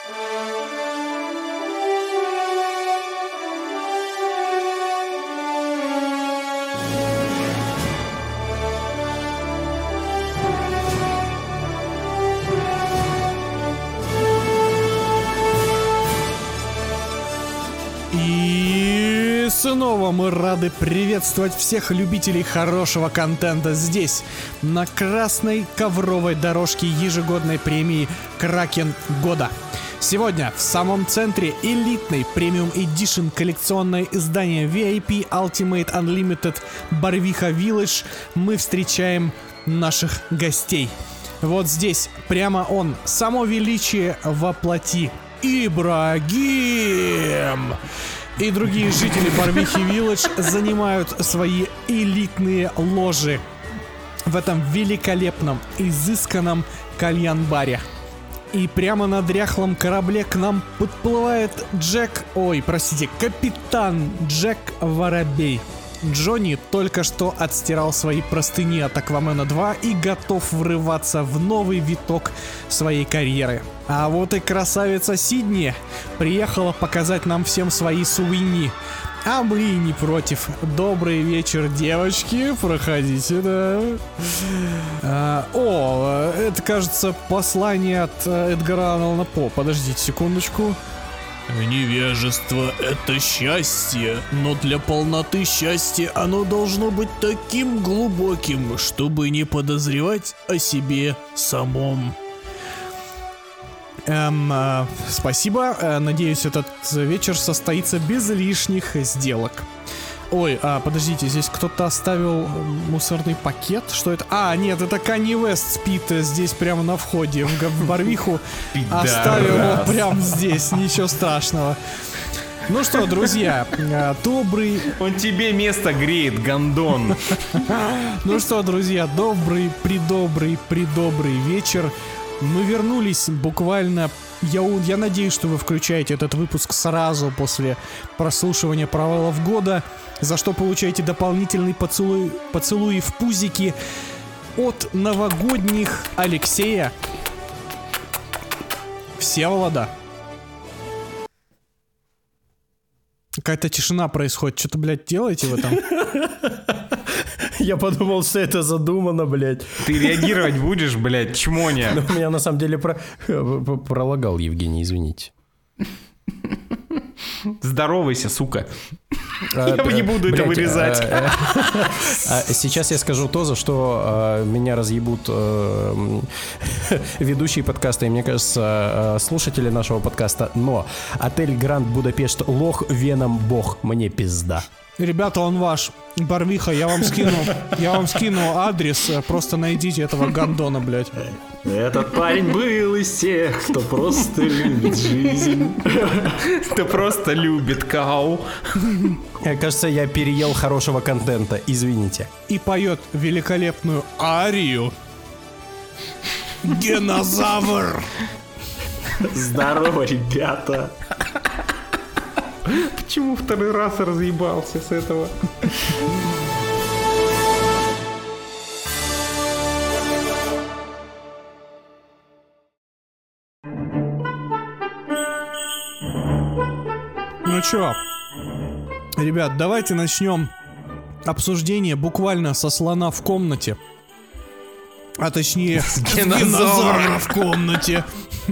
И снова мы рады приветствовать всех любителей хорошего контента здесь, на красной ковровой дорожке ежегодной премии «Кракен года». Сегодня в самом центре элитный премиум эдишн коллекционное издание VIP Ultimate Unlimited Барвиха Village мы встречаем наших гостей. Вот здесь прямо он, само величие воплоти. Ибрагим! И другие жители Барвихи Village занимают свои элитные ложи в этом великолепном, изысканном кальян-баре. И прямо на дряхлом корабле к нам подплывает капитан Джек Воробей. Джонни только что отстирал свои простыни от Аквамена 2 и готов врываться в новый виток своей карьеры. А вот и красавица Сидни приехала показать нам всем свои суини. А мы и не против. Добрый вечер, девочки. Проходите, да. Это, кажется, послание от Эдгара Аллана По. Подождите секундочку. Невежество — это счастье, но для полноты счастья оно должно быть таким глубоким, чтобы не подозревать о себе самом. Спасибо. Надеюсь, этот вечер состоится без лишних сделок. Ой, подождите, здесь кто-то оставил мусорный пакет? Что это? Нет, это Канье Уэст спит здесь прямо на входе в Барвиху. Оставил его прямо здесь, ничего страшного. Ну что, друзья, добрый... Он тебе место греет, гондон. Ну что, друзья, придобрый вечер. Мы вернулись буквально... Я надеюсь, что вы включаете этот выпуск сразу после прослушивания провалов года, за что получаете дополнительный поцелуи в пузики от новогодних Алексея, Всеволода. Какая-то тишина происходит. Что-то, блядь, делаете в этом? Я подумал, что это задумано, блядь. Ты реагировать будешь, блядь, чмоня? Но меня на самом деле пролагал Евгений, извините. Здоровайся, сука. Я не буду это вырезать. Сейчас я скажу то, за что меня разъебут ведущие подкаста и, мне кажется, слушатели нашего подкаста. Но отель Гранд Будапешт лох, Веном бог, мне пизда. Ребята, он ваш. Барвиха, я вам скину адрес, просто найдите этого гондона, блядь. Этот парень был из тех, кто просто любит жизнь. Кто просто любит кау. Кажется, я переел хорошего контента, извините. И поет великолепную арию. Генозавр. Здорово, ребята. Почему второй раз разъебался с этого? Ну чё, ребят, давайте начнем обсуждение буквально со слона в комнате. А точнее, с динозавра в комнате.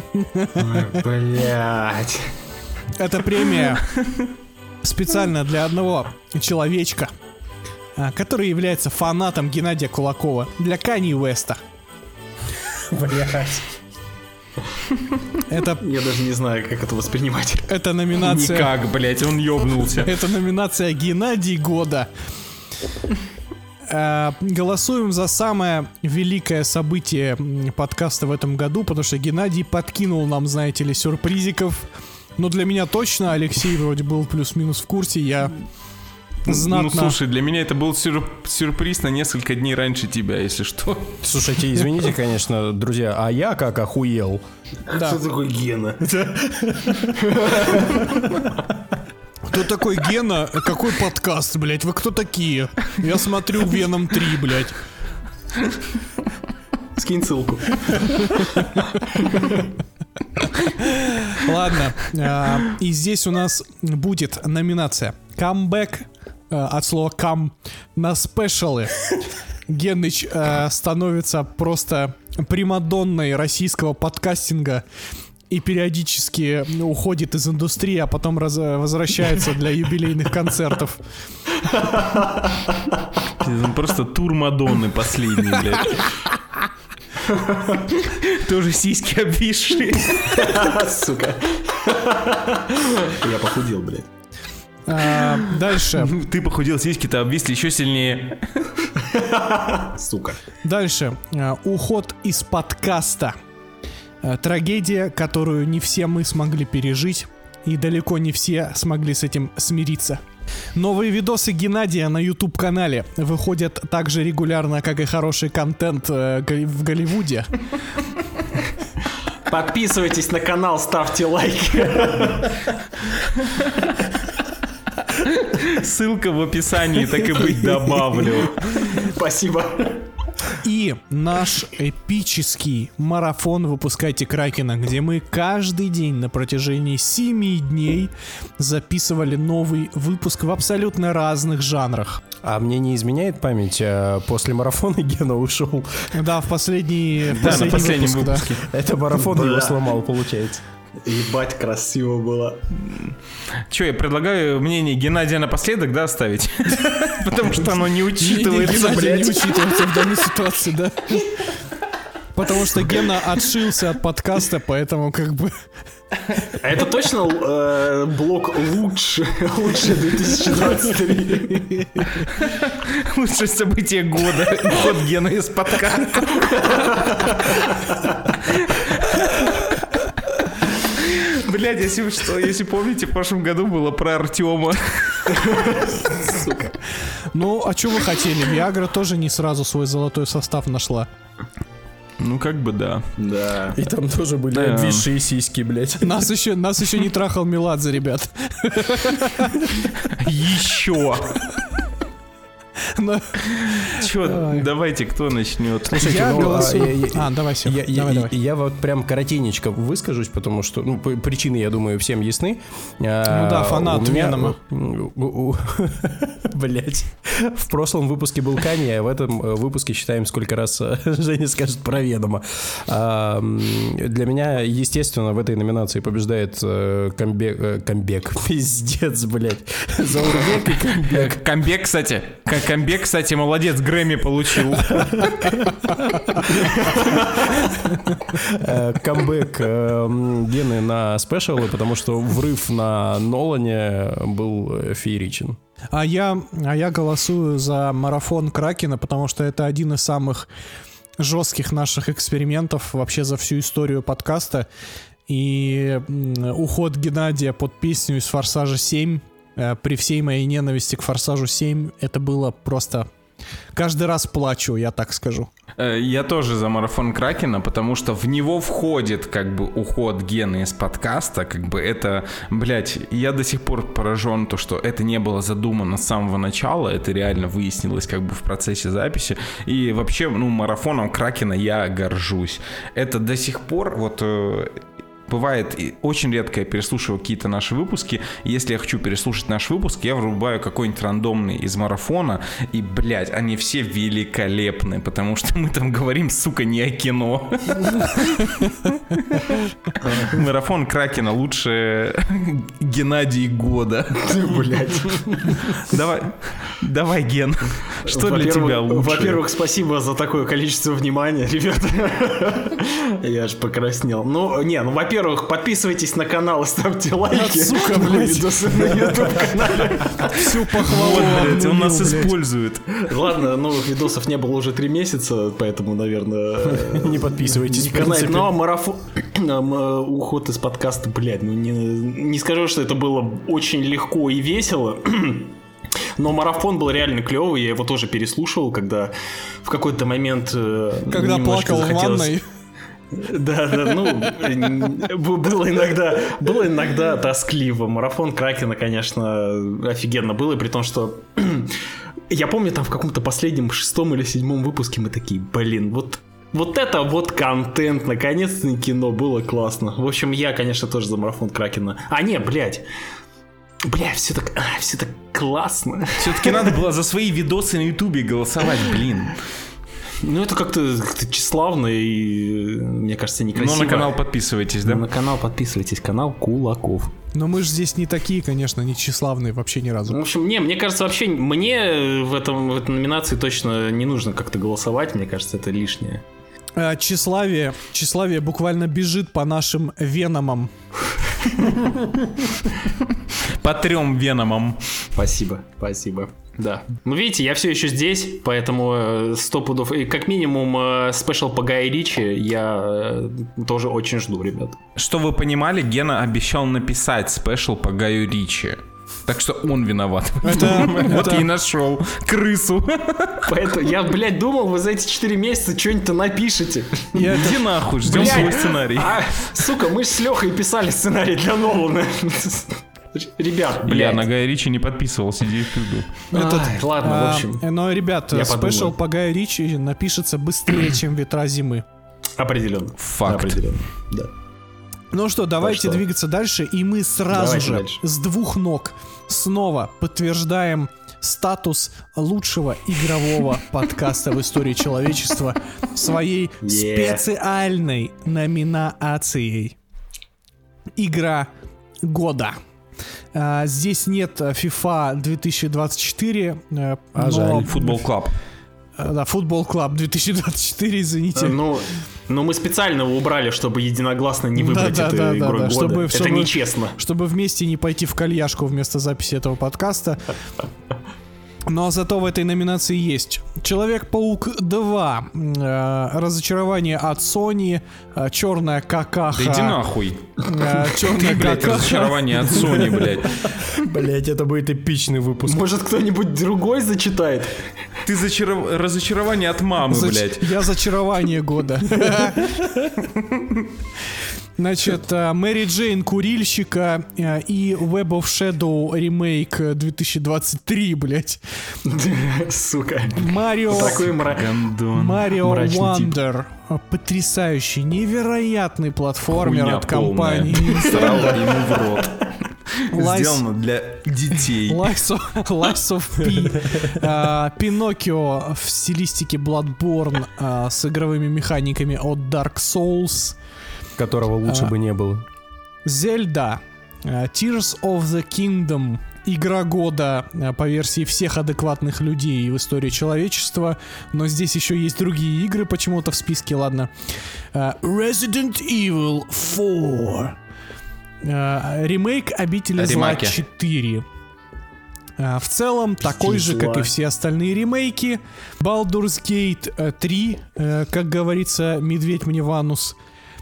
Блять. Это премия специально для одного человечка, который является фанатом Геннадия Кулакова, для Канье Уэста. Блять. Это... Я даже не знаю, как это воспринимать. Это номинация... Никак, блять, он ёбнулся. Это номинация Геннадий года. Голосуем за самое великое событие подкаста в этом году, потому что Геннадий подкинул нам, знаете ли, сюрпризиков. Но для меня точно, Алексей вроде был плюс-минус в курсе, я знатно... Ну слушай, для меня это был сюрприз на несколько дней раньше тебя, если что. Слушайте, извините, конечно, друзья, а я как охуел. Да. Кто такой Гена? Кто такой Гена? Какой подкаст, блять? Вы кто такие? Я смотрю Веном 3, блять. Скинь ссылку. Ладно, и здесь у нас будет номинация «Камбэк», от слова «кам», на спешалы. Геныч становится просто примадонной российского подкастинга и периодически уходит из индустрии, а потом возвращается для юбилейных концертов. Просто тур Мадонны последний, блядь. Тоже сиськи обвисшие. Сука. Я похудел, блядь. Дальше. Ты похудел, сиськи-то обвисли еще сильнее. Сука. Дальше. Уход из подкаста. Трагедия, которую не все мы смогли пережить, и далеко не все смогли с этим смириться. Новые видосы Геннадия на YouTube-канале выходят так же регулярно, как и хороший контент в Голливуде. Подписывайтесь на канал, ставьте лайки. Ссылка в описании, так и быть, добавлю. Спасибо. И наш эпический марафон «Выпускайте Кракена», где мы каждый день на протяжении 7 дней записывали новый выпуск в абсолютно разных жанрах. А мне не изменяет память, после марафона Гена ушел. Да, в последний последнем выпуск, выпуске. да. Это марафон его сломал, получается. Ебать, красиво было. Че, я предлагаю мнение Геннадия напоследок, да, оставить? Потому что оно не учитывается, Геннадий блядь. не учитывается в данной ситуации, да. Потому что Гена отшился от подкаста, поэтому как бы... А это точно блок лучше 2023? Лучшее событие года. Уход Гена из подкаста. Блядь, если помните, в прошлом году было про Артема. Ну, а что вы хотели? Виагра тоже не сразу свой золотой состав нашла. Ну, как бы да. Да. И там тоже были Да. обвисшие сиськи, блядь. Нас еще не трахал Меладзе, ребят. Еще. Но Чё, Давайте, кто начнет? слушайте, я ну, голосую... давай, Сев, давай. Я вот прям коротенечко выскажусь, потому что, ну, причины, я думаю, всем ясны. Ну да, фанат Венома. Блять. В прошлом выпуске был Канье, а в этом выпуске считаем, сколько раз Женя скажет про Венома. Для меня, естественно, в этой номинации побеждает камбек. Пиздец, блять. Заурбек и камбек. Камбек, кстати, молодец, Грэмми получил. Камбэк Гены на спешалы, потому что врыв на Нолане был фееричен. А я голосую за марафон Кракена, потому что это один из самых жестких наших экспериментов вообще за всю историю подкаста. И уход Геннадия под песню из «Форсажа 7», при всей моей ненависти к «Форсажу 7», это было просто... Каждый раз плачу, я так скажу. Я тоже за марафон Кракена, потому что в него входит как бы уход Гены из подкаста, как бы это, блять, я до сих пор поражен, то, что это не было задумано с самого начала, это реально выяснилось как бы в процессе записи, и вообще, ну, марафоном Кракена я горжусь. Это до сих пор вот... Бывает, очень редко я переслушиваю какие-то наши выпуски. Если я хочу переслушать наш выпуск, я врубаю какой-нибудь рандомный из марафона. И, блядь, они все великолепны, потому что мы там говорим, сука, не о кино. Марафон Кракена лучше Геннадий года. Блять. Давай, Ген. Что для тебя лучше? Во-первых, спасибо за такое количество внимания, ребята. Я аж покраснел. Ну, во-первых, подписывайтесь на канал и ставьте лайки. Сука, блядь. Видосы на YouTube-канале. Всю похвалу. Вот, блядь, он обнулил, нас блядь. использует. Ладно, новых видосов не было уже 3 месяца, поэтому, наверное... Не подписывайтесь, в Не канает. принципе. Но марафон... уход из подкаста, блядь, ну не скажу, что это было очень легко и весело. Но марафон был реально клевый, я его тоже переслушивал, когда в какой-то момент... Когда немножко плакал в захотелось- ванной. Да, ну, было иногда тоскливо. Марафон Кракена, конечно, офигенно было, при том, что я помню, там в каком-то последнем 6 или 7 выпуске мы такие, блин, вот Вот это вот контент, наконец-то кино, было классно. В общем, я, конечно, тоже за марафон Кракена. Блядь, все так классно. Все-таки надо было за свои видосы на Ютубе голосовать, блин. Ну, это как-то тщеславно и, мне кажется, некрасиво. Но на канал подписывайтесь, да? На канал подписывайтесь, канал Кулаков. Но мы же здесь не такие, конечно, не тщеславные вообще ни разу. В общем, мне кажется, вообще мне в этой номинации точно не нужно как-то голосовать, мне кажется, это лишнее. Тщеславие буквально бежит по нашим веномам. По 3 веномам. Спасибо. Да. Ну, видите, я все еще здесь, поэтому 100 пудов. И как минимум спешл по Гай Ричи я тоже очень жду, ребят. Что вы понимали, Гена обещал написать спешл по Гаю Ричи. Так что он виноват. Вот и нашел крысу. Поэтому я, блядь, думал, вы за эти 4 месяца что-нибудь-то напишете. Иди нахуй, ждем свой сценарий. Сука, мы ж с Лехой писали сценарий для Нолана. Ребят, блядь. Я на Гая Ричи не подписывался, иди в пизду. Ладно, в общем. Но, ребят, спешл по Гаю Ричи напишется быстрее, чем «Ветра зимы». Определенно. Факт. Определенно, да. Ну что, давайте двигаться дальше, и мы сразу же дальше. с 2 ног снова подтверждаем статус лучшего игрового подкаста в истории человечества своей специальной номинацией «Игра года». Здесь нет FIFA 2024, жаль. Футбол Клаб. Да, Футбол Клаб 2024, извините. Но мы специально его убрали, чтобы единогласно не выбрать эту игру года. Чтобы нечестно. Чтобы вместе не пойти в кальяшку вместо записи этого подкаста. Но зато в этой номинации есть Человек-паук 2, разочарование от Sony, черная какаха. Да иди нахуй. Черная какаха. Разочарование от Sony, блядь. Блять, это будет эпичный выпуск. Может, кто-нибудь другой зачитает? Ты разочарование от мамы, блядь. Я зачарование года. Значит, Мэри Джейн Курильщика и Web of Shadow ремейк 2023, блядь. Сука. Марио Wonder. Потрясающий, невероятный платформер от компании. Срала ему в рот. Сделано для детей. Lies of P. Пиноккио в стилистике Bloodborne с игровыми механиками от Dark Souls. Которого лучше бы не было. Зельда. Tears of the Kingdom. Игра года по версии всех адекватных людей в истории человечества. Но здесь еще есть другие игры почему-то в списке, ладно. Resident Evil 4. Ремейк Обители зла 4. В целом, такой же, как и все остальные ремейки. Baldur's Gate 3, как говорится, медведь мне в анус.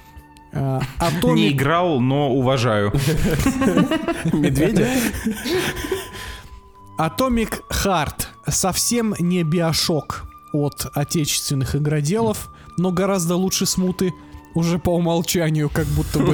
Не играл, но уважаю. Медведя? Atomic Heart. Совсем не Биошок от отечественных игроделов, но гораздо лучше смуты. Уже по умолчанию, как будто бы.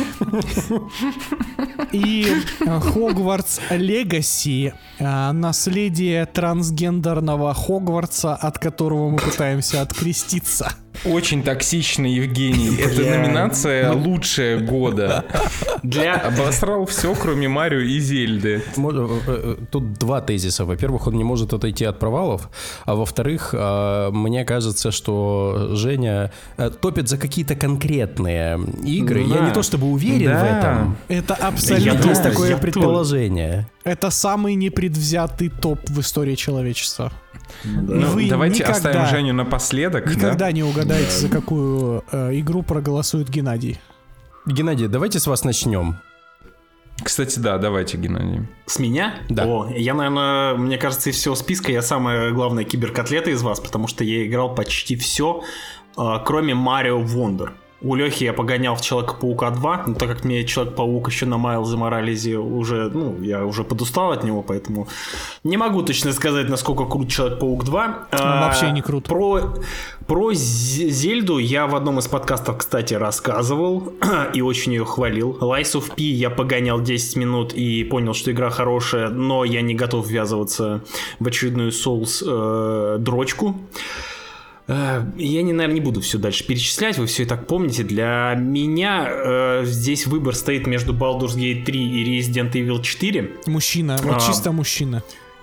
И Hogwarts Legacy. Наследие трансгендерного Хогвартса, от которого мы пытаемся откреститься. Очень токсично, Евгений. Это номинация лучшая года. Обосрал все, кроме Марио и Зельды. Тут 2 тезиса. Во-первых, он не может отойти от провалов. А во-вторых, мне кажется, что Женя топит за какие-то конкретные игры. Да. Я не то чтобы уверен в этом. Это абсолютно... Есть такое предположение. Это самый непредвзятый топ в истории человечества. Ну, давайте оставим Женю напоследок. Никогда не угадаете, за какую игру проголосует Геннадий. Геннадий, давайте с вас начнем. Кстати, да, давайте, Геннадий. С меня? Да. Я, наверное, мне кажется, из всего списка я самая главная киберкотлета из вас, потому что я играл почти все, кроме Mario Wonder. У Лехи я погонял в Человека-паука 2, но так как мне Человек-паук еще на Майлзе Моралезе уже, я уже подустал от него, поэтому не могу точно сказать, насколько крут Человек-паук 2. Вообще не крут. Про Зельду я в одном из подкастов, кстати, рассказывал и очень ее хвалил. Lies of P я погонял 10 минут и понял, что игра хорошая, но я не готов ввязываться в очередную Souls дрочку. Я, наверное, не буду все дальше перечислять, вы все и так помните. Для меня здесь выбор стоит между Baldur's Gate 3 и Resident Evil 4. Мужчина, вот чисто мужчина.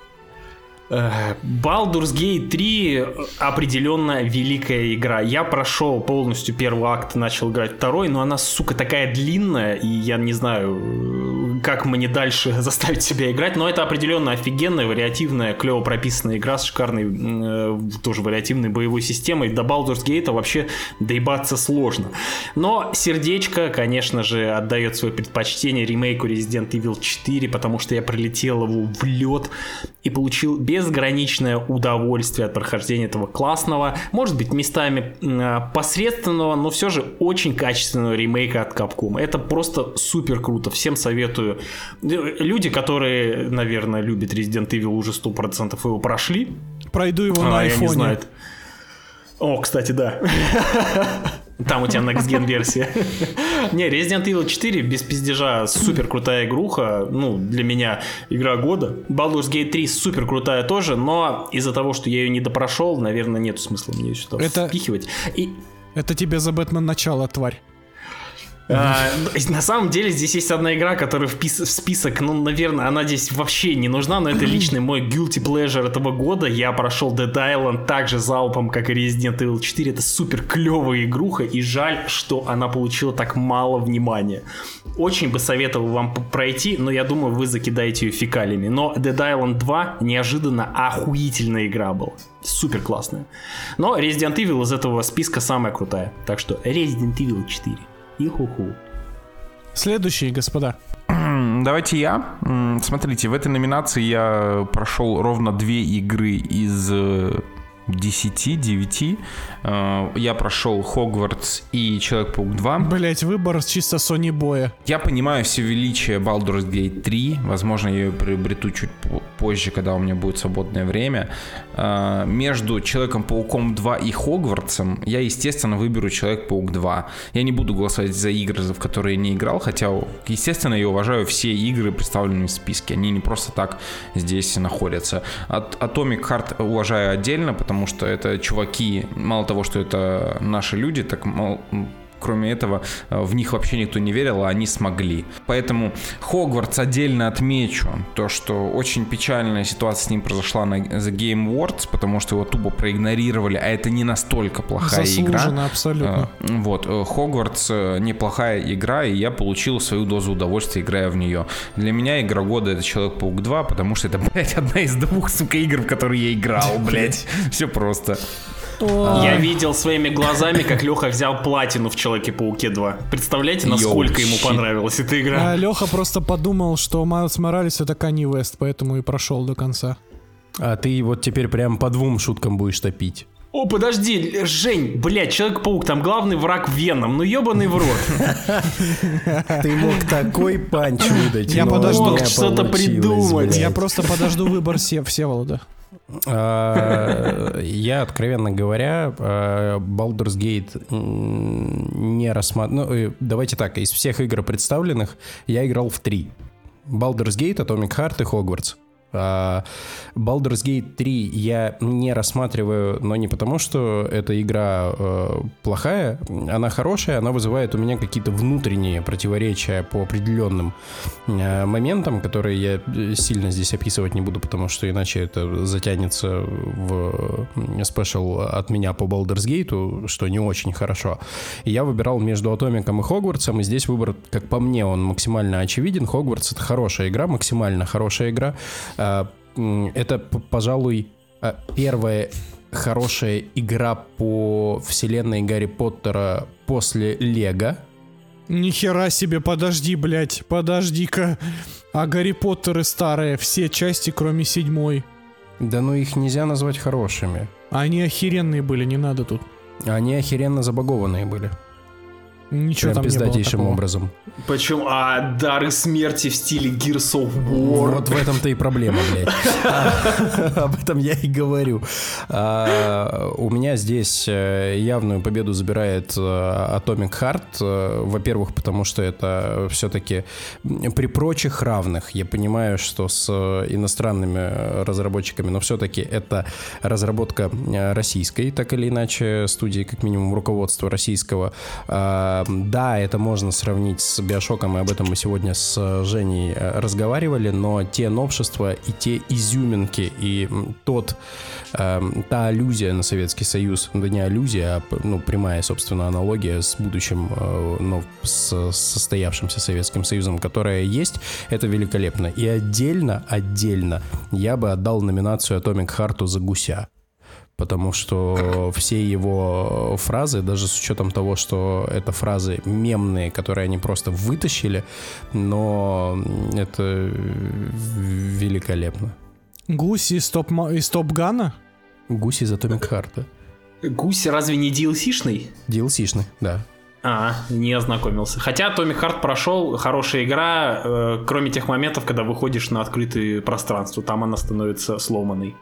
Baldur's Gate 3 определенно великая игра. Я прошел полностью первый акт, начал играть второй, но она, сука, такая длинная, и я не знаю, как мне дальше заставить себя играть, но это определенно офигенная, вариативная, клево прописанная игра с шикарной, тоже вариативной боевой системой. До Baldur's Gate вообще доебаться сложно. Но сердечко, конечно же, отдает свое предпочтение ремейку Resident Evil 4, потому что я пролетел его в лед и получил безграничное удовольствие от прохождения этого классного, может быть, местами посредственного, но все же очень качественного ремейка от Capcom. Это просто супер круто. Всем советую. Люди, которые, наверное, любят Resident Evil, уже 100% его прошли. Пройду его на айфоне. Я не знаю. О, кстати, да. Там у тебя Next Gen версия. Не, Resident Evil 4 без пиздежа супер крутая игруха. Ну, для меня игра года. Baldur's Gate 3 супер крутая тоже, но из-за того, что я ее не допрошел, наверное, нет смысла мне сюда впихивать. Это тебе за Бэтмен начало, тварь. На самом деле здесь есть одна игра, которая в список, ну, наверное, она здесь вообще не нужна, но это личный мой guilty pleasure этого года. Я прошел Dead Island так же залпом, как и Resident Evil 4. Это супер клевая игруха, и жаль, что она получила так мало внимания. Очень бы советовал вам пройти, но я думаю, вы закидаете ее фекалиями. Но Dead Island 2 неожиданно охуительная игра была. Супер классная. Но Resident Evil из этого списка самая крутая. Так что Resident Evil 4. Иху-ху. Следующие, господа. Давайте я. Смотрите, в этой номинации я прошел ровно 2 игры из 9. Я прошел Хогвартс и Человек-паук 2. Блять, выбор чисто Sony Боя. Я понимаю все величие Baldur's Gate 3. Возможно, я ее приобрету чуть позже, когда у меня будет свободное время. Между Человеком-пауком 2 и Хогвартсом я, естественно, выберу Человек-паук 2. Я не буду голосовать за игры, в которые я не играл, хотя, естественно, я уважаю все игры, представленные в списке. Они не просто так здесь находятся. Atomic Heart уважаю отдельно, потому что это чуваки, мало того, что это наши люди, так кроме этого, в них вообще никто не верил, а они смогли. Поэтому Хогвартс отдельно отмечу то, что очень печальная ситуация с ним произошла на The Game Awards, потому что его тупо проигнорировали, а это не настолько плохая игра. Заслуженно, абсолютно. Вот, Хогвартс неплохая игра, и я получил свою дозу удовольствия, играя в нее. Для меня игра года — это Человек-паук 2, потому что это, блядь, одна из 2, сука, игр, в которые я играл, блядь. Все просто. Я видел своими глазами, как Леха взял платину в Человеке-пауке 2. Представляете, насколько ему понравилась эта игра? Леха просто подумал, что Майлз Моралес — это Канье Уэст, поэтому и прошел до конца. А ты вот теперь прям по 2 шуткам будешь топить. О, подожди, Жень, блядь, Человек-паук, там главный враг Веном, ну ебаный в рот. Ты мог такой панч выдать. Я подожду что-то придумать. Я просто подожду выбор Всеволода. Я, откровенно говоря, Baldur's Gate не рассматриваю. Давайте так, из всех игр представленных я играл в 3. Baldur's Gate, Atomic Heart и Hogwarts. Baldur's Gate 3 я не рассматриваю, но не потому, что эта игра плохая, она хорошая, она вызывает у меня какие-то внутренние противоречия по определенным моментам, которые я сильно здесь описывать не буду, потому что иначе это затянется в спешл от меня по Baldur's Gate, что не очень хорошо. И я выбирал между Атомиком и Хогвартсом, и здесь выбор, как по мне, он максимально очевиден. Хогвартс — это хорошая игра, максимально хорошая игра. Это, пожалуй, первая хорошая игра по вселенной Гарри Поттера после Лего. Нихера себе, подожди, блядь, подожди-ка. А Гарри Поттеры старые, все части, кроме 7. Да ну их нельзя назвать хорошими. Они охеренные были, не надо тут. Они охеренно забагованные были. Ничего Прям там не было пиздатейшим такого. образом. Причем, дары смерти в стиле Gears of War. Вот в этом-то и проблема, блядь. Об этом я и говорю. У меня здесь явную победу забирает Atomic Heart. Во-первых, потому что это все-таки при прочих равных. Я понимаю, что с иностранными разработчиками, но все-таки это разработка российской, так или иначе, студии, как минимум, руководства российского. Да, это можно сравнить с Биошоком, и об этом мы сегодня с Женей разговаривали, но те новшества и те изюминки, и та аллюзия на Советский Союз, да не аллюзия, а прямая, собственно, аналогия с будущим, с состоявшимся Советским Союзом, которая есть, это великолепно. И отдельно я бы отдал номинацию Atomic Heart за Гуся. Потому что все его фразы, даже с учетом того, что это фразы мемные, которые они просто вытащили, но это великолепно. Гусь из Топ-Гана? Гусь из Atomic Heart, да. Гусь разве не DLC-шный? DLC-шный, да. Не ознакомился. Хотя Atomic Heart прошел, хорошая игра, кроме тех моментов, когда выходишь на открытое пространство, там она становится сломанной.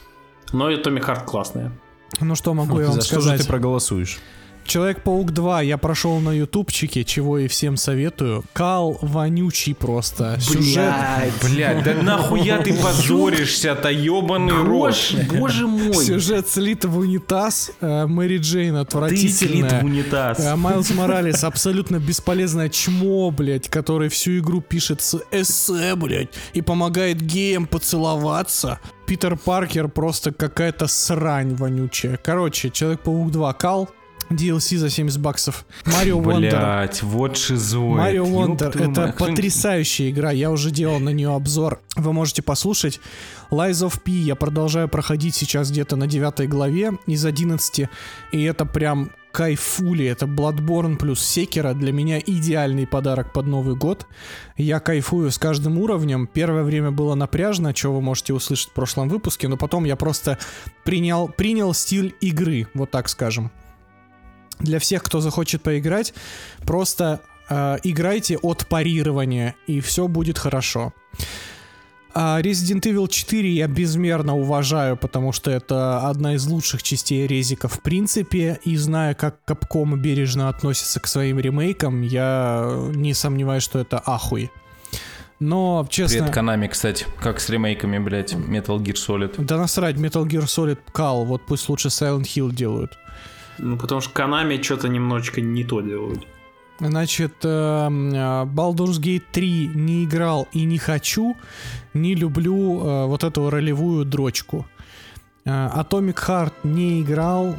Но Atomic Heart классная. Ну что могу я вам За сказать? что же ты проголосуешь? Человек-паук 2 я прошел на ютубчике, чего и всем советую. Кал вонючий просто. Сюжет. Блядь, да нахуя ты позоришься-то, ёбаный рот. Боже мой. Сюжет слит в унитаз. Мэри Джейн Ты отвратительная. слит в унитаз. Майлз Моралес абсолютно бесполезное чмо, блядь, который всю игру пишет с эссе, блядь, и помогает геям поцеловаться. Питер Паркер просто какая-то срань вонючая. Короче, Человек-паук 2 Кал. DLC за $70. Марио Вондер. Блять, вот шизоид. Марио Ёб Вондер. твою Это мать. потрясающая игра. Я уже делал на нее обзор. Вы можете послушать. Lies of P я продолжаю проходить сейчас где-то на 9 главе из 11. И это прям кайфули. Это Bloodborne плюс Sekiro. Для меня идеальный подарок под Новый год. Я кайфую с каждым уровнем. Первое время было напряжно, что вы можете услышать в прошлом выпуске. Но потом я просто принял стиль игры. Вот так скажем. Для всех, кто захочет поиграть, просто играйте от парирования, и все будет хорошо. Resident Evil 4 я безмерно уважаю, потому что это одна из лучших частей резика в принципе, и зная, как Capcom бережно относится к своим ремейкам, я не сомневаюсь, что это ахуй. Но, честно... Привет, Konami, кстати. Как с ремейками, блядь, Metal Gear Solid. Да насрать, Metal Gear Solid Call, вот пусть лучше Silent Hill делают. Ну, потому что Konami что-то немножечко не то делают. Значит, Baldur's Gate 3 не играл и не хочу, не люблю вот эту ролевую дрочку. Atomic Heart не играл,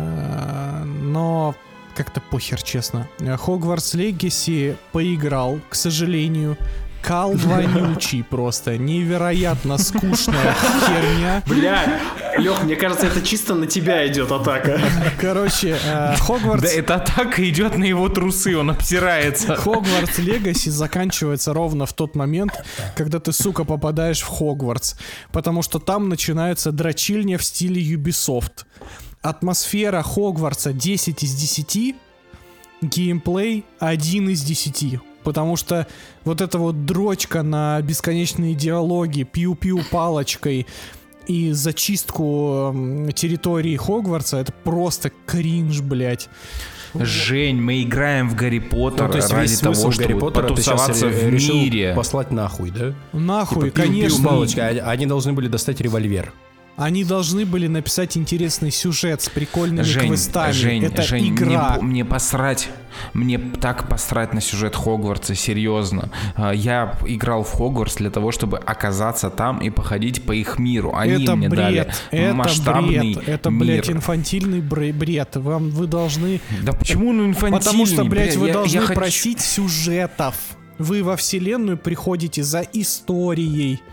но как-то похер, честно. Hogwarts Legacy поиграл, к сожалению. Кал вонючий просто, невероятно скучная херня. Бля, Лёх, мне кажется, это чисто на тебя идет атака. Короче, Хогвартс... Да эта атака идет на его трусы, он обсирается. Хогвартс Легаси заканчивается ровно в тот момент, когда ты, сука, попадаешь в Хогвартс. Потому что там начинается дрочильня в стиле Ubisoft. Атмосфера Хогвартса 10 из 10, геймплей 1 из 10. Потому что вот эта вот дрочка на бесконечные диалоги, пиу-пиу палочкой и зачистку территории Хогвартса, это просто кринж, блядь. Жень, мы играем в Гарри Поттер То есть ради весь того, смысл Гарри чтобы Поттера ты сейчас потусоваться в решил мире. послать нахуй, да? Нахуй, Типа, пиу-пиу конечно. палочка. Они должны были достать револьвер. Они должны были написать интересный сюжет с прикольными квестами. Жень, это Жень, игра. мне посрать. Мне так посрать на сюжет Хогвартса, серьезно. Я играл в Хогвартс для того, чтобы оказаться там и походить по их миру. Они это мне дали бред, это масштабный бред, это, мир. блядь, инфантильный бред. Вы должны... Да почему он инфантильный? Потому что, блядь, вы должны хочу- просить сюжетов. Вы во вселенную приходите за историей.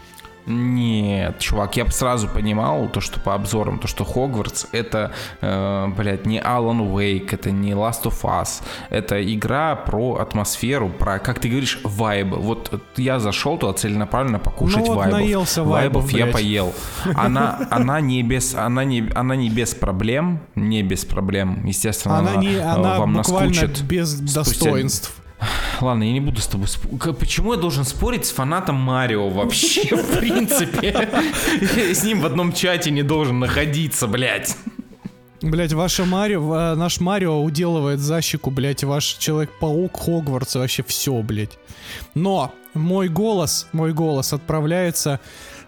Нет, чувак, я бы сразу понимал, то, что по обзорам, то, что Хогвартс это, не Alan Wake, это не Last of Us, это игра про атмосферу, про, как ты говоришь, вайбы. Вот я зашел туда целенаправленно покушать вайбов. Наелся вайбов я блядь. Поел. Она не без проблем, естественно, она вам буквально наскучит. без достоинств. Ладно, я не буду с тобой спорить. Почему я должен спорить с фанатом Марио вообще, в принципе? Я с ним в одном чате не должен находиться, блядь. Блять, наш Марио уделывает за щеку, блять, ваш Человек-паук Хогвартс, вообще все, блять. Но мой голос отправляется...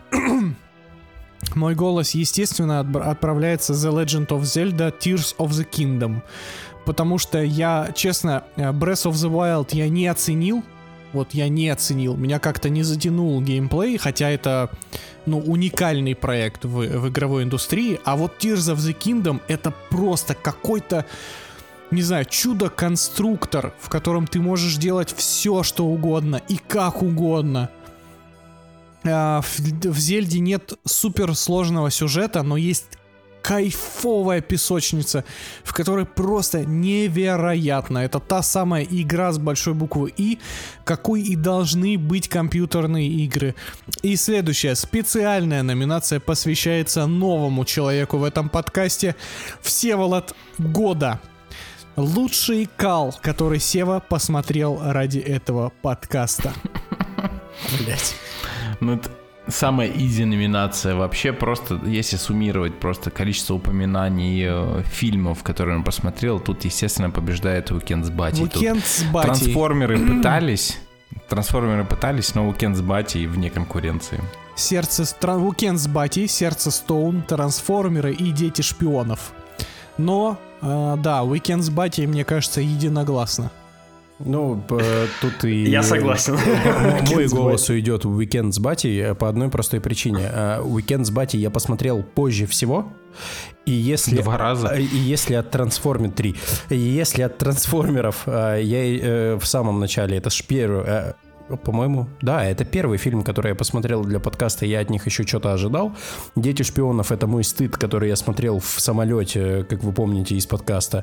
Мой голос, естественно, отправляется The Legend of Zelda Tears of the Kingdom. Потому что я, честно, Breath of the Wild я не оценил. Меня как-то не затянул геймплей, хотя это, уникальный проект в игровой индустрии. А вот Tears of the Kingdom это просто какой-то, не знаю, чудо-конструктор, в котором ты можешь делать все, что угодно и как угодно. В Зельде нет суперсложного сюжета, но есть кайфовая песочница, в которой просто невероятно. Это та самая игра с большой буквы И, какой и должны быть компьютерные игры. И следующая специальная номинация посвящается новому человеку в этом подкасте. Всеволод Года. Лучший кал, который Сева посмотрел ради этого подкаста. Блять. Это самая изи номинация вообще, просто если суммировать просто количество упоминаний фильмов, которые он посмотрел, тут, естественно, побеждает Уикенд с Батей. Уикенд с Батей. Трансформеры пытались, но Уикенд с Батей вне конкуренции. Уикенд с Батей, Сердце Стоун, Трансформеры и Дети шпионов. Но, да, Уикенд с Батей, мне кажется, единогласно. Тут и... Я согласен. Мой голос уйдет в «Уикенд с Батей» по одной простой причине. «Уикенд с Батей» я посмотрел позже всего. И если... 2 раза. И если от «Трансформеров» 3. И если от «Трансформеров» я в самом начале, это ж первый... По-моему, да, это первый фильм, который я посмотрел для подкаста, я от них еще что-то ожидал. «Дети шпионов» — это мой стыд, который я смотрел в самолете, как вы помните, из подкаста,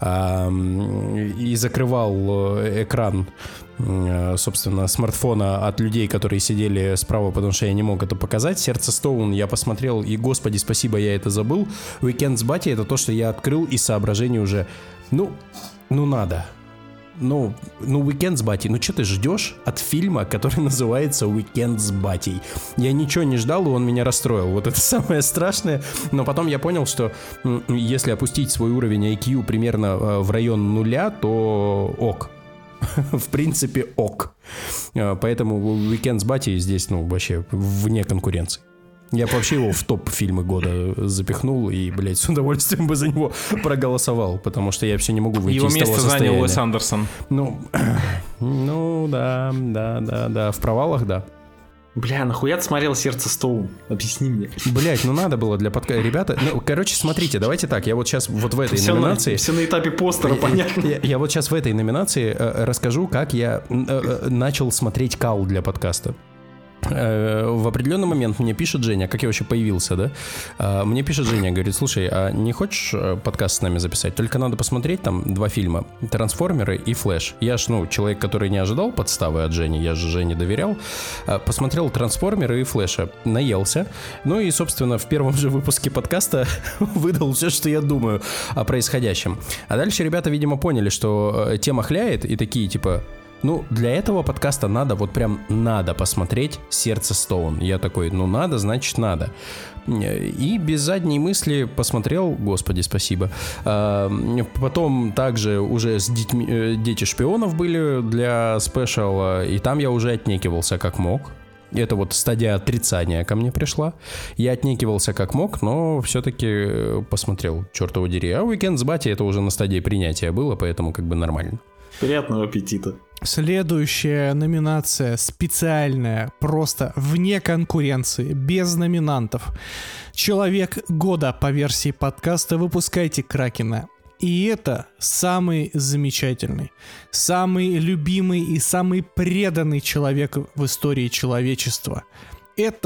и закрывал экран, собственно, смартфона от людей, которые сидели справа, потому что я не мог это показать. «Сердце Стоун» я посмотрел, и, господи, спасибо, я это забыл. «Уикенд с Батей» — это то, что я открыл из соображений уже, надо. «Уикенд с Батей», что ты ждешь от фильма, который называется «Уикенд с Батей»? Я ничего не ждал, и он меня расстроил. Вот это самое страшное. Но потом я понял, что если опустить свой уровень IQ примерно в район 0, то ок. В принципе, ок. Поэтому «Уикенд с Батей» здесь, вообще вне конкуренции. Я бы вообще его в топ фильмы года запихнул и, блядь, с удовольствием бы за него проголосовал, потому что я вообще не могу выйти из того состояния. Его место занял Уэс Андерсон. Да, в провалах, да. Бля, нахуя ты смотрел «Сердце Стоун»? Объясни мне. Блять, надо было для подкаста. Ребята, смотрите, давайте так, я вот сейчас вот в этой номинации... Все на этапе постера, понятно. Я вот сейчас в этой номинации расскажу, как я начал смотреть кал для подкаста. В определенный момент мне пишет Женя, как я вообще появился, да? Мне пишет Женя, говорит: слушай, а не хочешь подкаст с нами записать? Только надо посмотреть там 2 фильма: «Трансформеры» и «Флэш». Я ж, человек, который не ожидал подставы от Жени, я же Жене доверял. Посмотрел «Трансформеры» и «Флэша», наелся. И, собственно, в первом же выпуске подкаста выдал все, что я думаю о происходящем. А дальше ребята, видимо, поняли, что тема хляет, и такие, типа... для этого подкаста надо посмотреть «Сердце Стоун». Я такой, надо, значит надо. И без задней мысли посмотрел, господи, спасибо. Потом также уже с детьми, «Дети шпионов» были для спешала, и там я уже отнекивался как мог. Это вот стадия отрицания ко мне пришла. Я отнекивался как мог, но все-таки посмотрел, чертову дери. А «Уикенд с Батей» это уже на стадии принятия было, поэтому нормально. Приятного аппетита. Следующая номинация специальная, просто вне конкуренции, без номинантов. Человек года по версии подкаста «Выпускайте Кракена». И это самый замечательный, самый любимый и самый преданный человек в истории человечества. Это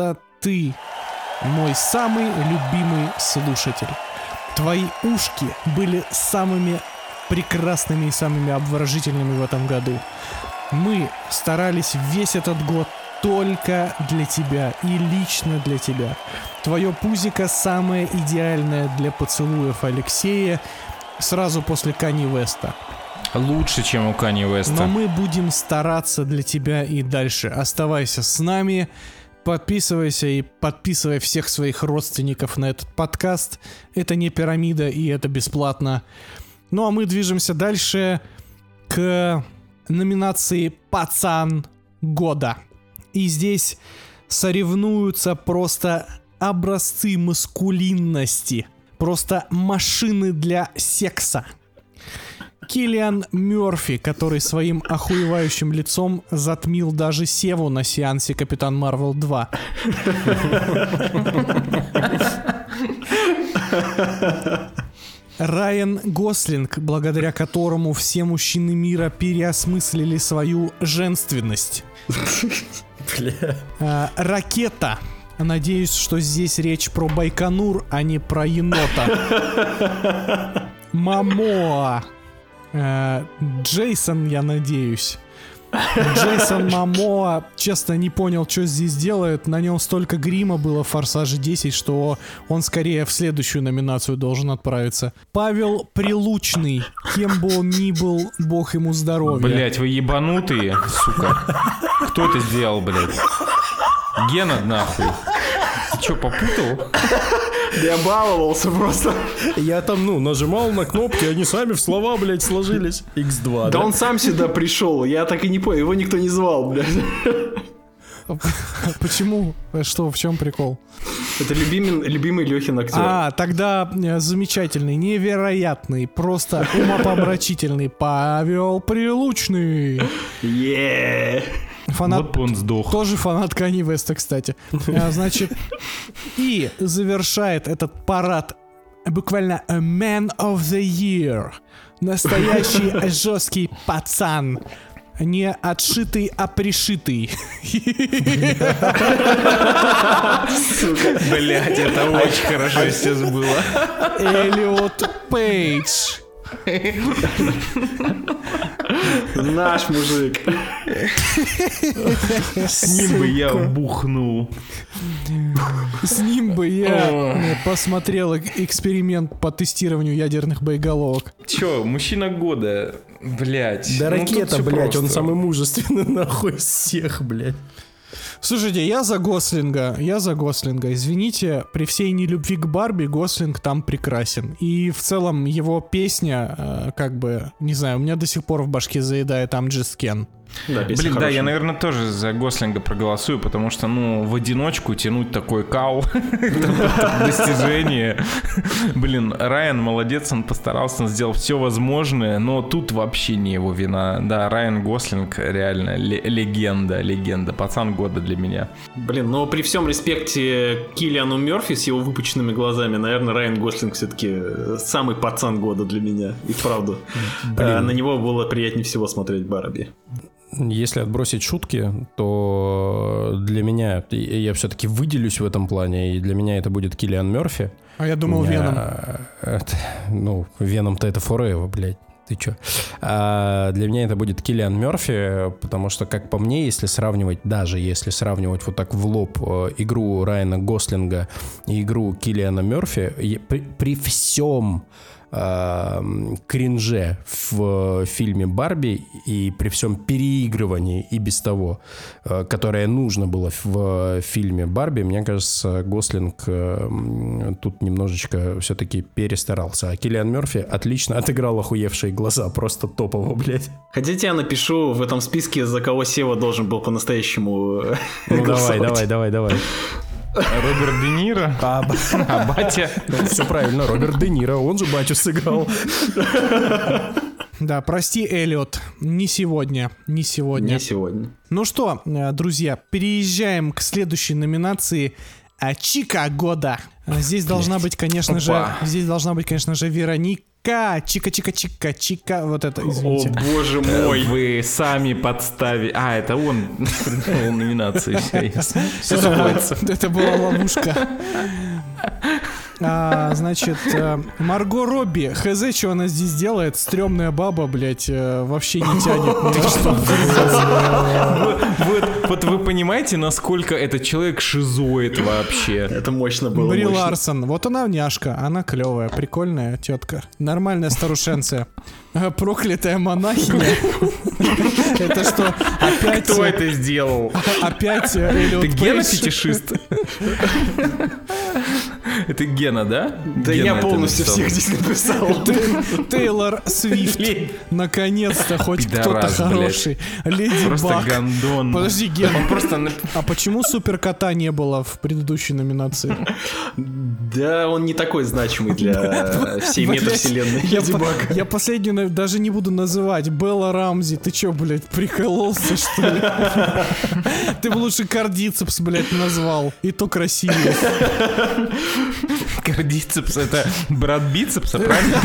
ты мой самый любимый слушатель. Твои ушки были самыми прекрасными и самыми обворожительными в этом году. Мы старались весь этот год только для тебя и лично для тебя. Твое пузико самое идеальное для поцелуев Алексея сразу после Канье Уэста. Лучше, чем у Канье Уэста. Но мы будем стараться для тебя и дальше. Оставайся с нами, подписывайся и подписывай всех своих родственников на этот подкаст. Это не пирамида и это бесплатно. Ну а мы движемся дальше к номинации «Пацан года». И здесь соревнуются просто образцы маскулинности. Просто машины для секса. Киллиан Мёрфи, который своим охуевающим лицом затмил даже Севу на сеансе Капитан Марвел 2. Райан Гослинг, благодаря которому все мужчины мира переосмыслили свою женственность. Ракета. Надеюсь, что здесь речь про Байконур, а не про енота. Мамоа. Джейсон, я надеюсь. Джейсон Мамоа, честно, не понял, что здесь делает. На нем столько грима было в «Форсаже 10», что он скорее в следующую номинацию должен отправиться. Павел Прилучный. Кем бы он ни был, бог ему здоровья. Блять, вы ебанутые, сука. Кто это сделал, блять? Гена, нахуй. Ты чё, попутал? Я баловался просто. Я там, нажимал на кнопки, они сами в слова, блядь, сложились. X2, да? Он сам сюда пришел, я так и не понял, его никто не звал, блядь. Почему? Что, в чем прикол? Это любимый Лехин актер. Тогда замечательный, невероятный, просто умопомрачительный Павел Прилучный. Фанат, вот он сдох. Тоже фанат Канье Уэста, кстати. Значит, и завершает этот парад буквально a man of the year. Настоящий жесткий пацан. Не отшитый, а пришитый. Блять, это очень хорошо сейчас было. Эллиот Пейдж. Наш мужик. С ним бы я бухнул. С ним бы я посмотрел эксперимент по тестированию ядерных боеголовок. Чё, мужчина года, блять. Да ракета, блять, он самый мужественный нахуй из всех, блять. Слушайте, я за Гослинга. Извините, при всей нелюбви к Барби, Гослинг там прекрасен. И в целом его песня, не знаю, у меня до сих пор в башке заедает I'm Just Ken. Да, блин, да, я, наверное, тоже за Гослинга проголосую, потому что, в одиночку тянуть такой кал достижение. Блин, Райан молодец, он постарался, он сделал все возможное, но тут вообще не его вина. Да, Райан Гослинг реально легенда, пацан года для меня. Блин, но при всем респекте Киллиану Мёрфи с его выпученными глазами, наверное, Райан Гослинг все-таки самый пацан года для меня, и вправду. На него было приятнее всего смотреть Барби. Если отбросить шутки, то для меня, я все-таки выделюсь в этом плане, и для меня это будет Киллиан Мёрфи. А я думал Веном. Веном-то это Forever, блядь. Ты чё? Для меня это будет Киллиан Мёрфи, потому что, как по мне, если сравнивать вот так в лоб игру Райана Гослинга и игру Киллиана Мёрфи, при всем кринже в фильме «Барби» и при всем переигрывании и без того, которое нужно было в фильме «Барби», мне кажется, Гослинг тут немножечко все-таки перестарался. А Киллиан Мёрфи отлично отыграл охуевшие глаза, просто топово, блядь. Хотите, я напишу в этом списке, за кого Сева должен был по-настоящему голосовать? Давай. Роберт Де Ниро? Батя? Все правильно, Роберт Де Ниро, он же батю сыграл. Да, прости, Эллиот, не сегодня. Не сегодня. Ну что, друзья, переезжаем к следующей номинации. Чика года. Здесь должна быть, конечно же, Вероника. Чика. Вот это, извините. О, боже мой. Вы сами подставили. Это он придумал номинацию. Все сходится. Это была ловушка. Значит, Марго Робби. Хз, что она здесь делает? Стрёмная баба, блядь, вообще не тянет ни на что. Вот вы понимаете, насколько этот человек шизоид вообще? Это мощно было. Бри Ларсон. Вот она няшка. Она клевая, прикольная тетка. Нормальная старушенция. Проклятая монахиня. Это что, опять... Кто это сделал? Опять Эллиот Ты Пейдж? Гена-фетишист? Это Гена, да? Да Гена я это полностью написал. всех здесь написал. Тейлор Свифт. Наконец-то хоть кто-то Пидорас, хороший. Леди Просто Баг. гандон. Подожди, Ген, Он просто... а почему Суперкота не было в предыдущей номинации? Да, он не такой значимый для всей Блядь, метавселенной Леди Баг. Я последнюю даже не буду называть. Белла Рамзи. Ты чё, блядь, прикололся, что ли? Ты бы лучше кардицепс, блядь, назвал. И то красивее. Кардицепс — это брат бицепса,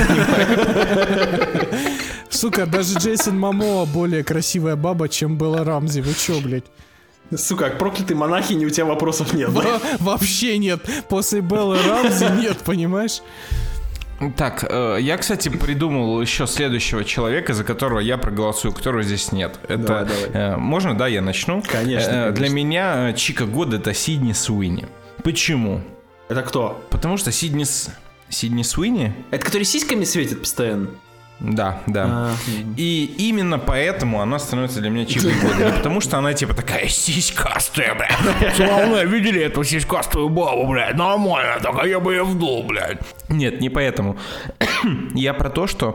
правильно? Сука, даже Джейсон Момоа более красивая баба, чем Белла Рамзи. Вы чё, блядь? Сука, к проклятой монахине у тебя вопросов нет. Да? Вообще нет. После Беллы Рамзи нет, понимаешь? Так, я, кстати, придумал еще следующего человека, за которого я проголосую, которого здесь нет. Это Давай. можно, да, я начну? Конечно. Для меня Чика года — это Сидни Суини. Почему? Это кто? Потому что Сидни Суини? Это который сиськами светит постоянно? Да. И именно поэтому она становится для меня Чикой года. Не потому что она типа такая сиськастая, блядь. Пацаны, видели эту сиськастую бабу, блядь? Нормально, так, а я бы ее вдул, блядь. Нет, не поэтому. Я про то, что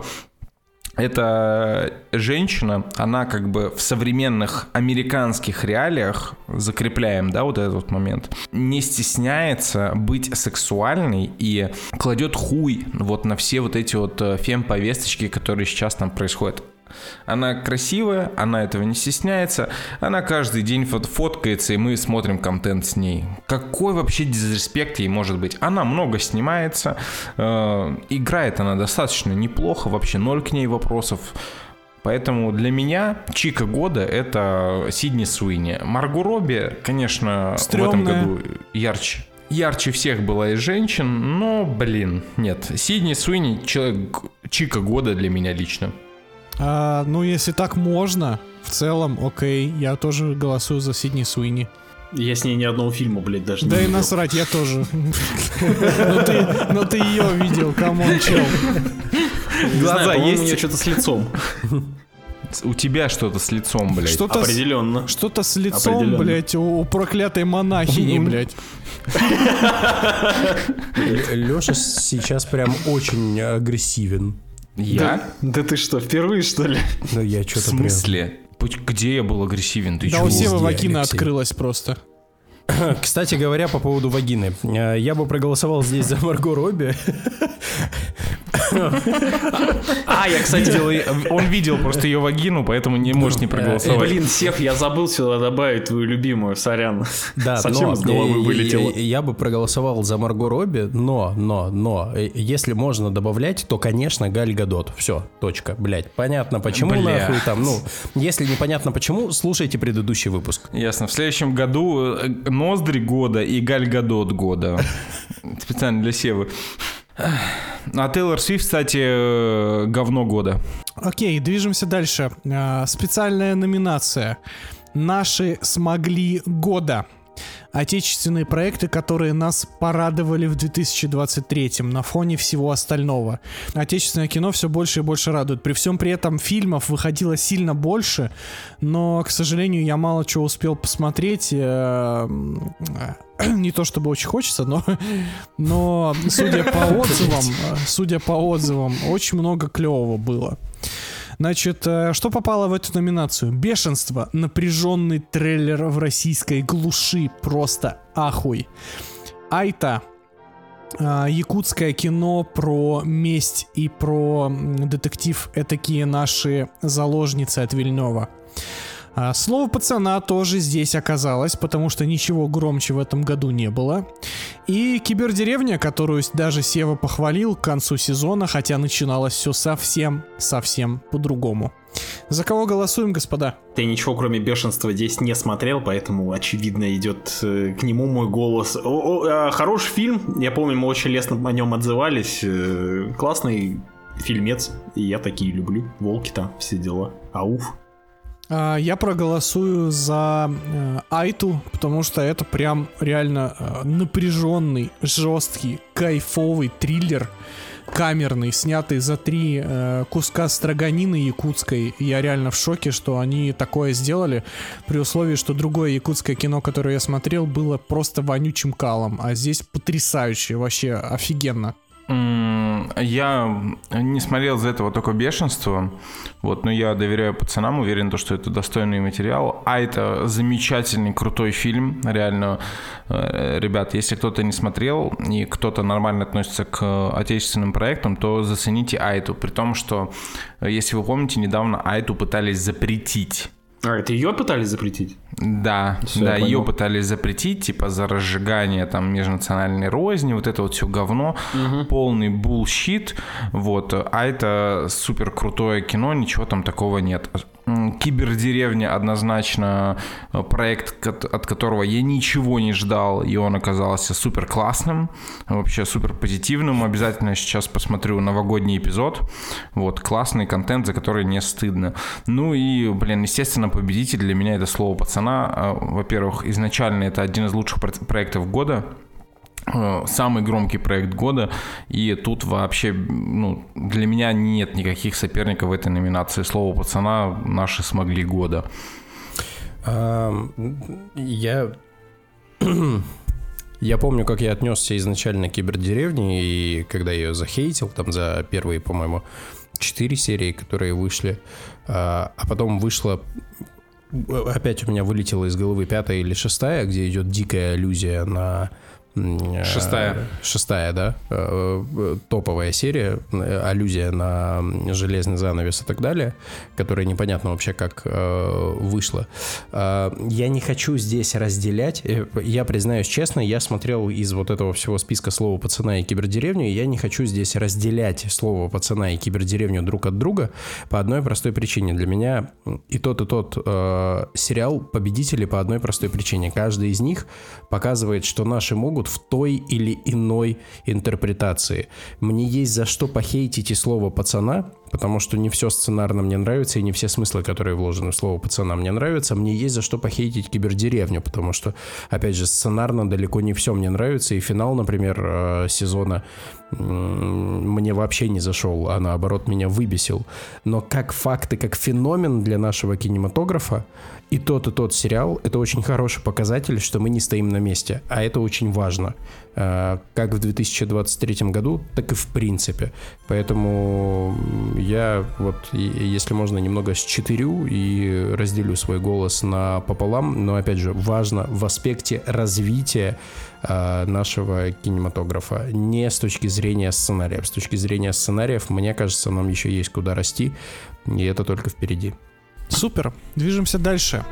эта женщина, она как бы в современных американских реалиях, закрепляем, да, вот этот вот момент, не стесняется быть сексуальной и кладет хуй вот на все вот эти вот фем-повесточки, которые сейчас там происходят. Она красивая, она этого не стесняется, она каждый день фоткается, и мы смотрим контент с ней. Какой вообще дизреспект ей может быть? Она много снимается, играет она достаточно неплохо, вообще ноль к ней вопросов. Поэтому для меня Чика года — это Сидни Суини. Марго Робби, конечно, стрёмная. В этом году ярче всех была из женщин, но, блин, нет. Сидни Суини — человек Чика года для меня лично. Ну, если так можно, в целом, окей, я тоже голосую за Сидни Суини. Я с ней ни одного фильма, блядь, даже Да не и видел. насрать, я тоже. Но ты ее видел, камон, чел. Не знаю, Глаза по-моему, есть? у нее что-то с лицом. У тебя что-то с лицом, блядь. Определенно. Что-то с лицом, Определенно. блядь, у проклятой монахини, блядь. Лёша сейчас прям очень агрессивен. Я? Да ты что, впервые, что ли? Ну, я В что-то прям... смысле? Где я был агрессивен? Ты Да чего? у Севы везде, вагина Алексей. открылась просто. Кстати говоря, по поводу вагины. Я бы проголосовал здесь за Марго Робби. Я, кстати, Он видел просто ее вагину, поэтому не может не проголосовать. блин, Сев, я забыл сюда добавить твою любимую, сорян. Да, Совсем но из головы вылетело. я бы проголосовал за Марго Робби, но, если можно добавлять, то, конечно, Галь Гадот. Все, точка, блядь. Понятно, почему Бля. нахуй там, если непонятно почему, слушайте предыдущий выпуск. Ясно. В следующем году Ноздри года и Галь Гадот года. Специально для Севы. А Тейлор Свифт, кстати, говно года. Окей, движемся дальше. Специальная номинация. Наши смогли года. Отечественные проекты, которые нас порадовали в 2023-м на фоне всего остального. Отечественное кино все больше и больше радует. При всем при этом фильмов выходило сильно больше, но, к сожалению, я мало чего успел посмотреть. Не то чтобы очень хочется, но судя по отзывам, очень много клевого было. Значит, что попало в эту номинацию? «Бешенство». Напряженный трейлер в российской глуши. Просто ахуй. «Айта». Якутское кино про месть и про детектив «Этакие наши заложницы» от Вильнёва. Слово пацана тоже здесь оказалось, потому что ничего громче в этом году не было. И Кибердеревня, которую даже Сева похвалил к концу сезона, хотя начиналось все совсем по-другому. За кого голосуем, господа? Я ничего, кроме бешенства, здесь не смотрел, поэтому, очевидно, идет к нему мой голос. Хороший фильм, я помню, мы очень лестно о нем отзывались. Классный фильмец, и я такие люблю. Волки-то, все дела. Ауф. Я проголосую за Айту, потому что это прям реально напряженный, жесткий, кайфовый триллер, камерный, снятый за 3 куска строганины якутской. Я реально в шоке, что они такое сделали, при условии, что другое якутское кино, которое я смотрел, было просто вонючим калом, а здесь потрясающе, вообще офигенно. Я не смотрел из-за этого только бешенство, но я доверяю пацанам, уверен, что это достойный материал. А это замечательный, крутой фильм, реально. Ребят, если кто-то не смотрел и кто-то нормально относится к отечественным проектам, то зацените Айту, при том, что, если вы помните, недавно Айту пытались запретить. Это ее пытались запретить? Да, ее пытались запретить, типа за разжигание там межнациональной розни, вот это вот все говно, полный булщит, а это супер крутое кино, ничего там такого нет. Кибердеревня однозначно проект, от которого я ничего не ждал, и он оказался супер классным, вообще супер позитивным. Обязательно сейчас посмотрю новогодний эпизод. Классный контент, за который не стыдно. Ну и, естественно, победитель для меня — это слово пацана. Во-первых, изначально это один из лучших проектов года. Самый громкий проект года, и тут вообще, для меня нет никаких соперников в этой номинации. Слово пацана — наши смогли года. Я помню, как я отнесся изначально к Кибердеревне, и когда я ее захейтил, там за первые, по-моему, 4 серии, которые вышли, а потом вышла... Опять у меня вылетела из головы 5-я или 6-я, где идет дикая аллюзия на... 6-я, да, топовая серия, аллюзия на железный занавес и так далее, которая непонятно вообще как вышла. Я не хочу здесь разделять, я признаюсь честно, я смотрел из вот этого всего списка слова пацана и Кибердеревню, и я не хочу здесь разделять слово пацана и Кибердеревню друг от друга по одной простой причине. Для меня и тот сериал победители по одной простой причине. Каждый из них показывает, что наши могут в той или иной интерпретации. Мне есть за что похейтить и слово пацана, потому что не все сценарно мне нравится, и не все смыслы, которые вложены в слово пацана, мне нравятся. Мне есть за что похейтить Кибердеревню, потому что, опять же, сценарно далеко не все мне нравится, и финал, например, сезона мне вообще не зашел, а наоборот меня выбесил. Но как факт и как феномен для нашего кинематографа и тот сериал — это очень хороший показатель, что мы не стоим на месте, а это очень важно. Как в 2023 году, так и в принципе. Поэтому я если можно, немного счетырю и разделю свой голос пополам, но опять же важно в аспекте развития нашего кинематографа, не с точки зрения сценариев. С точки зрения сценариев, мне кажется, нам еще есть куда расти, и это только впереди. Супер, движемся дальше.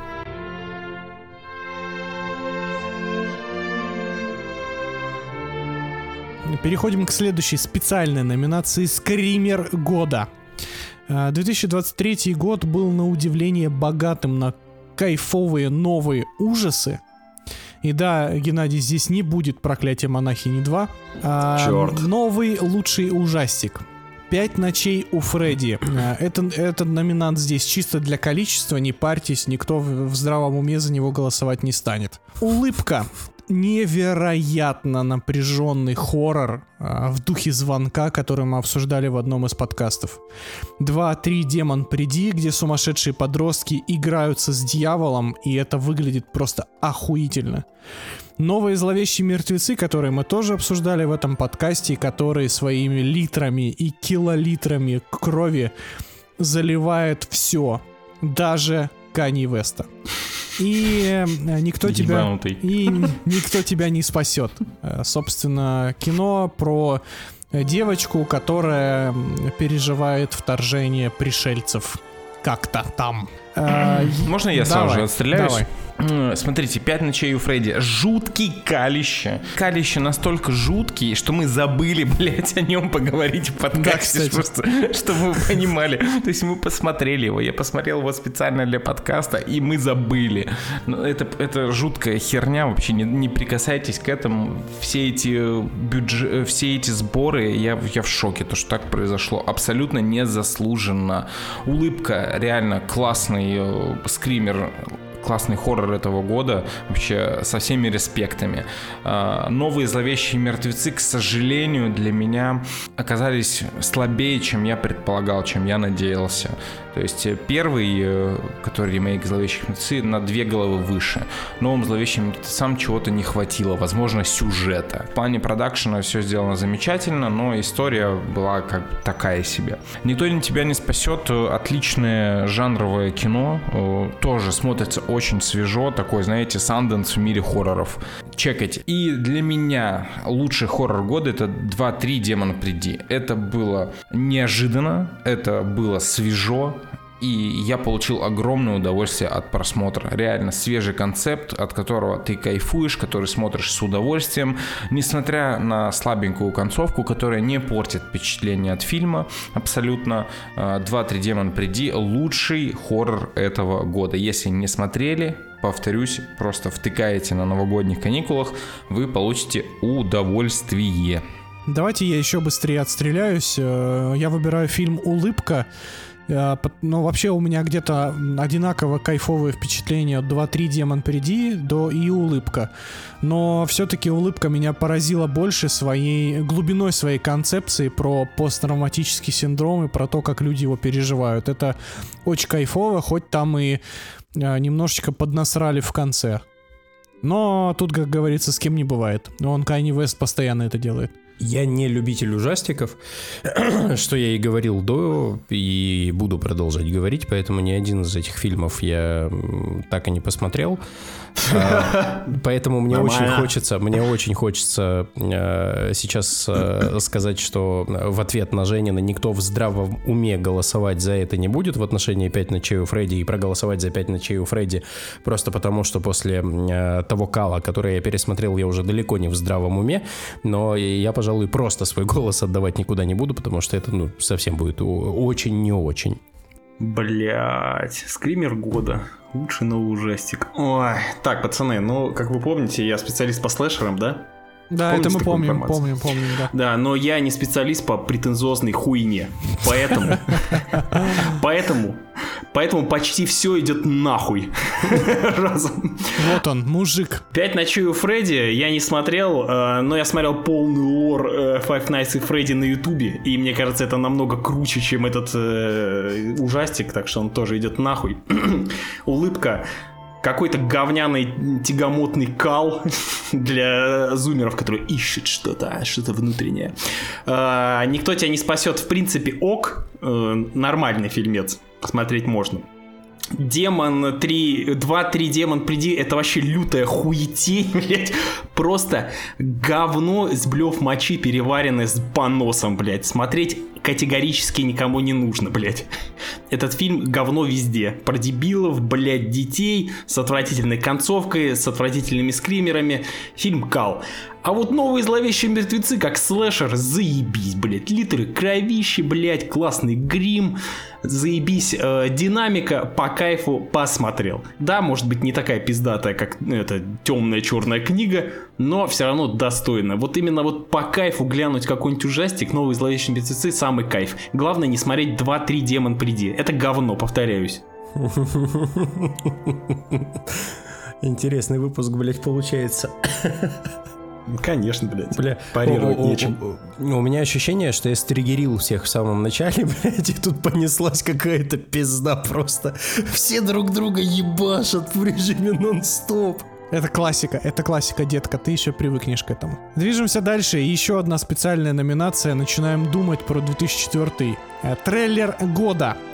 Переходим к следующей специальной номинации «Скример года». 2023 год был на удивление богатым на кайфовые новые ужасы. И да, Геннадий, здесь не будет «Проклятие монахини 2», новый лучший ужастик. 5 ночей у Фредди. Этот номинант здесь чисто для количества, не парьтесь, никто в здравом уме за него голосовать не станет. Улыбка. Невероятно напряженный хоррор в духе «Звонка», который мы обсуждали в одном из подкастов. 2-3 «Демон, приди», где сумасшедшие подростки играются с дьяволом, и это выглядит просто охуительно. Новые «Зловещие мертвецы», которые мы тоже обсуждали в этом подкасте, которые своими литрами и килолитрами крови заливает все, даже Канье Веста. И никто тебя не спасет. Собственно, кино про девочку, которая переживает вторжение пришельцев как-то там. Можно я сам же отстреляюсь? Давай. Смотрите, «Пять ночей у Фредди». Жуткий калище. Калище настолько жуткий, что мы забыли, блядь, о нем поговорить в подкасте. Да, просто, чтобы вы понимали. То есть мы посмотрели его. Я посмотрел его специально для подкаста, и мы забыли. Это жуткая херня. Вообще не прикасайтесь к этому. Все эти сборы, я в шоке, то, что так произошло. Абсолютно незаслуженно. «Улыбка» реально классный скример, классный хоррор этого года, вообще со всеми респектами. Новые «Зловещие мертвецы», к сожалению, для меня оказались слабее, чем я предполагал, чем я надеялся. То есть первый, который ремейк «Зловещих мертвецов», на 2 головы выше. Новым «Зловещим мертвецам» чего-то не хватило, возможно, сюжета. В плане продакшена все сделано замечательно, но история была как бы такая себе. «Никто тебя не спасет» — отличное жанровое кино, тоже смотрится очень свежо, такой, знаете, Санденс в мире хорроров. Чекайте. И для меня лучший хоррор года — это 2-3 «Демон, приди». Это было неожиданно, это было свежо, и я получил огромное удовольствие от просмотра. Реально свежий концепт, от которого ты кайфуешь, который смотришь с удовольствием, несмотря на слабенькую концовку, которая не портит впечатление от фильма. Абсолютно. 2-3 «Демон, приди» — лучший хоррор этого года. Если не смотрели, повторюсь, просто втыкаете на новогодних каникулах, вы получите удовольствие. Давайте я еще быстрее отстреляюсь. Я выбираю фильм «Улыбка». Ну, вообще у меня где-то одинаково кайфовые впечатления от 2-3 «Демон, приди» до и «Улыбка». Но все-таки «Улыбка» меня поразила больше глубиной своей концепции про посттравматический синдром и про то, как люди его переживают. Это очень кайфово, хоть там и немножечко поднасрали в конце. Но тут, как говорится, с кем не бывает. Канье Уэст постоянно это делает. Я не любитель ужастиков, что я и говорил до, и буду продолжать говорить, поэтому ни один из этих фильмов я так и не посмотрел. Поэтому мне очень хочется сейчас сказать, что в ответ на Женина никто в здравом уме голосовать за это не будет в отношении «Пять ночей у Фредди» и проголосовать за «Пять ночей у Фредди» просто потому, что после того кала, который я пересмотрел, я уже далеко не в здравом уме, но я, пожалуй, просто свой голос отдавать никуда не буду, потому что это совсем будет очень не очень. Блять, скример года. Лучший новый ужастик. Ой. Так, пацаны, как вы помните, я специалист по слэшерам, да? Да, помните, это мы помним, да. Да, но я не специалист по претенциозной хуйне. Поэтому почти все идет нахуй. Разом. Вот он, мужик. «Пять ночей у Фредди» я не смотрел, но я смотрел полный лор Five Nights at Freddy на ютубе, и мне кажется, это намного круче, чем этот ужастик, так что он тоже идет нахуй. «Улыбка» — какой-то говняный тягомотный кал для зумеров, которые ищут что-то внутреннее. «Никто тебя не спасет», в принципе, нормальный фильмец, смотреть можно. «Демон 3», 2-3 «Демон, приди» — это вообще лютая хуетень, блядь. Просто говно с блёв мочи, переваренное с поносом, блядь. Смотреть категорически никому не нужно, блядь. Этот фильм говно везде. Про дебилов, блядь, детей, с отвратительной концовкой, с отвратительными скримерами. Фильм кал. А вот «Новые зловещие мертвецы» как слэшер, заебись, блядь. Литры кровищи, блядь, классный грим, заебись, динамика, по кайфу, посмотрел. Да, может быть, не такая пиздатая, как эта темная черная книга, но все равно достойно. Вот именно вот по кайфу глянуть какой-нибудь ужастик, «Новые зловещие мертвецы» — самый кайф. Главное не смотреть 2-3 «Демон, приди». Это говно, повторяюсь. Интересный выпуск, блядь, получается. Конечно, блядь. Парировать нечем. У меня ощущение, что я стригерил всех в самом начале, блядь, и тут понеслась какая-то пизда просто. Все друг друга ебашат в режиме нон-стоп. Это классика, детка, ты еще привыкнешь к этому. Движемся дальше, еще одна специальная номинация. Начинаем думать про 2004 трейлер года.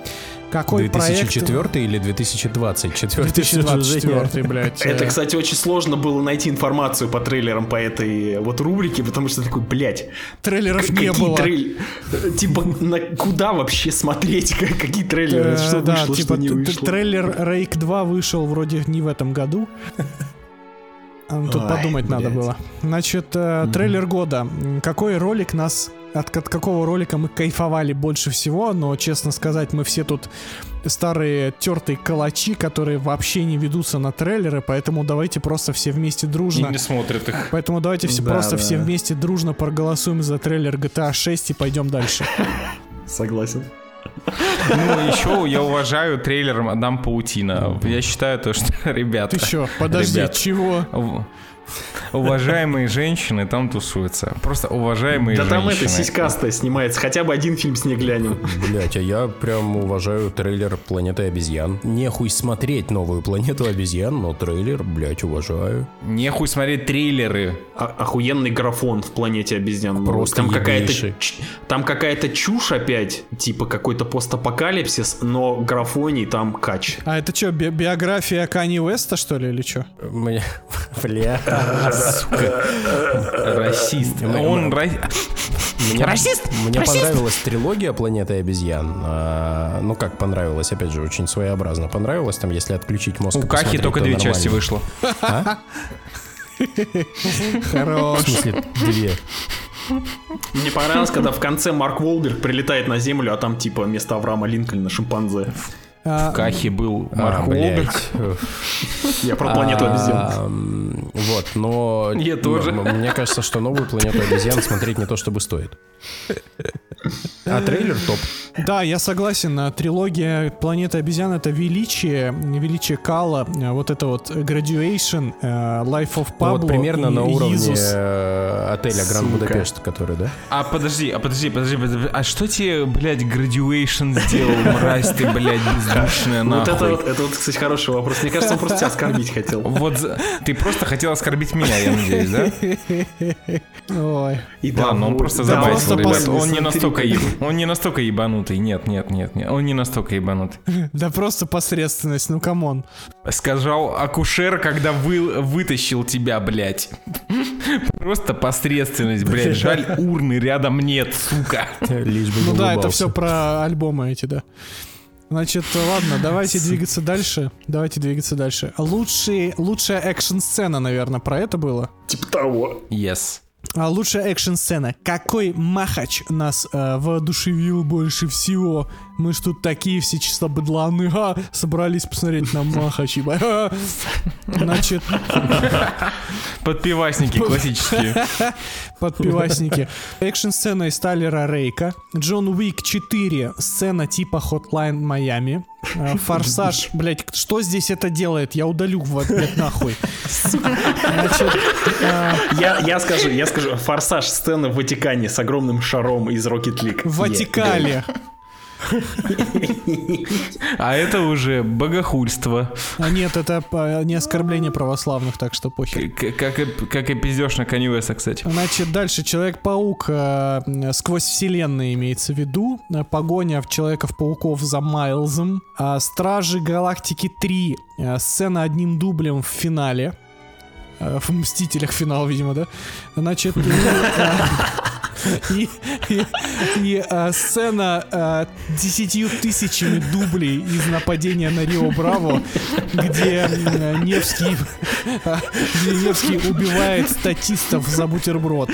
Какой 2004 проект... или 2024? 2024, блядь. Это, кстати, очень сложно было найти информацию по трейлерам по этой вот рубрике, потому что такой, блядь... Трейлеров не было. Типа, куда вообще смотреть, какие трейлеры, что вышло, что не вышло. Трейлер Рейк 2 вышел вроде не в этом году. Тут подумать надо было. Значит, трейлер года. Какой ролик нас... От какого ролика мы кайфовали больше всего, но, честно сказать, мы все тут старые тертые калачи, которые вообще не ведутся на трейлеры, поэтому давайте просто все вместе дружно... И не смотрят их. Поэтому давайте все все вместе дружно проголосуем за трейлер GTA 6 и пойдем дальше. Согласен. Ну, еще я уважаю трейлер «Мадам Паутина». Я считаю то, что, ребята... Ты что, подожди, чего? Уважаемые женщины там тусуются. Просто уважаемые женщины. Да там это сиськастая снимается. Хотя бы один фильм с ней глянем. Блять, а я прям уважаю трейлер «Планеты обезьян». Нехуй смотреть новую «Планету обезьян», но трейлер, блять, уважаю. Нехуй смотреть трейлеры. Охуенный графон в «Планете обезьян». Просто там какая-то чушь опять. Типа какой-то постапокалипсис, но графоний там кач. А это что, биография Канье Уэста, что ли, или что? Бля... Сука. Расист. Он расист. Мне понравилась трилогия «Планеты обезьян». Ну как понравилось, опять же, очень своеобразно понравилось. Там, если отключить мозг... У Кахи только 2 части вышло. Хорош. В смысле, 2? Мне понравилось, когда в конце Марк Уолберг прилетает на Землю, а там типа вместо Авраама Линкольна шимпанзе. В Кахе был Марк Уолберг. Я про «Планету обезьян». Вот, но... Я тоже. Мне кажется, что новую «Планету обезьян» смотреть не то чтобы стоит. А трейлер топ. Да, я согласен. Трилогия «Планета обезьян» — это величие Кала, вот это вот Graduation, Life of Pablo. Вот примерно на уровне Jesus. отеля Гранд Будапешт, который, да? Подожди. А что тебе, блядь, Graduation сделал, мразь ты, блядь, бездушная, нахуй? Вот это вот, кстати, хороший вопрос. Мне кажется, он просто тебя оскорбить хотел. Вот ты просто хотел оскорбить меня, я надеюсь, да? Ой. Ладно, он просто забайтил, ребят. Он не настолько ебанутый. Нет. Он не настолько ебанутый. Да просто посредственность, ну камон. Сказал акушер, когда вытащил тебя, блядь. Просто посредственность, блядь. Жаль, урны рядом нет, сука. Лишь бы не Ну да, улыбался. это все про альбомы эти, да. Значит, ладно, давайте двигаться дальше. Лучшая экшн-сцена, наверное, про это было. Типа того. Yes. Лучшая экшн-сцена. Какой махач нас воодушевил больше всего? Мы ж тут такие все чисто быдланы. Собрались посмотреть на махачи. Значит... Подпивасники классические. Подпивасники. Экшн-сцена из Тайлера Рейка. Джон Уик 4. Сцена типа Hotline Miami. Форсаж, блять, что здесь это делает? Я удалю, блять, нахуй. Значит, я скажу, Форсаж сцена в Ватикане с огромным шаром из Rocket League. В Ватикале. А это уже богохульство. А нет, это не оскорбление православных, так что похер. Как и пиздеж на Канье Уэста, кстати. Значит, дальше Человек-паук сквозь вселенные имеется в виду. Погоня в Человеков-пауков за Майлзом. Стражи Галактики 3. Сцена одним дублем в финале. В Мстителях финал, видимо, да? Значит, и сцена 10 тысячами дублей из нападения на Рио Браво, где Невский убивает статистов за бутерброд.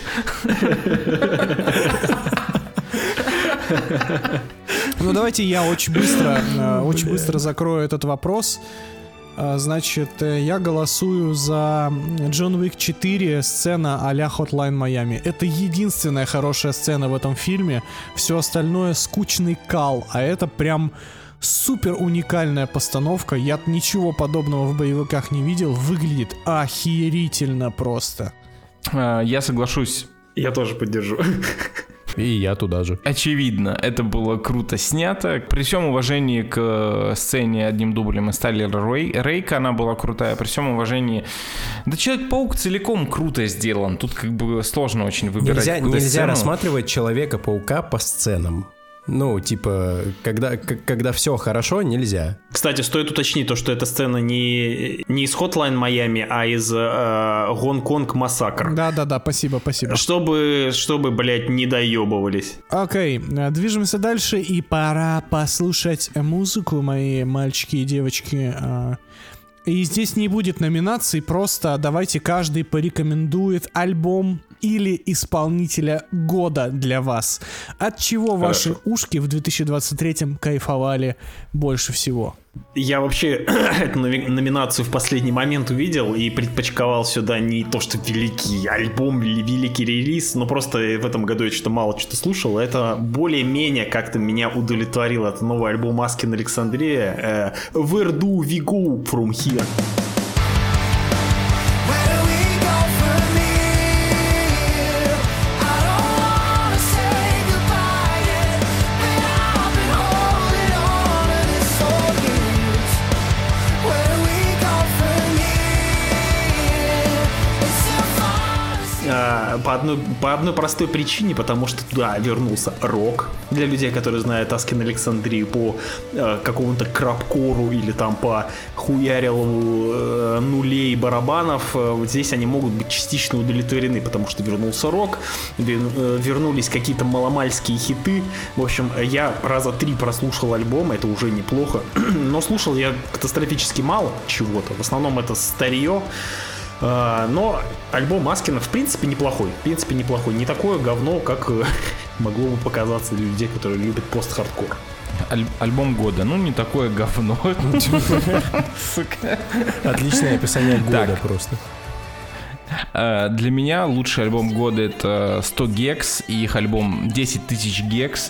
Ну давайте я очень быстро закрою этот вопрос. Значит, я голосую за Джон Уик 4, сцена а-ля Hotline Miami. Это единственная хорошая сцена в этом фильме. Все остальное скучный кал, а это прям супер уникальная постановка. Я ничего подобного в боевиках не видел. Выглядит охерительно просто. Я соглашусь. Я тоже поддержу. И я туда же. Очевидно, это было круто снято. При всем уважении к сцене одним дублем из Тайлера Рейка, она была крутая. При всем уважении... Да Человек-паук целиком круто сделан. Тут как бы сложно очень выбирать. Нельзя рассматривать Человека-паука по сценам. Ну, типа, когда все хорошо, нельзя. Кстати, стоит уточнить то, что эта сцена не из Hotline Miami, а из Гонконг Массакр. Да, спасибо. Чтобы, блядь, не доебывались. Окей, движемся дальше, и пора послушать музыку, мои мальчики и девочки. И здесь не будет номинаций, просто давайте каждый порекомендует альбом или исполнителя года для вас. От чего ваши ушки в 2023-м кайфовали больше всего? Я вообще эту номинацию в последний момент увидел и предпочковал сюда не то, что великий альбом или великий релиз, но просто в этом году я что-то мало что-то слушал. Это более-менее как-то меня удовлетворило. Это новый альбом Asking Alexandria Where Do We Go From Here? По одной простой причине, потому что туда вернулся рок. Для людей, которые знают Asking Alexandria по какому-то крабкору или там по хуярилову нулей барабанов, здесь они могут быть частично удовлетворены, потому что вернулся рок, вернулись какие-то маломальские хиты. В общем, я раза 3 прослушал альбом, это уже неплохо. Но слушал я катастрофически мало чего-то. В основном это старье. Но альбом Аскина в принципе неплохой. Не такое говно, как могло бы показаться для людей, которые любят пост-хардкор. Альбом года, ну не такое говно. Отличное описание года просто. Для меня лучший альбом года это 100 Gex и их альбом 10 тысяч Gex.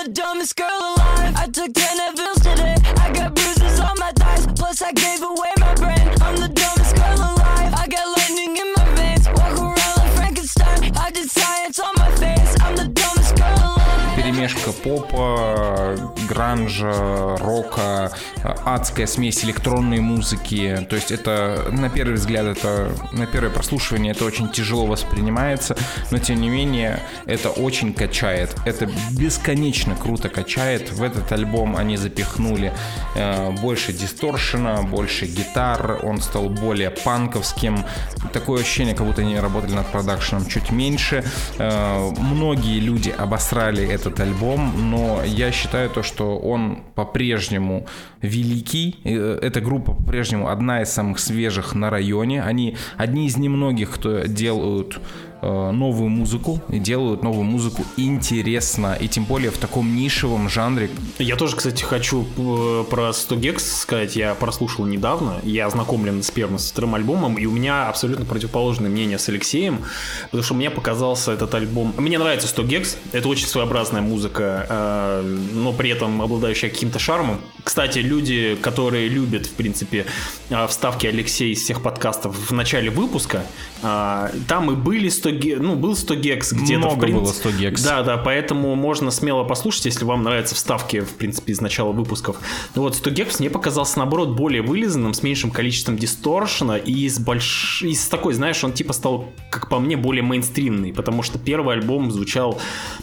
Перемешка попа, гранжа, рока, адская смесь электронной музыки. То есть это, на первый взгляд, это на первое прослушивание это очень тяжело воспринимается, но тем не менее это очень качает. Это бесконечно круто качает. В этот альбом они запихнули больше дисторшена, больше гитар, он стал более панковским. Такое ощущение, как будто они работали над продакшеном чуть меньше. Многие люди обосрали этот альбом, но я считаю то, что он по-прежнему великий. Эта группа по-прежнему одна из самых свежих на районе. Они одни из немногих, кто делают новую музыку и делают новую музыку интересно, и тем более в таком нишевом жанре. Я тоже, кстати, хочу про 100 Gex сказать. Я прослушал недавно, я ознакомлен с первым, со вторым альбомом, и у меня абсолютно противоположное мнение с Алексеем, потому что мне показался этот альбом... Мне нравится 100 Gex, это очень своеобразная музыка, но при этом обладающая каким-то шармом. Кстати, люди, которые любят, в принципе, вставки Алексея из всех подкастов в начале выпуска, там и были 100 был 100 Gex где-то. Много в принципе. было 100 Gex. Да, поэтому можно смело послушать, если вам нравятся вставки, в принципе, из начала выпусков. Но вот 100 Gex мне показался, наоборот, более вылизанным, с меньшим количеством дисторшена и с такой, знаешь, он типа стал, как по мне, более мейнстримный, потому что первый альбом звучал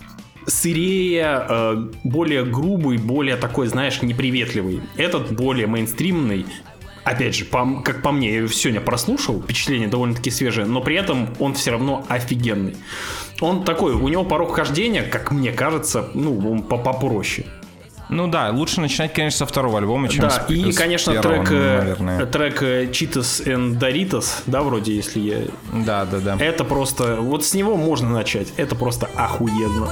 сырее, более грубый, более такой, знаешь, неприветливый. Этот более мейнстримный. Опять же, как по мне, я его сегодня прослушал, впечатление довольно-таки свежее, но при этом он все равно офигенный. Он такой, у него порог хождения, как мне кажется, он попроще. Ну да, лучше начинать, конечно, со второго альбома, чем с первого. И, конечно, первого, трек Cheetos and Doritos, да, вроде, если я... Да. Это просто, вот с него можно начать, это просто охуенно.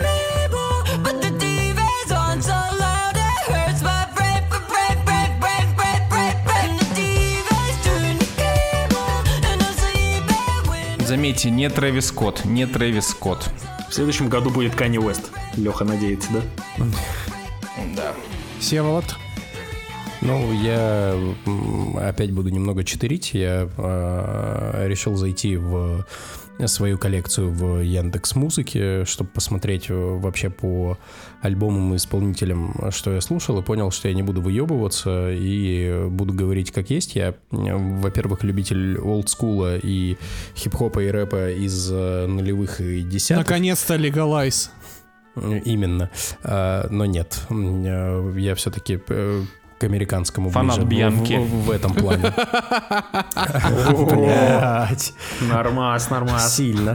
Заметьте, не Трэвис Скотт. В следующем году будет Канье Уэст. Леха надеется, да? Да. Всеволод? Я опять буду немного читерить. Я решил зайти в свою коллекцию в Яндекс.Музыке, чтобы посмотреть вообще по альбомам и исполнителям, что я слушал, и понял, что я не буду выебываться и буду говорить как есть. Я, во-первых, любитель олдскула и хип-хопа и рэпа из нулевых и десятых. Наконец-то Legalize. Именно. Но нет. Я все-таки к американскому фанат ближе Бьянки. в этом плане. Блять. Нормас. Сильно.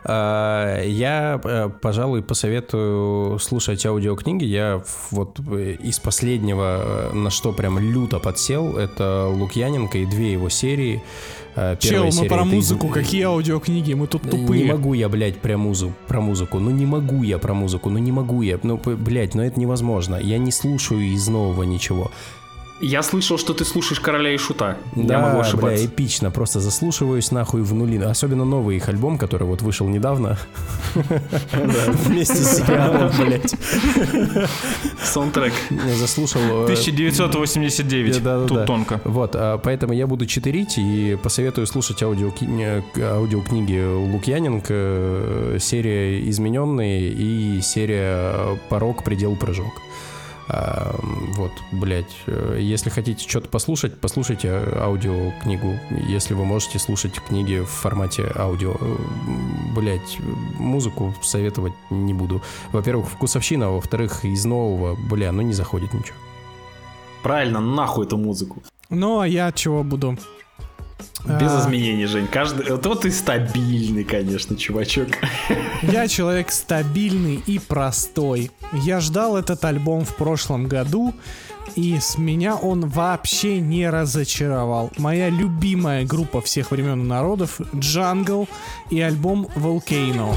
Я, пожалуй, посоветую слушать аудиокниги. Я вот из последнего, на что прям люто подсел, это Лукьяненко и 2 его серии. Чел, мы про музыку, какие аудиокниги, мы тут тупые. Не могу я, блядь, про музыку, ну не могу я про музыку, ну, блядь, ну это невозможно. Я не слушаю из нового ничего. Я слышал, что ты слушаешь Короля и Шута. Да, я могу ошибаться. Бля, эпично, просто заслушиваюсь нахуй в нули. Особенно новый их альбом, который вот вышел недавно. Вместе с сериалом, блядь. Саундтрек. Заслушал... 1989, тут тонко. Вот, поэтому я буду читерить и посоветую слушать аудиокниги Лукьяненко, серия «Измененные» и серия «Порог, предел, прыжок». Вот, блять, если хотите что-то послушать, послушайте аудиокнигу, если вы можете слушать книги в формате аудио. Блять, музыку советовать не буду. Во-первых, вкусовщина, а во-вторых, из нового, ну не заходит ничего. Правильно, нахуй эту музыку. Ну, а я чего буду? Без изменений, Жень. Вот ты стабильный, конечно, чувачок. Я человек стабильный и простой. Я ждал этот альбом в прошлом году, и с меня он вообще не разочаровал. Моя любимая группа всех времен и народов — Jungle и альбом Volcano.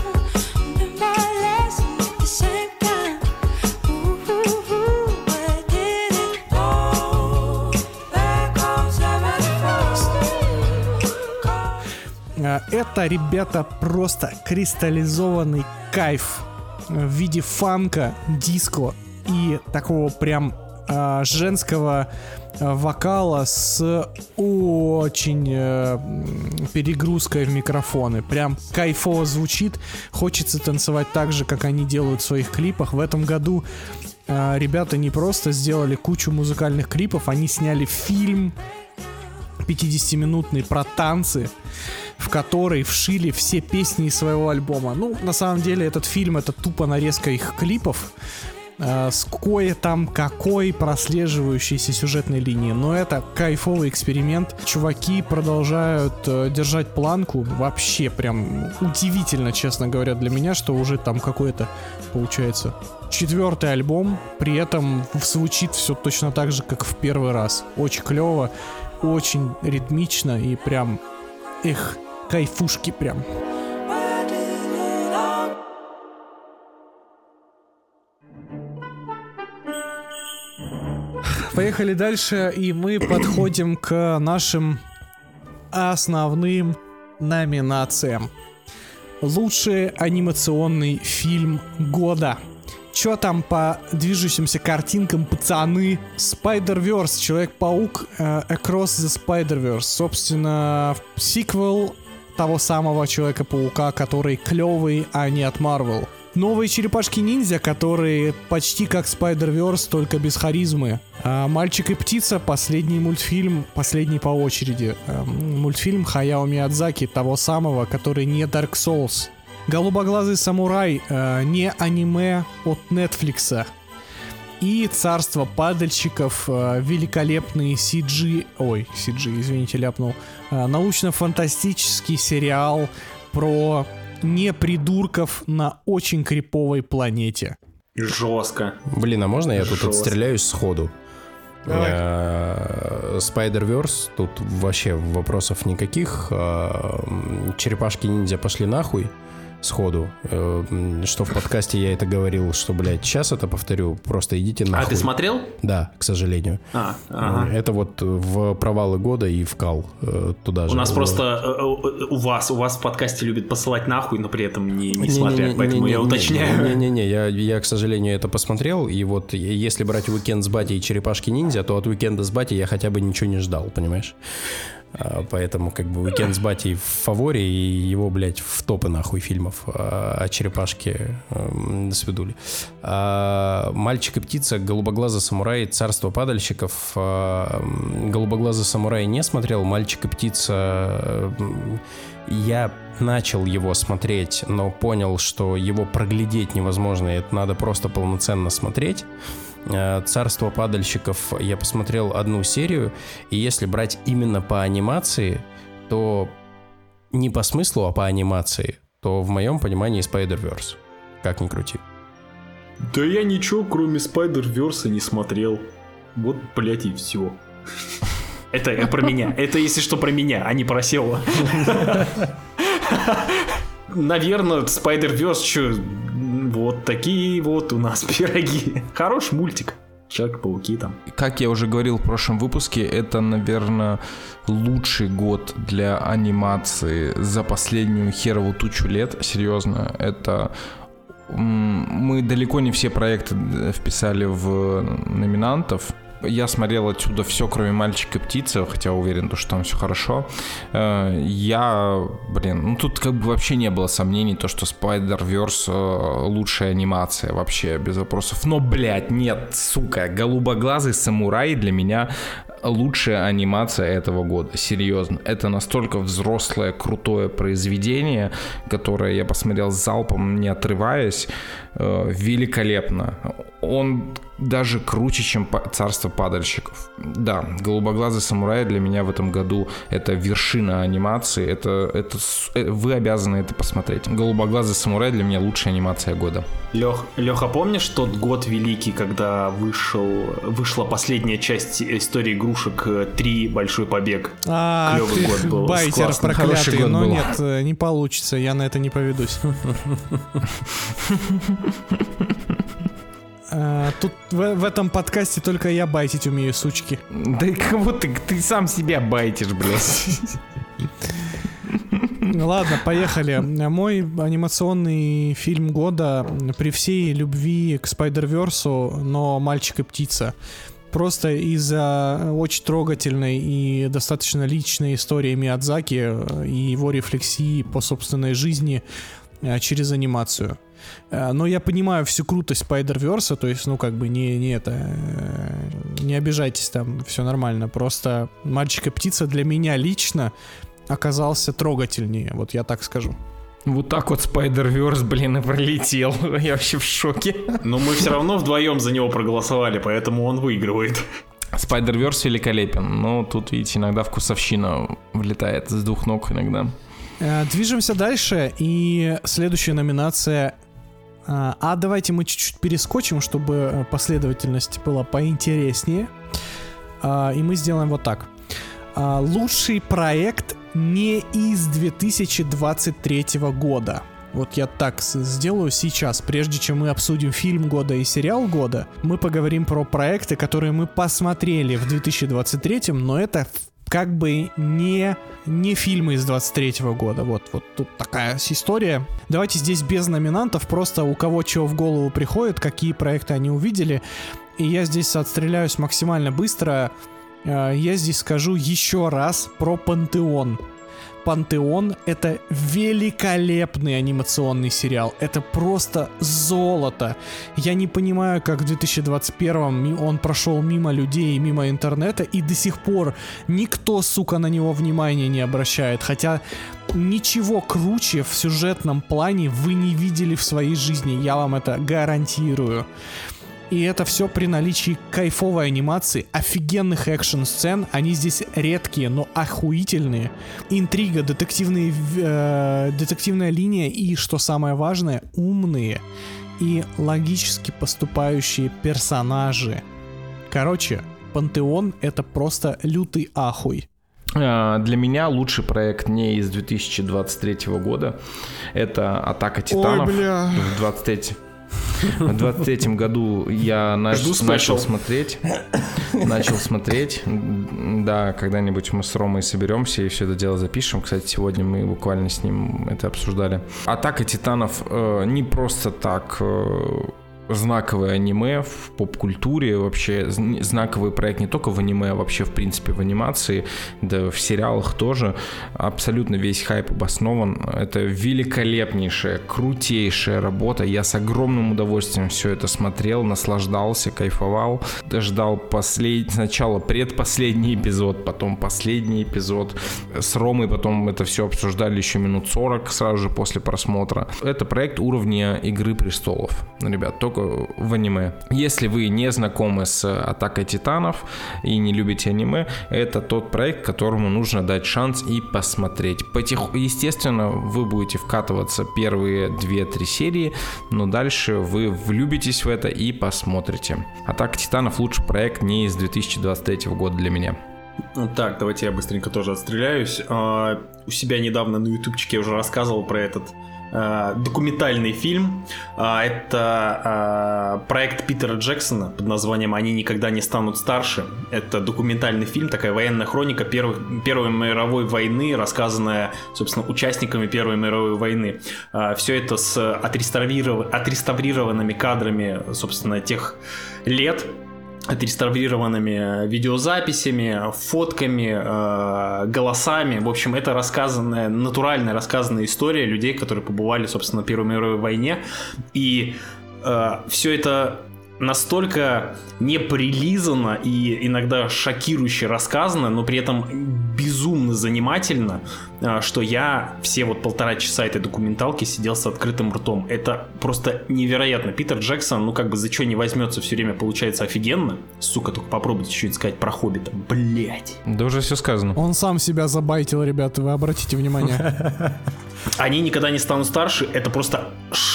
Это, ребята, просто кристаллизованный кайф в виде фанка, диско и такого прям женского вокала с очень перегрузкой в микрофоны. Прям кайфово звучит. Хочется танцевать так же, как они делают в своих клипах. В этом году ребята не просто сделали кучу музыкальных клипов, они сняли фильм 50-минутный про танцы, в который вшили все песни из своего альбома. Ну, на самом деле, этот фильм — это тупо нарезка их клипов с кое-там какой прослеживающейся сюжетной линии. Но это кайфовый эксперимент. Чуваки продолжают держать планку. Вообще прям удивительно, честно говоря, для меня, что уже там какой-то, получается, 4-й альбом. При этом звучит все точно так же, как в первый раз. Очень клево, очень ритмично и прям... Эх, кайфушки прям. Поехали дальше, и мы подходим к нашим основным номинациям. Лучший анимационный фильм года. Чё там по движущимся картинкам, пацаны? Spider-Verse, Человек-паук, Across the Spider-Verse. Собственно, сиквел того самого Человека-паука, который клёвый, а не от Marvel. Новые Черепашки-ниндзя, которые почти как Spider-Verse, только без харизмы. Мальчик и птица, последний мультфильм, последний по очереди. Мультфильм Хаяо Миядзаки, того самого, который не Dark Souls. Голубоглазый самурай, не аниме от Netflix. И Царство падальщиков, великолепный CG, извините, ляпнул, научно-фантастический сериал про непридурков на очень криповой планете. Жестко. Блин, а можно я тут отстреляюсь сходу? Spider-Verse, тут вообще вопросов никаких. Черепашки-ниндзя пошли нахуй сходу. Что в подкасте я это говорил, что, блядь, сейчас это повторю, просто идите нахуй. А ты смотрел? Да, к сожалению. Ага. Это вот в провалы года и в кал туда же. У нас просто у вас в подкасте любят посылать нахуй, но при этом не смотрят, поэтому я уточняю. Не-не-не, я, к сожалению, это посмотрел, и вот если брать Уикенд с батей и Черепашки-ниндзя, то от Уикенда с батей я хотя бы ничего не ждал, понимаешь? Поэтому как бы «Уикенд с батей» в фаворе, и его, блядь, в топы нахуй фильмов о черепашке до свидули. «Мальчик и птица», «Голубоглазый самурай», «Царство падальщиков». «Голубоглазый самурай» не смотрел, «Мальчик и птица» я начал его смотреть, но понял, что его проглядеть невозможно, и это надо просто полноценно смотреть. «Царство падальщиков» я посмотрел одну серию, и если брать именно по анимации, то не по смыслу, а по анимации, то в моем понимании Spider-Verse. Как ни крути. Да я ничего, кроме Spider-Verse, не смотрел. Вот, блядь, и все. Это про меня. Это, если что, про меня, а не про SEO. Наверное, Spider-Verse, что... Вот такие вот у нас пироги. Хороший мультик. Человек-пауки там. Как я уже говорил в прошлом выпуске, это, наверное, лучший год для анимации за последнюю херову тучу лет. Серьезно, это... Мы далеко не все проекты вписали в номинантов. Я смотрел отсюда все, кроме «Мальчика и птицы», хотя уверен, что там все хорошо. Тут как бы вообще не было сомнений, то, что Spider-Verse лучшая анимация, вообще без вопросов. Но, блядь, нет, сука, «Голубоглазый самурай» для меня лучшая анимация этого года, серьезно. Это настолько взрослое, крутое произведение, которое я посмотрел залпом, не отрываясь, великолепно. Он даже круче, чем «Царство падальщиков». Да, «Голубоглазый самурай» для меня в этом году это вершина анимации. Вы обязаны это посмотреть. «Голубоглазый самурай» для меня лучшая анимация года. Леха, помнишь тот год великий, когда вышла последняя часть истории игрушек 3 «Большой побег»? Клевый год был. Байтер проклятый, но был. нет, не получится, я на это не поведусь. Тут в этом подкасте только я байтить умею, сучки. Да и кого ты сам себя байтишь, блядь. Ладно, поехали. Мой анимационный фильм года, при всей любви к Spider-Verse, но «Мальчик и птица». Просто из-за очень трогательной и достаточно личной истории Миядзаки и его рефлексии по собственной жизни через анимацию. Но я понимаю всю крутость Spider-Verse, то есть, не обижайтесь, там все нормально. Просто «Мальчик и птица» для меня лично оказался трогательнее, вот я так скажу. Вот так вот Spider-Verse, блин, и пролетел. Я вообще в шоке. Но мы все равно вдвоем за него проголосовали, поэтому он выигрывает. Spider-Verse великолепен, но тут, видите, иногда вкусовщина влетает с двух ног иногда. Движемся дальше, и следующая номинация... давайте мы чуть-чуть перескочим, чтобы последовательность была поинтереснее. И мы сделаем вот так. Лучший проект не из 2023 года. Вот я так сделаю сейчас. Прежде чем мы обсудим фильм года и сериал года, мы поговорим про проекты, которые мы посмотрели в 2023, но это как бы не фильмы из 23 года. Вот тут такая история. Давайте здесь без номинантов, просто у кого чего в голову приходит, какие проекты они увидели. И я здесь отстреляюсь максимально быстро. Я здесь скажу еще раз про «Пантеон». «Пантеон» — это великолепный анимационный сериал. Это просто золото. Я не понимаю, как в 2021 он прошел мимо людей, мимо интернета, и до сих пор никто, сука, на него внимания не обращает. Хотя ничего круче в сюжетном плане вы не видели в своей жизни. Я вам это гарантирую. И это все при наличии кайфовой анимации, офигенных экшн-сцен. Они здесь редкие, но охуительные. Интрига, детективная линия и, что самое важное, умные и логически поступающие персонажи. Короче, «Пантеон» — это просто лютый ахуй. Для меня лучший проект не из 2023 года. Это «Атака титанов». Ой, бля. В 23-м году я начал смотреть. Да, когда-нибудь мы с Ромой соберемся и все это дело запишем. Кстати, сегодня мы буквально с ним это обсуждали. «Атака титанов» не просто так знаковое аниме в поп-культуре, вообще знаковый проект не только в аниме, а вообще в принципе в анимации, да в сериалах тоже. Абсолютно весь хайп обоснован. Это великолепнейшая, крутейшая работа. Я с огромным удовольствием все это смотрел, наслаждался, кайфовал. Ждал сначала предпоследний эпизод, потом последний эпизод. С Ромой потом это все обсуждали еще минут 40 сразу же после просмотра. Это проект уровня «Игры престолов». Ребят, только в аниме. Если вы не знакомы с «Атакой титанов» и не любите аниме, это тот проект, которому нужно дать шанс и посмотреть. Естественно, вы будете вкатываться первые 2-3 серии, но дальше вы влюбитесь в это и посмотрите. «Атака титанов» лучший проект не из 2023 года для меня. Так, давайте я быстренько тоже отстреляюсь. У себя недавно на ютубчике я уже рассказывал про этот документальный фильм. Это проект Питера Джексона под названием «Они никогда не станут старше». Это документальный фильм, такая военная хроника Первой мировой войны, рассказанная, собственно, участниками Первой мировой войны. Все это с отреставрированными кадрами, собственно, тех лет, отреставрированными видеозаписями, фотками, голосами. В общем, это натуральная рассказанная история людей, которые побывали, собственно, в Первой мировой войне. И все это настолько неприлизанно и иногда шокирующе рассказано, но при этом безумно занимательно, что я все 1,5 часа этой документалки сидел с открытым ртом. Это просто невероятно. Питер Джексон, за что не возьмется, все время получается офигенно. Сука, только попробуйте что-нибудь сказать про Хоббита. Блять. Да уже все сказано. Он сам себя забайтил, ребята, вы обратите внимание. «Они никогда не станут старше» — это просто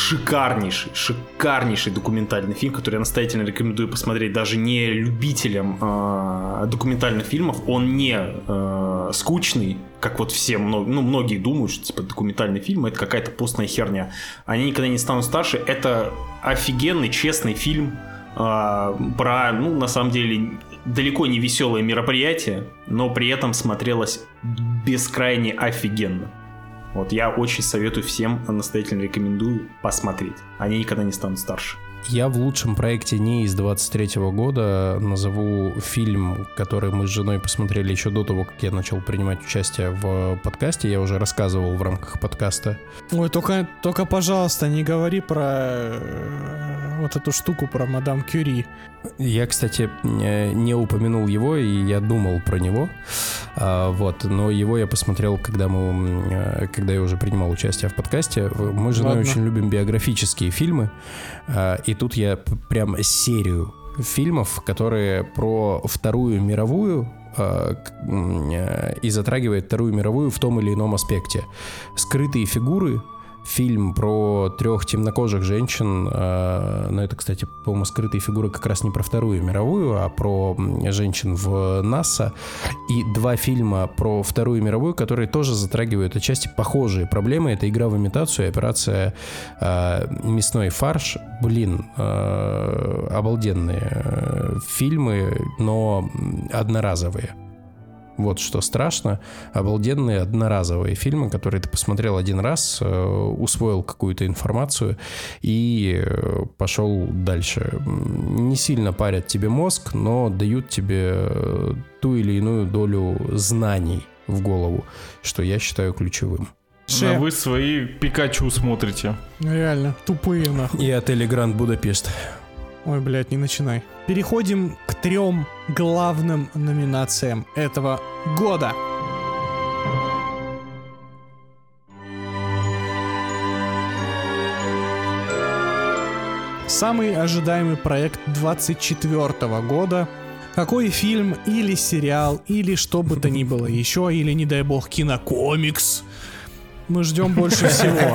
шикарнейший документальный фильм, который я настоятельно рекомендую посмотреть даже не любителям документальных фильмов. Он не скучный, как все, многие думают, что документальный фильм — это какая-то постная херня. «Они никогда не станут старше» — это офигенный, честный фильм про, на самом деле, далеко не веселое мероприятие, но при этом смотрелось бескрайне офигенно. Я очень советую всем, настоятельно рекомендую посмотреть. «Они никогда не станут старше». Я в лучшем проекте не из 23-го года назову фильм, который мы с женой посмотрели еще до того, как я начал принимать участие в подкасте. Я уже рассказывал в рамках подкаста. Ой, только, пожалуйста, не говори про эту штуку про мадам Кюри. Я, кстати, не упомянул его, и я думал про него. Но его я посмотрел, когда я уже принимал участие в подкасте. Мы с женой очень любим биографические фильмы. И тут я прям серию фильмов, которые про Вторую мировую и затрагивает Вторую мировую в том или ином аспекте. «Скрытые фигуры», фильм про 3 темнокожих женщин, но это, кстати, по-моему, «Скрытые фигуры» как раз не про Вторую мировую, а про женщин в НАСА, и 2 фильма про Вторую мировую, которые тоже затрагивают отчасти похожие проблемы. Это «Игра в имитацию» и «Операция мясной фарш». Обалденные фильмы, но одноразовые. Вот что страшно. Обалденные одноразовые фильмы, которые ты посмотрел один раз, усвоил какую-то информацию и пошел дальше. Не сильно парят тебе мозг, но дают тебе ту или иную долю знаний в голову, что я считаю ключевым. А вы свои Пикачу смотрите. Реально, тупые нахуй. И отель Гранд Будапешт. Ой, блядь, не начинай. Переходим к 3 главным номинациям этого года. Самый ожидаемый проект 2024 года. Какой фильм или сериал, или что бы то ни было еще, или, не дай бог, кинокомикс мы ждем больше всего.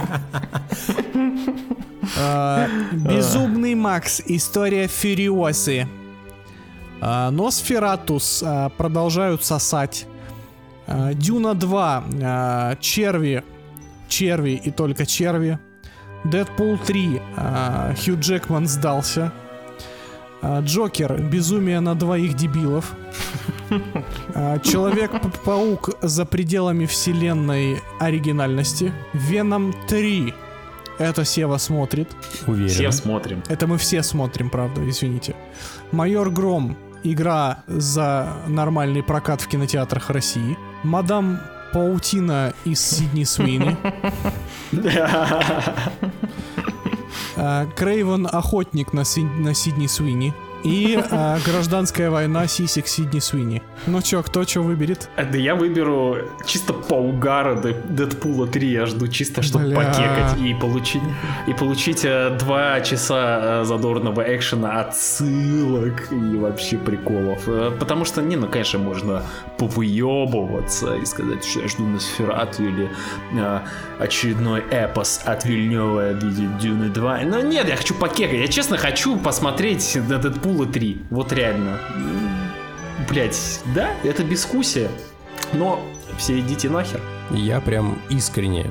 Безумный Макс. История Фуриосы. Носфератус. Продолжают сосать. Дюна 2. Черви и только черви. Дэдпул 3. Хью Джекман сдался. Джокер. Безумие на 2 дебилов. Человек-паук за пределами вселенной оригинальности. Веном 3. Это Сева смотрит. Уверен. Все смотрим. Это мы все смотрим, правда, извините. «Майор Гром». Игра за нормальный прокат в кинотеатрах России. «Мадам Паутина» из Сидни Суини. «Крейвен. Охотник» на Сидни Суини. И «Гражданская война. Сисек» Сидни Суини. Ну чё, кто чё выберет? Да я выберу чисто по угару Дэдпула 3. Я жду чисто, чтобы покекать и получить 2 часа задорного экшена, отсылок и вообще приколов. Потому что, ну, конечно, можно повыебываться и сказать, что я жду Носферату или очередной эпос от Вильнёва в виде Дюны 2. Но нет, я хочу покекать. Я честно хочу посмотреть на Дэдпула 3. Вот реально. Блять, да, это дискуссия. Но все идите нахер. Я прям искренне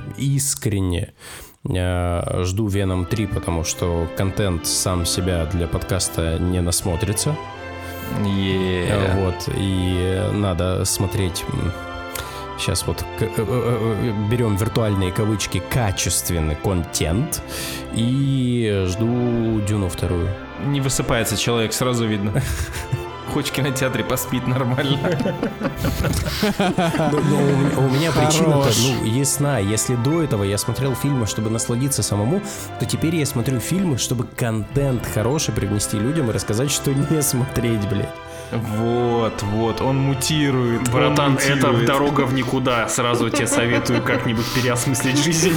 жду Venom 3, потому что контент сам себя для подкаста не насмотрится. Вот, и надо смотреть... Сейчас вот берем виртуальные кавычки «качественный контент» и жду Дюну 2. Не высыпается человек, сразу видно. Хоть в кинотеатре поспит нормально. Но у меня причина-то ясна. Если до этого я смотрел фильмы, чтобы насладиться самому, то теперь я смотрю фильмы, чтобы контент хороший привнести людям и рассказать, что не смотреть, блядь. Вот, он мутирует. Братан, это дорога в никуда. Сразу тебе советую как-нибудь переосмыслить жизнь.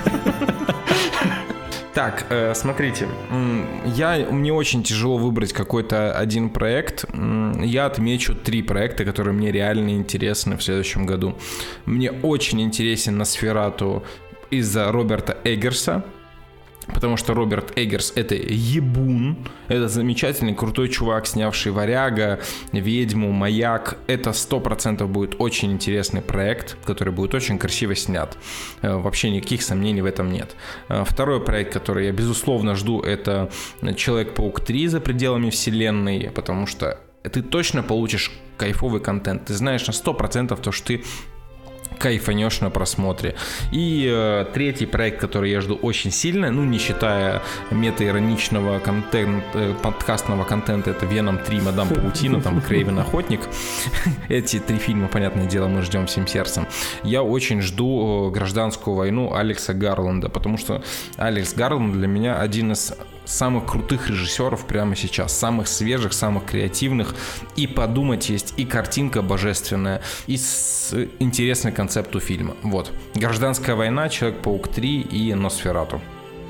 Так, смотрите, мне очень тяжело выбрать какой-то один проект. Я отмечу 3 проекта, которые мне реально интересны в следующем году. Мне очень интересен Носферату из-за Роберта Эггерса. Потому что Роберт Эггерс — это ебун, это замечательный, крутой чувак, снявший «Варяга», «Ведьму», «Маяк». Это 100% будет очень интересный проект, который будет очень красиво снят. Вообще никаких сомнений в этом нет. Второй проект, который я безусловно жду, это «Человек-паук 3. За пределами вселенной», потому что ты точно получишь кайфовый контент. Ты знаешь на 100% то, что ты кайфанешь на просмотре. И третий проект, который я жду очень сильно, ну, не считая мета-ироничного подкастного контента, это Venom 3, Мадам Паутина, там, Крейвен Охотник. Эти 3 фильма, понятное дело, мы ждем всем сердцем. Я очень жду «Гражданскую войну» Алекса Гарланда, потому что Алекс Гарланд для меня один из самых крутых режиссеров прямо сейчас, самых свежих, самых креативных. И подумать есть, и картинка божественная, и интересный концепт у фильма. Вот. «Гражданская война», «Человек-паук 3» и «Носферату».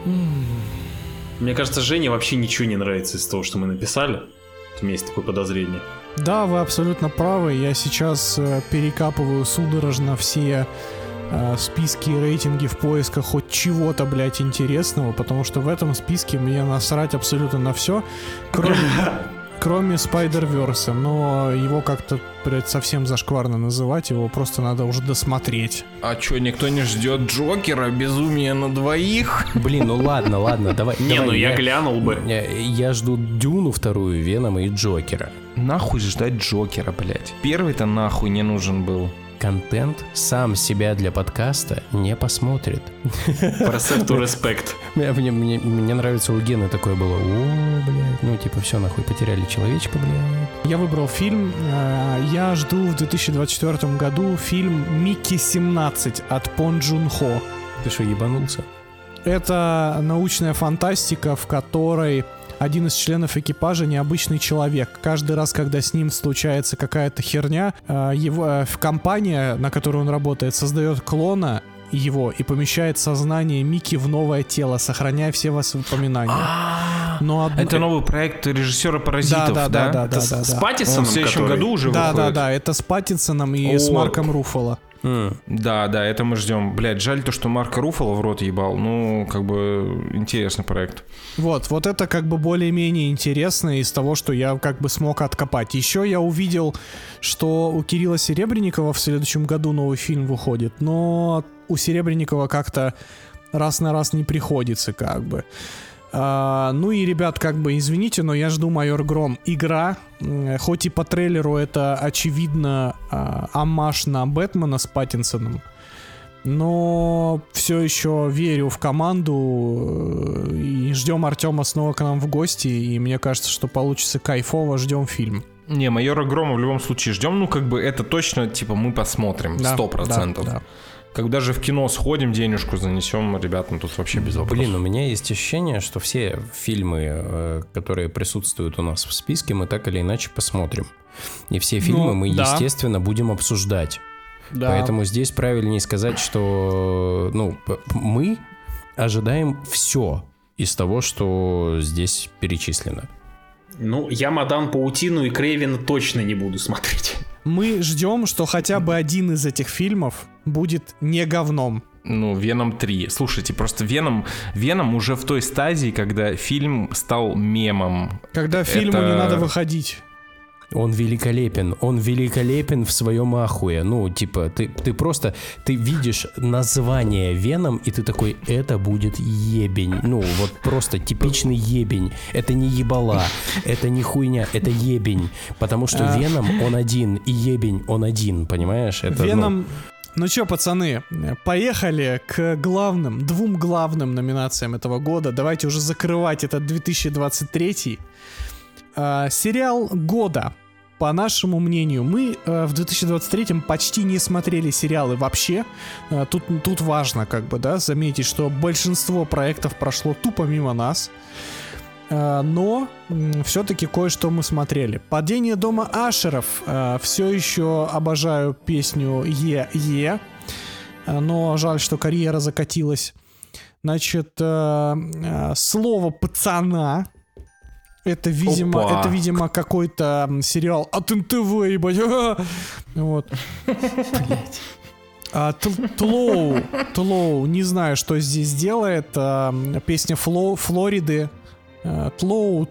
Мне кажется, Жене вообще ничего не нравится из того, что мы написали. У меня есть такое подозрение. Да, вы абсолютно правы. Я сейчас перекапываю судорожно все списки и рейтинги в поисках хоть чего-то, блядь, интересного, потому что в этом списке мне насрать абсолютно на все, кроме Spider-Verse, но его как-то, блядь, совсем зашкварно называть, его просто надо уже досмотреть. А чё, никто не ждет Джокера? Безумие на двоих? Блин, ну ладно, давай. Я глянул бы. Я жду Дюну 2, Венома и Джокера. Нахуй ждать Джокера, блядь. Первый-то нахуй не нужен был. Контент сам себя для подкаста не посмотрит. Respect to respect. Мне нравится, у Гены такое было. О, блядь, ну типа все, нахуй, потеряли человечка, блядь. Я выбрал фильм. Я жду в 2024 году фильм «Микки-17» от Пон Джун Хо. Ты что, ебанулся? Это научная фантастика, в которой один из членов экипажа необычный человек. Каждый раз, когда с ним случается какая-то херня, компания, на которой он работает, создает клона его и помещает сознание Микки в новое тело, сохраняя все воспоминания. Это новый проект режиссера «Паразитов», да? Да. С Паттинсоном, в следующем году уже выходит? Да, это с Паттинсоном и с Марком Руффало. Да, это мы ждем. Блядь, жаль то, что Марка Руффало в рот ебал. Ну, как бы, интересный проект. Вот это как бы более-менее интересно из того, что я как бы смог откопать. Еще я увидел, что у Кирилла Серебренникова в следующем году новый фильм выходит, но у Серебренникова как-то раз на раз не приходится как бы. Ну и, ребят, как бы, извините, но я жду «Майор Гром». Игра, хоть и по трейлеру это, очевидно, оммаж на Бэтмена с Паттинсоном, но все еще верю в команду и ждем Артема снова к нам в гости, и мне кажется, что получится кайфово, ждем фильм. Не, «Майора Грома» в любом случае ждем, это точно, мы посмотрим, 100%. Да. Когда же в кино сходим, денежку занесем, ребят, тут вообще без вопросов. Блин, у меня есть ощущение, что все фильмы, которые присутствуют у нас в списке, мы так или иначе посмотрим. И все фильмы мы, естественно, будем обсуждать. Да. Поэтому здесь правильнее сказать, что мы ожидаем все из того, что здесь перечислено. Я «Мадам Паутину» и «Крейвена» точно не буду смотреть. Мы ждем, что хотя бы один из этих фильмов будет не говном. «Веном 3». Слушайте, просто «Веном» уже в той стадии, когда фильм стал мемом. Когда фильму не надо выходить. Он великолепен в своем ахуе. Ты видишь название «Веном», и ты такой, это будет ебень. Просто типичный ебень. Это не ебала, это не хуйня, это ебень. Потому что «Веном» он один, и ебень он один, понимаешь? Это, «Веном». Ну чё, пацаны, поехали к двум главным номинациям этого года. Давайте уже закрывать этот 2023. Сериал года. По нашему мнению, мы в 2023 почти не смотрели сериалы вообще. Тут важно заметить, что большинство проектов прошло тупо мимо нас. Но все-таки кое-что мы смотрели. «Падение дома Ашеров». Все еще обожаю песню «Е-Е». Но жаль, что карьера закатилась. Значит, «Слово пацана». Это, видимо, какой-то сериал от НТВ, ебать. Вот. Тлоу, не знаю, что здесь делает. Песня Флориды. Тлоу.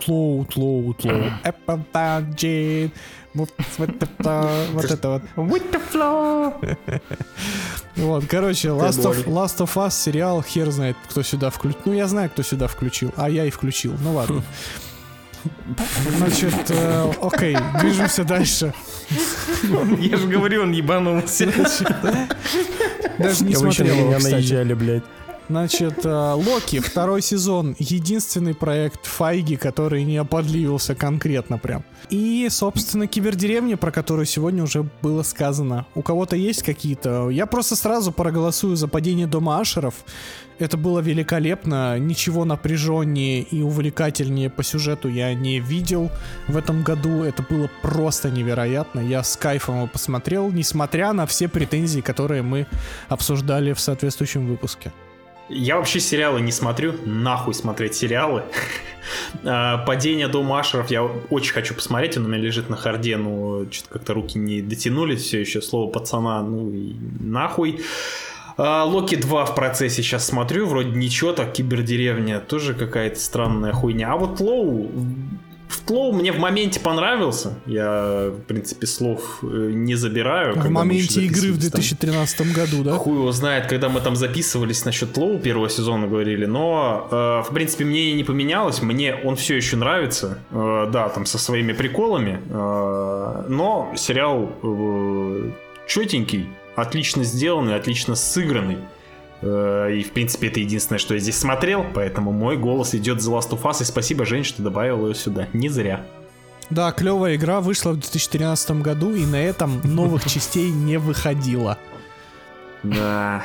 Эппаджин. Вот это вот. With the flow. Вот, короче, Last of Us сериал, хер знает, кто сюда включил. Я знаю, кто сюда включил, а я и включил. Ну ладно. Значит, окей, движемся дальше. Я же говорю, он ебанулся. Даже не смотрел его, кстати. Наезжали, блядь. Значит, «Локи», 2 сезон, единственный проект Файги, который не оподливился конкретно прям. И, собственно, «Кибердеревня», про которую сегодня уже было сказано. У кого-то есть какие-то... Я просто сразу проголосую за «Падение дома Ашеров». Это было великолепно, ничего напряженнее и увлекательнее по сюжету я не видел в этом году. Это было просто невероятно. Я с кайфом его посмотрел, несмотря на все претензии, которые мы обсуждали в соответствующем выпуске. Я вообще сериалы не смотрю, нахуй смотреть сериалы. «Падение дома Ашеров» я очень хочу посмотреть, он у меня лежит на харде, но что-то как-то руки не дотянулись, все еще «Слово пацана», и нахуй. «Локи 2» в процессе сейчас смотрю, вроде ничего, так «Кибердеревня» тоже какая-то странная хуйня. А вот «Тлоу» мне в моменте понравился. Я, в принципе, слов не забираю. В моменте игры в 2013 году, да? Хуй его знает, когда мы там записывались насчет «Тлоу» первого сезона говорили, но, в принципе, мнение не поменялось. Мне он все еще нравится. Да, там со своими приколами. Но сериал четенький, отлично сделанный, отлично сыгранный. И, в принципе, это единственное, что я здесь смотрел. Поэтому мой голос идет за Last of Us. И спасибо, Жень, что добавил ее сюда. Не зря. Да, клевая игра вышла в 2013 году, и на этом новых частей не выходило. Да.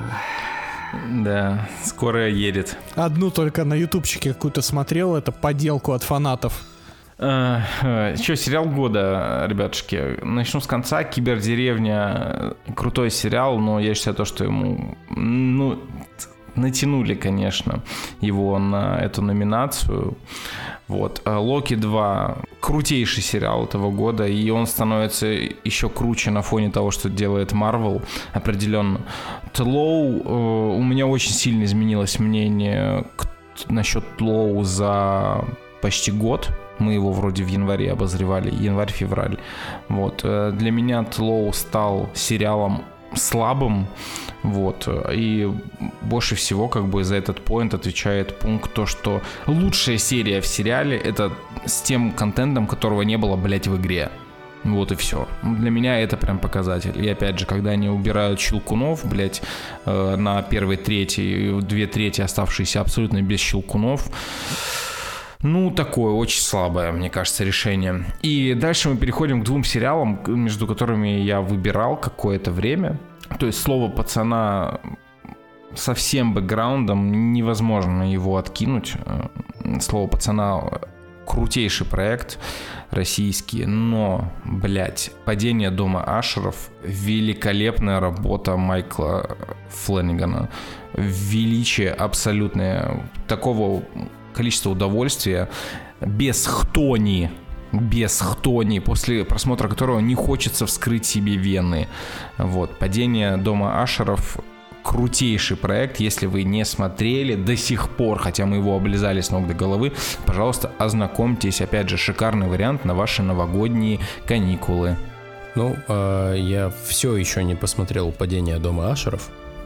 Да, скоро едет. Одну только на ютубчике какую-то смотрел, это подделку от фанатов. Что, сериал года, ребятушки. Начну с конца. «Кибердеревня» крутой сериал, но я считаю, что ему натянули, конечно, его на эту номинацию. Вот. «Локи 2» крутейший сериал этого года, и он становится еще круче на фоне того, что делает Marvel, определенно. «Тлоу», у меня очень сильно изменилось мнение насчет «Тлоу» за почти год. Мы его вроде в январе обозревали, январь-февраль. Вот. Для меня «Тлоу» стал сериалом слабым, вот, и больше всего за этот поинт отвечает пункт то, что лучшая серия в сериале — это с тем контентом, которого не было, блять, в игре. Вот и все. Для меня это прям показатель. И опять же, когда они убирают щелкунов, блять, на первой трети, и 2/3 оставшиеся абсолютно без щелкунов, ну, такое очень слабое, мне кажется, решение. И дальше мы переходим к 2 сериалам, между которыми я выбирал какое-то время. То есть «Слово пацана» со всем бэкграундом, невозможно его откинуть. «Слово пацана» — крутейший проект российский, но, блядь, «Падение дома Ашеров» — великолепная работа Майкла Флэнигана. Величие абсолютное. Такого количества удовольствия без хтони, после просмотра которого не хочется вскрыть себе вены. Вот. «Падение дома Ашеров» — крутейший проект. Если вы не смотрели до сих пор, хотя мы его облизали с ног до головы, пожалуйста, ознакомьтесь. Опять же, шикарный вариант на ваши новогодние каникулы. Ну, я все еще не посмотрел «Падение дома Ашеров»,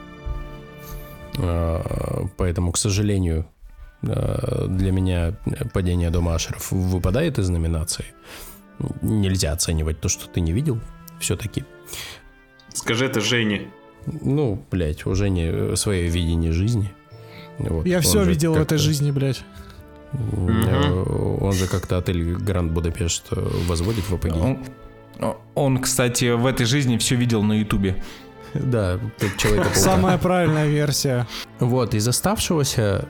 поэтому, к сожалению, для меня «Падение дома Ашеров» выпадает из номинации. Нельзя оценивать то, что ты не видел, все-таки. Скажи это Жене. Ну, блядь, у Жени свое видение жизни. Вот. Я все видел в этой жизни, блядь. Он же как-то отель Гранд Будапешт возводит в апогей. Он, кстати, в этой жизни все видел на Ютубе. Да, как Человека-паука. Самая правильная версия. Вот, из оставшегося,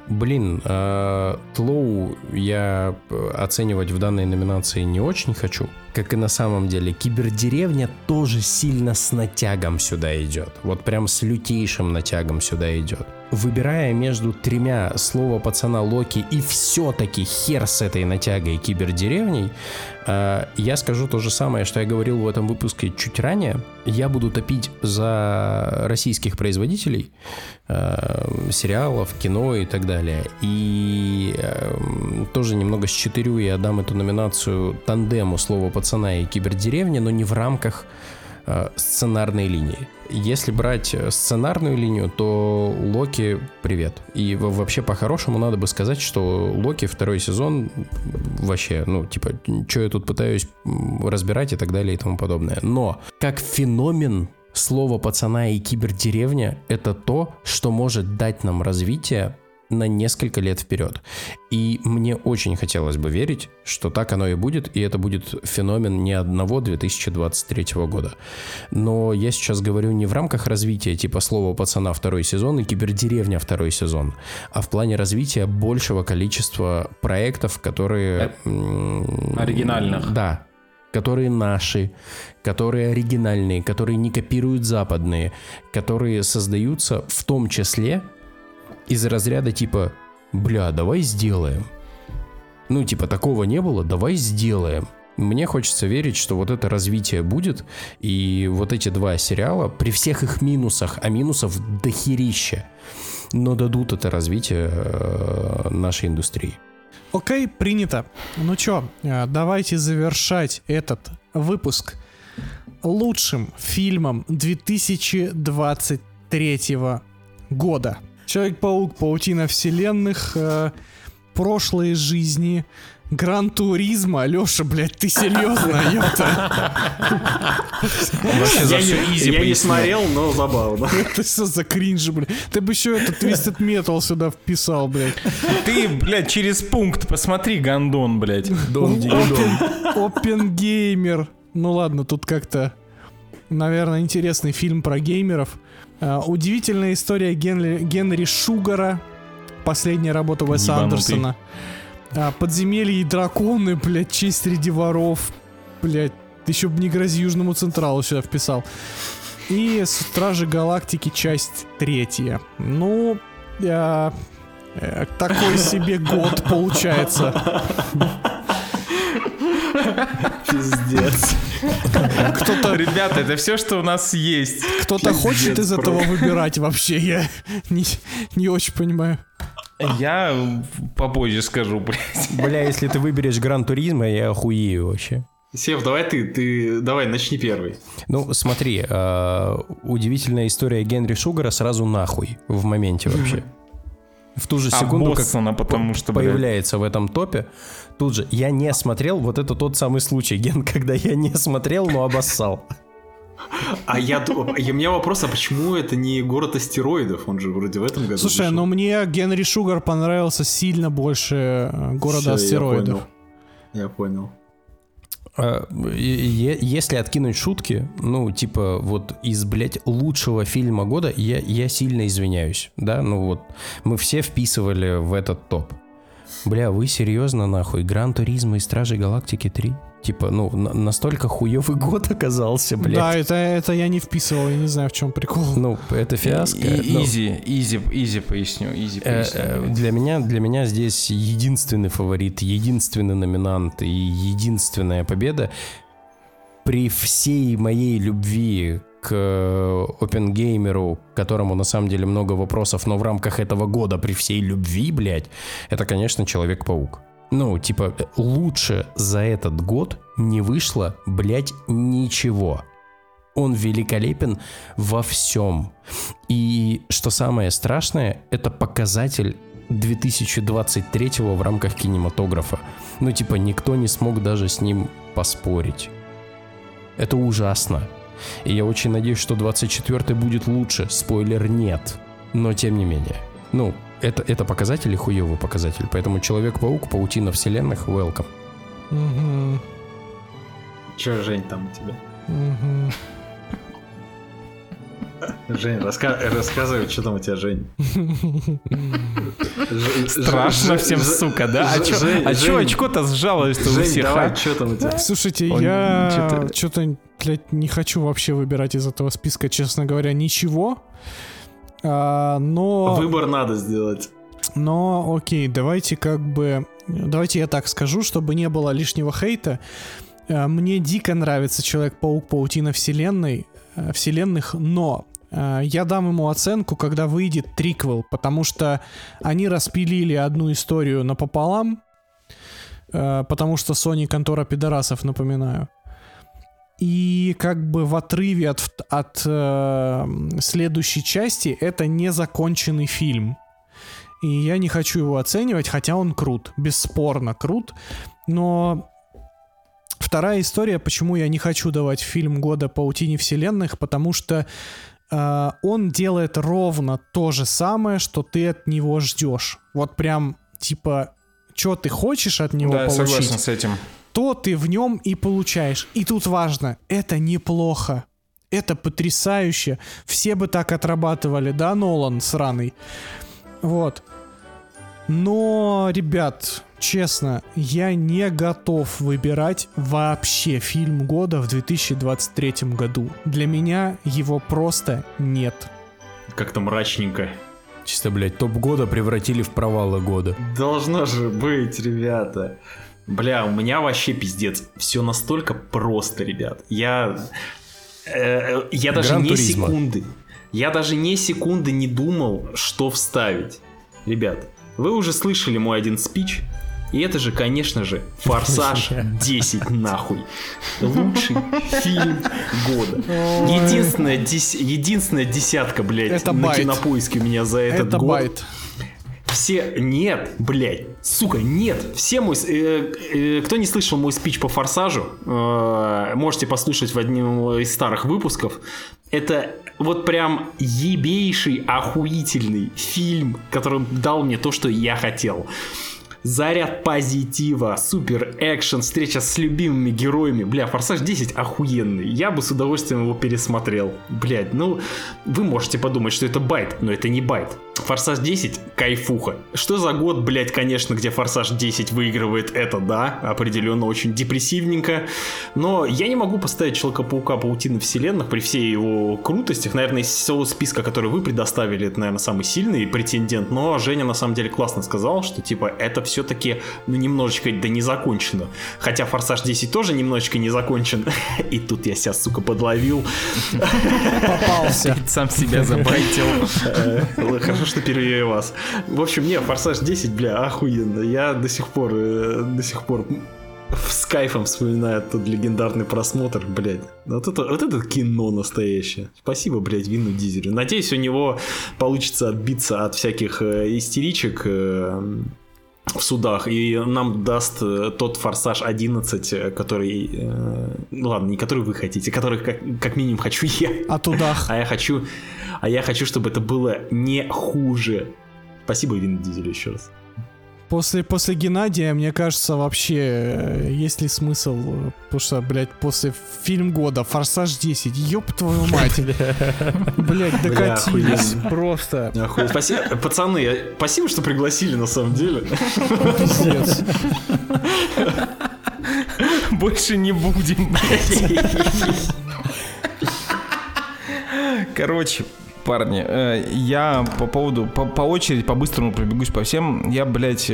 Тлоу я оценивать в данной номинации не очень хочу. Как и на самом деле, Кибердеревня тоже сильно с натягом сюда идет. Вот прям с лютейшим натягом сюда идет. Выбирая между 3 «Слово пацана», «Локи» и все-таки хер с этой натягой Кибердеревней, я скажу то же самое, что я говорил в этом выпуске чуть ранее. Я буду топить за российских производителей сериалов, кино и так далее. И тоже немного счетырю и отдам эту номинацию тандему «Слово пацана» и «Кибердеревня», но не в рамках сценарной линии. Если брать сценарную линию, то «Локи» привет. И вообще по-хорошему надо бы сказать, что «Локи» 2 сезон вообще, что я тут пытаюсь разбирать и так далее и тому подобное. Но как феномен «Слово пацана» и «Кибердеревня» — это то, что может дать нам развитие на несколько лет вперед. И мне очень хотелось бы верить, что так оно и будет, и это будет феномен не одного 2023 года. Но я сейчас говорю не в рамках развития типа «Слово пацана» 2 сезон и «Кибердеревня» 2 сезон, а в плане развития большего количества проектов, которые... Оригинальных. Да. Которые наши, которые оригинальные, которые не копируют западные, которые создаются в том числе из разряда типа «Бля, давай сделаем». Такого не было, давай сделаем. Мне хочется верить, что вот это развитие будет, и вот эти 2 сериала, при всех их минусах, а минусов дохерища, но дадут это развитие нашей индустрии. Окей, принято. Ну чё, давайте завершать этот выпуск лучшим фильмом 2023 года. Человек-паук, Паутина вселенных, прошлые жизни, Гран-туризмо. Леша, блядь, ты серьезно, ёпта? Я не смотрел, но забавно. Это что за кринж, блядь? Ты бы еще этот Twisted Metal сюда вписал, блядь. Ты, блядь, через пункт посмотри, гандон, блядь. Оппенгеймер. Ну ладно, тут как-то, наверное, интересный фильм про геймеров. Удивительная история Генри Шугара. Последняя работа Уэса Андерсона. Подземелье и драконы, блядь, честь среди воров. Блядь, еще бы не грози Южному Централу сюда вписал. И Стражи Галактики, часть 3. Ну, такой себе год получается. Пиздец. Ребята, это все, что у нас есть. Кто-то хочет из этого выбирать вообще? Я не очень понимаю. Я попозже скажу, блядь. Бля, если ты выберешь Гран-туризмо, я охуею вообще. Сев, давай давай, начни первый. Ну, смотри, удивительная история Генри Шугара сразу нахуй в моменте вообще. в ту же секунду, Обоссано, как потому что, появляется в этом топе, тут же я не смотрел, вот это тот самый случай, Ген, когда я не смотрел, но обоссал. А у меня вопрос, а почему это не город астероидов? Он же вроде в этом году Слушай, вышел. но мне Генри Шугар понравился сильно больше города астероидов. Я понял. Если откинуть шутки, ну, типа, вот из, блядь, лучшего фильма года, я сильно извиняюсь, да, ну вот, мы все вписывали в этот топ. Бля, вы серьезно, нахуй, Гран Туризмо и Стражи Галактики 3? Типа, ну, настолько хуёвый год оказался, блядь. Да, это я не вписывал, я не знаю, в чем прикол. Ну, это фиаско. Изи поясню. Для меня здесь единственный фаворит, единственный номинант и единственная победа. При всей моей любви к Оппенгеймеру, которому на самом деле много вопросов, но в рамках этого года при всей любви, блядь, это, конечно, Человек-паук. Ну, типа, лучше за этот год не вышло, блядь, ничего. Он великолепен во всем. И что самое страшное, это показатель 2023-го в рамках кинематографа. Ну, типа, никто не смог даже с ним поспорить. Это ужасно. И я очень надеюсь, что 24-й будет лучше. Спойлер, нет. Но тем не менее. Ну, это показатель и хуёвый показатель. Поэтому Человек-паук, Паутина вселенных, welcome. Угу. Че, Жень, там у тебя? Угу. Жень, рассказывай, что там у тебя, Жень. Страшно всем, сука, да? А чё очко-то сжалось-то у всех, давай, что там у тебя? Слушайте, я что-то, блядь, не хочу вообще выбирать из этого списка, честно говоря, ничего. Но... Выбор надо сделать. Но, окей, давайте я так скажу, чтобы не было лишнего хейта. Мне дико нравится Человек-паук, Паутина вселенных, но я дам ему оценку, когда выйдет триквел, потому что они распилили одну историю напополам, потому что Sony контора пидорасов, напоминаю. И как бы в отрыве от следующей части это незаконченный фильм. И я не хочу его оценивать, хотя он крут, бесспорно крут. Но вторая история, почему я не хочу давать фильм года Паутине вселенных, потому что он делает ровно то же самое, что ты от него ждешь. Вот прям, типа, что ты хочешь от него получить. Да, я согласен с этим. То ты в нем и получаешь. И тут важно, это неплохо. Это потрясающе. Все бы так отрабатывали, да, Нолан сраный? Вот. Но, ребят, честно, я не готов выбирать вообще фильм года в 2023 году. Для меня его просто нет. Как-то мрачненько. Чисто, блядь, топ года превратили в провалы года. Должно же быть, ребята. Бля, у меня вообще пиздец. Все настолько просто, ребят. Я даже не секунды не думал, что вставить. Ребят, вы уже слышали мой один спич. И это же, конечно же, «Форсаж 10» нахуй. Лучший фильм года. Единственная десятка, блядь, это на байт. Кинопоиске у меня за этот это год. Байт. Все... Нет, блядь. Сука, нет. Все мой... кто не слышал мой спич по «Форсажу», можете послушать в одном из старых выпусков. Это вот прям ебейший, охуительный фильм, который дал мне то, что я хотел. Заряд позитива, супер экшен, встреча с любимыми героями. Бля, «Форсаж 10» охуенный. Я бы с удовольствием его пересмотрел. Блядь, ну, вы можете подумать, что это байт, но это не байт. «Форсаж 10» кайфуха. Что за год, блядь, конечно, где «Форсаж 10» выигрывает это, да, определенно очень депрессивненько. Но я не могу поставить Человека-паука, Паутины вселенных при всей его крутостях. Наверное, из всего списка, который вы предоставили, это, наверное, самый сильный претендент. Но Женя, на самом деле, классно сказал, что, типа, это все-таки, ну, немножечко, да, не закончено. Хотя «Форсаж 10» тоже немножечко не закончен. И тут я себя, сука, подловил. Попался. Сам себя забайтил. Хорошо, что перевели вас. В общем, не, «Форсаж 10», бля, охуенно. Я до сих пор с кайфом вспоминает тот легендарный просмотр, блядь. Вот это кино настоящее. Спасибо, блядь, Вину Дизелю. Надеюсь, у него получится отбиться от всяких истеричек в судах, и нам даст тот «Форсаж 11», который... ладно, не который вы хотите, который как минимум хочу я. О тудах. А я хочу, чтобы это было не хуже. Спасибо, Вин Дизелю, еще раз. После Геннадия, мне кажется, вообще есть ли смысл, потому что, блядь, после фильм года «Форсаж 10», ёб твою мать. Блядь, докатились просто. Спасибо, пацаны, спасибо, что пригласили, на самом деле. Пиздец. Больше не будем, блядь. Короче, парни, я по очереди, по-быстрому пробегусь по всем. Я, блядь,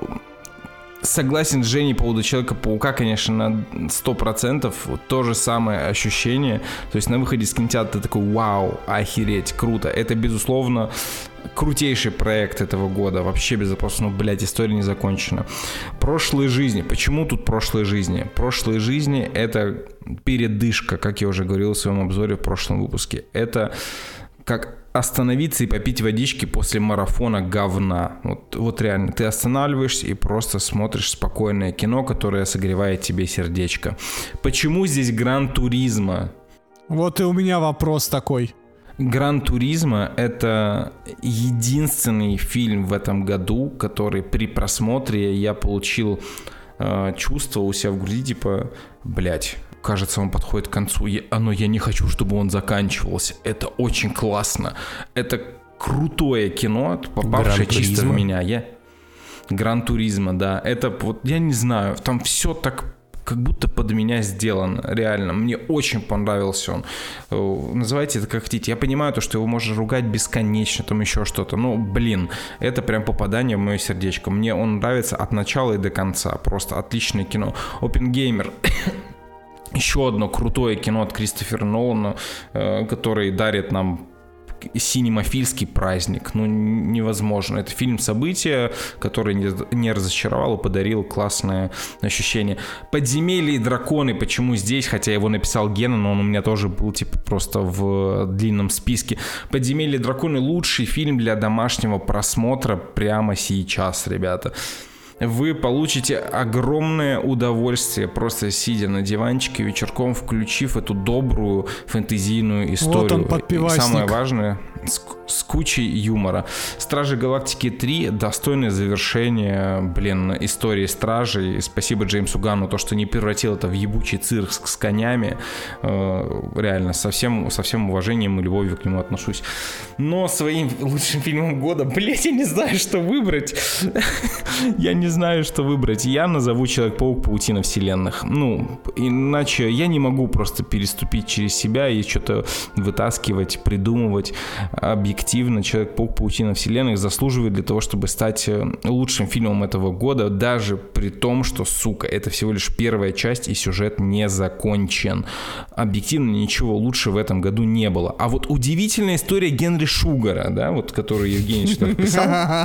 согласен с Женей по поводу Человека-паука, конечно, на 100%. То же самое ощущение. То есть на выходе из кинотеатра ты такой: вау, охереть, круто. Это, безусловно, крутейший проект этого года. Вообще без вопросов. Ну, блядь, история не закончена. Прошлые жизни. Почему тут прошлые жизни? Прошлые жизни — это передышка, как я уже говорил в своем обзоре в прошлом выпуске. Это как остановиться и попить водички после марафона говна. Вот реально, ты останавливаешься и просто смотришь спокойное кино, которое согревает тебе сердечко. Почему здесь Гран Туризмо? Вот и у меня вопрос такой. Гран Туризмо — это единственный фильм в этом году, который при просмотре я получил чувство у себя в груди, типа, блять, кажется, он подходит к концу, я не хочу, чтобы он заканчивался. Это очень классно. Это крутое кино, попавшее чисто в меня. Гран Туризмо, да. Это вот, я не знаю, там все так как будто под меня сделано, реально. Мне очень понравился он. Называйте это как хотите. Я понимаю то, что его можно ругать бесконечно, там еще что-то. Но, блин, это прям попадание в мое сердечко. Мне он нравится от начала и до конца. Просто отличное кино. Оппенгеймер. Еще одно крутое кино от Кристофера Нолана, который дарит нам синемофильский праздник. Ну, невозможно. Это фильм-событие, который не разочаровал и подарил классное ощущение. «Подземелье и драконы». Почему здесь? Хотя его написал Гена, но он у меня тоже был типа просто в длинном списке. «Подземелье и драконы» — лучший фильм для домашнего просмотра прямо сейчас, ребята. Вы получите огромное удовольствие, просто сидя на диванчике вечерком, включив эту добрую фэнтезийную историю. Вот он, подпивасник. И самое важное, с кучей юмора. «Стражи Галактики 3» — достойное завершение, истории Стражей. Спасибо Джеймсу Ганну, то, что не превратил это в ебучий цирк с конями. Реально, со всем уважением и любовью к нему отношусь. Но своим лучшим фильмом года, блять, я не знаю, что выбрать. Я не знаю, что выбрать. Я назову «Человек-паук. Паутина вселенных». Ну, иначе я не могу просто переступить через себя и что-то вытаскивать, придумывать. Объективно «Человек-паук. Паутина вселенных» заслуживает для того, чтобы стать лучшим фильмом этого года, даже при том, что, сука, это всего лишь первая часть и сюжет не закончен. Объективно ничего лучше в этом году не было. А вот удивительная история Генри Шугара, да, вот которую Евгений что-то писал.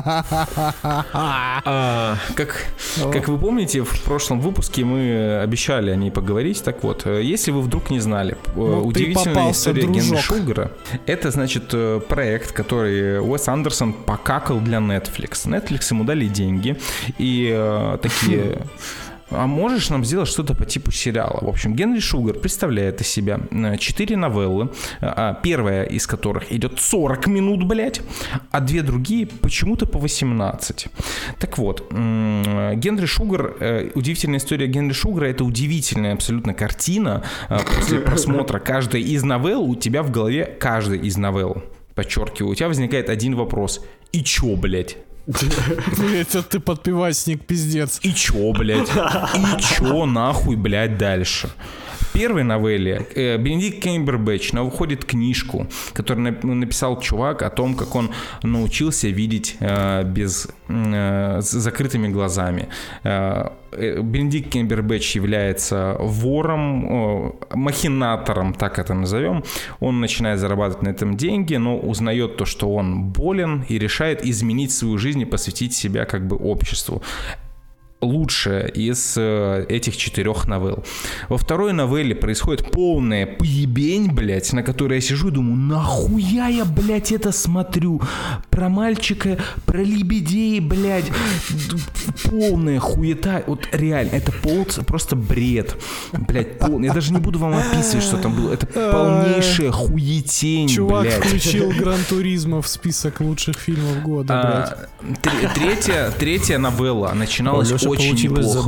Как вы помните, в прошлом выпуске мы обещали о ней поговорить. Так вот, если вы вдруг не знали, удивительная история Генри Шугара — это, значит, проект, который Уэс Андерсон покакал для Netflix. Netflix ему дали деньги и такие: а можешь нам сделать что-то по типу сериала? В общем, Генри Шугар представляет из себя 4 новеллы, первая из которых идет 40 минут, блять, а 2 другие почему-то по 18. Так вот, Генри Шугар, удивительная история Генри Шугара — это удивительная абсолютно картина. После просмотра каждой из новелл у тебя в голове, каждой из новелл, подчеркиваю, у тебя возникает один вопрос: и чё, блять? Это ты подпивасник, пиздец. И чё, блядь? И чё нахуй, блядь, дальше? В первой новелле Бенедикт Камбербэтч выходит книжку, которую написал чувак о том, как он научился видеть с закрытыми глазами. Бенедикт Камбербэтч является вором, махинатором, так это назовем. Он начинает зарабатывать на этом деньги, но узнает то, что он болен, и решает изменить свою жизнь и посвятить себя как бы обществу. лучшая из этих 4 новелл. Во второй новелле происходит полная поебень, блядь, на которой я сижу и думаю, нахуя я, блядь, это смотрю? Про мальчика, про лебедей, блядь, полная хуета. Вот реально, это просто бред. Блядь, полный. Я даже не буду вам описывать, что там было. Это полнейшая хуетень, Чувак блядь. включил Гран-туризмо в список лучших фильмов года, блядь. Третья новелла начиналась очень неплохо.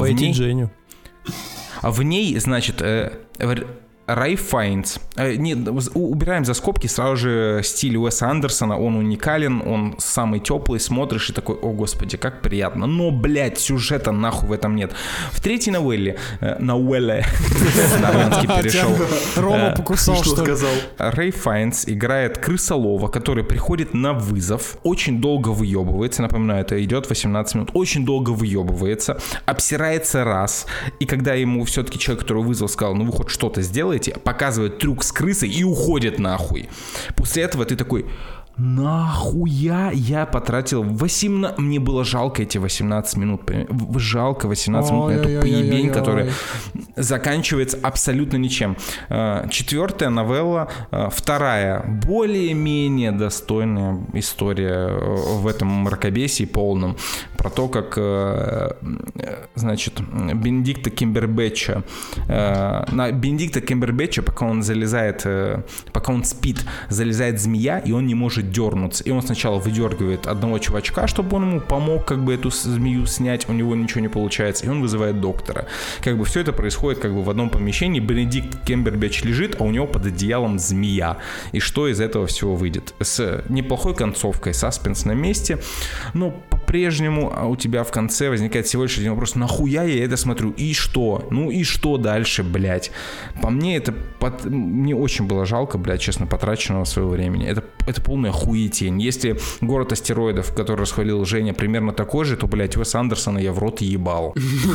В ней, значит, Рэй Файнс. Убираем за скобки сразу же стиль Уэса Андерсона. Он уникален, он самый теплый. Смотришь и такой, о господи, как приятно. Но, блядь, сюжета нахуй в этом нет. В третьей новелле, на армянский перешел. Рома покусал, что сказал. Рэй Файнс играет крысолова, который приходит на вызов, очень долго выебывается, напоминаю, это идет 18 минут, очень долго выебывается, обсирается раз, и когда ему все-таки человек, который вызвал, сказал, ну вы хоть что-то сделаете, показывает трюк с крысой и уходит нахуй. После этого ты такой, нахуя я потратил 18... Мне было жалко эти 18 минут. Жалко 18 минут на эту поебень, которая заканчивается абсолютно ничем. 4-я новелла, 2-я, более-менее достойная история в этом мракобесии полном. Про то, как, значит, Бенедикта Камбербэтча, на Бенедикта Камбербэтча, пока он спит, залезает змея, и он не может дернуться. И он сначала выдергивает одного чувачка, чтобы он ему помог как бы эту змею снять, у него ничего не получается, и он вызывает доктора. Как бы все это происходит как бы в одном помещении, Бенедикт Камбербэтч лежит, а у него под одеялом змея. И что из этого всего выйдет? С неплохой концовкой, саспенс на месте, но по-прежнему у тебя в конце возникает всего лишь один вопрос, нахуя я это смотрю? И что? Ну и что дальше, блядь? По мне это... Мне очень было жалко, блядь, честно, потраченного своего времени. Это полная хуетень. Если «Город астероидов», который расхвалил Женя, примерно такой же, то, блядь, Уэса Андерсона я в рот ебал.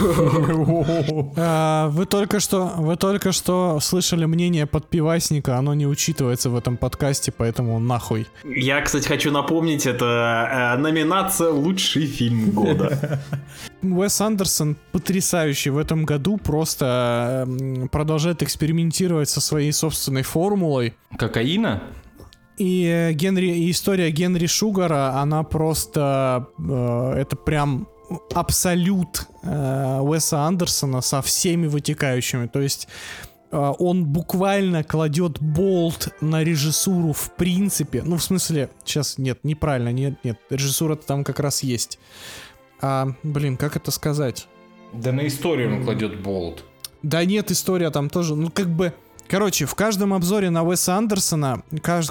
Вы только что слышали мнение подпивасника, оно не учитывается в этом подкасте, поэтому нахуй. Я, кстати, хочу напомнить, это номинация «Лучший фильм года». Уэс Андерсон потрясающий в этом году, просто продолжает экспериментировать со своей собственной формулой. Кокаина? И история Генри Шугара, она просто... это прям абсолют Уэса Андерсона со всеми вытекающими. То есть он буквально кладет болт на режиссуру в принципе. Ну, в смысле, сейчас нет, неправильно, нет, режиссура-то там как раз есть. Как это сказать? Да на историю он кладет болт. Да нет, история там тоже, ну как бы... Короче, в каждом обзоре на Уэса Андерсона,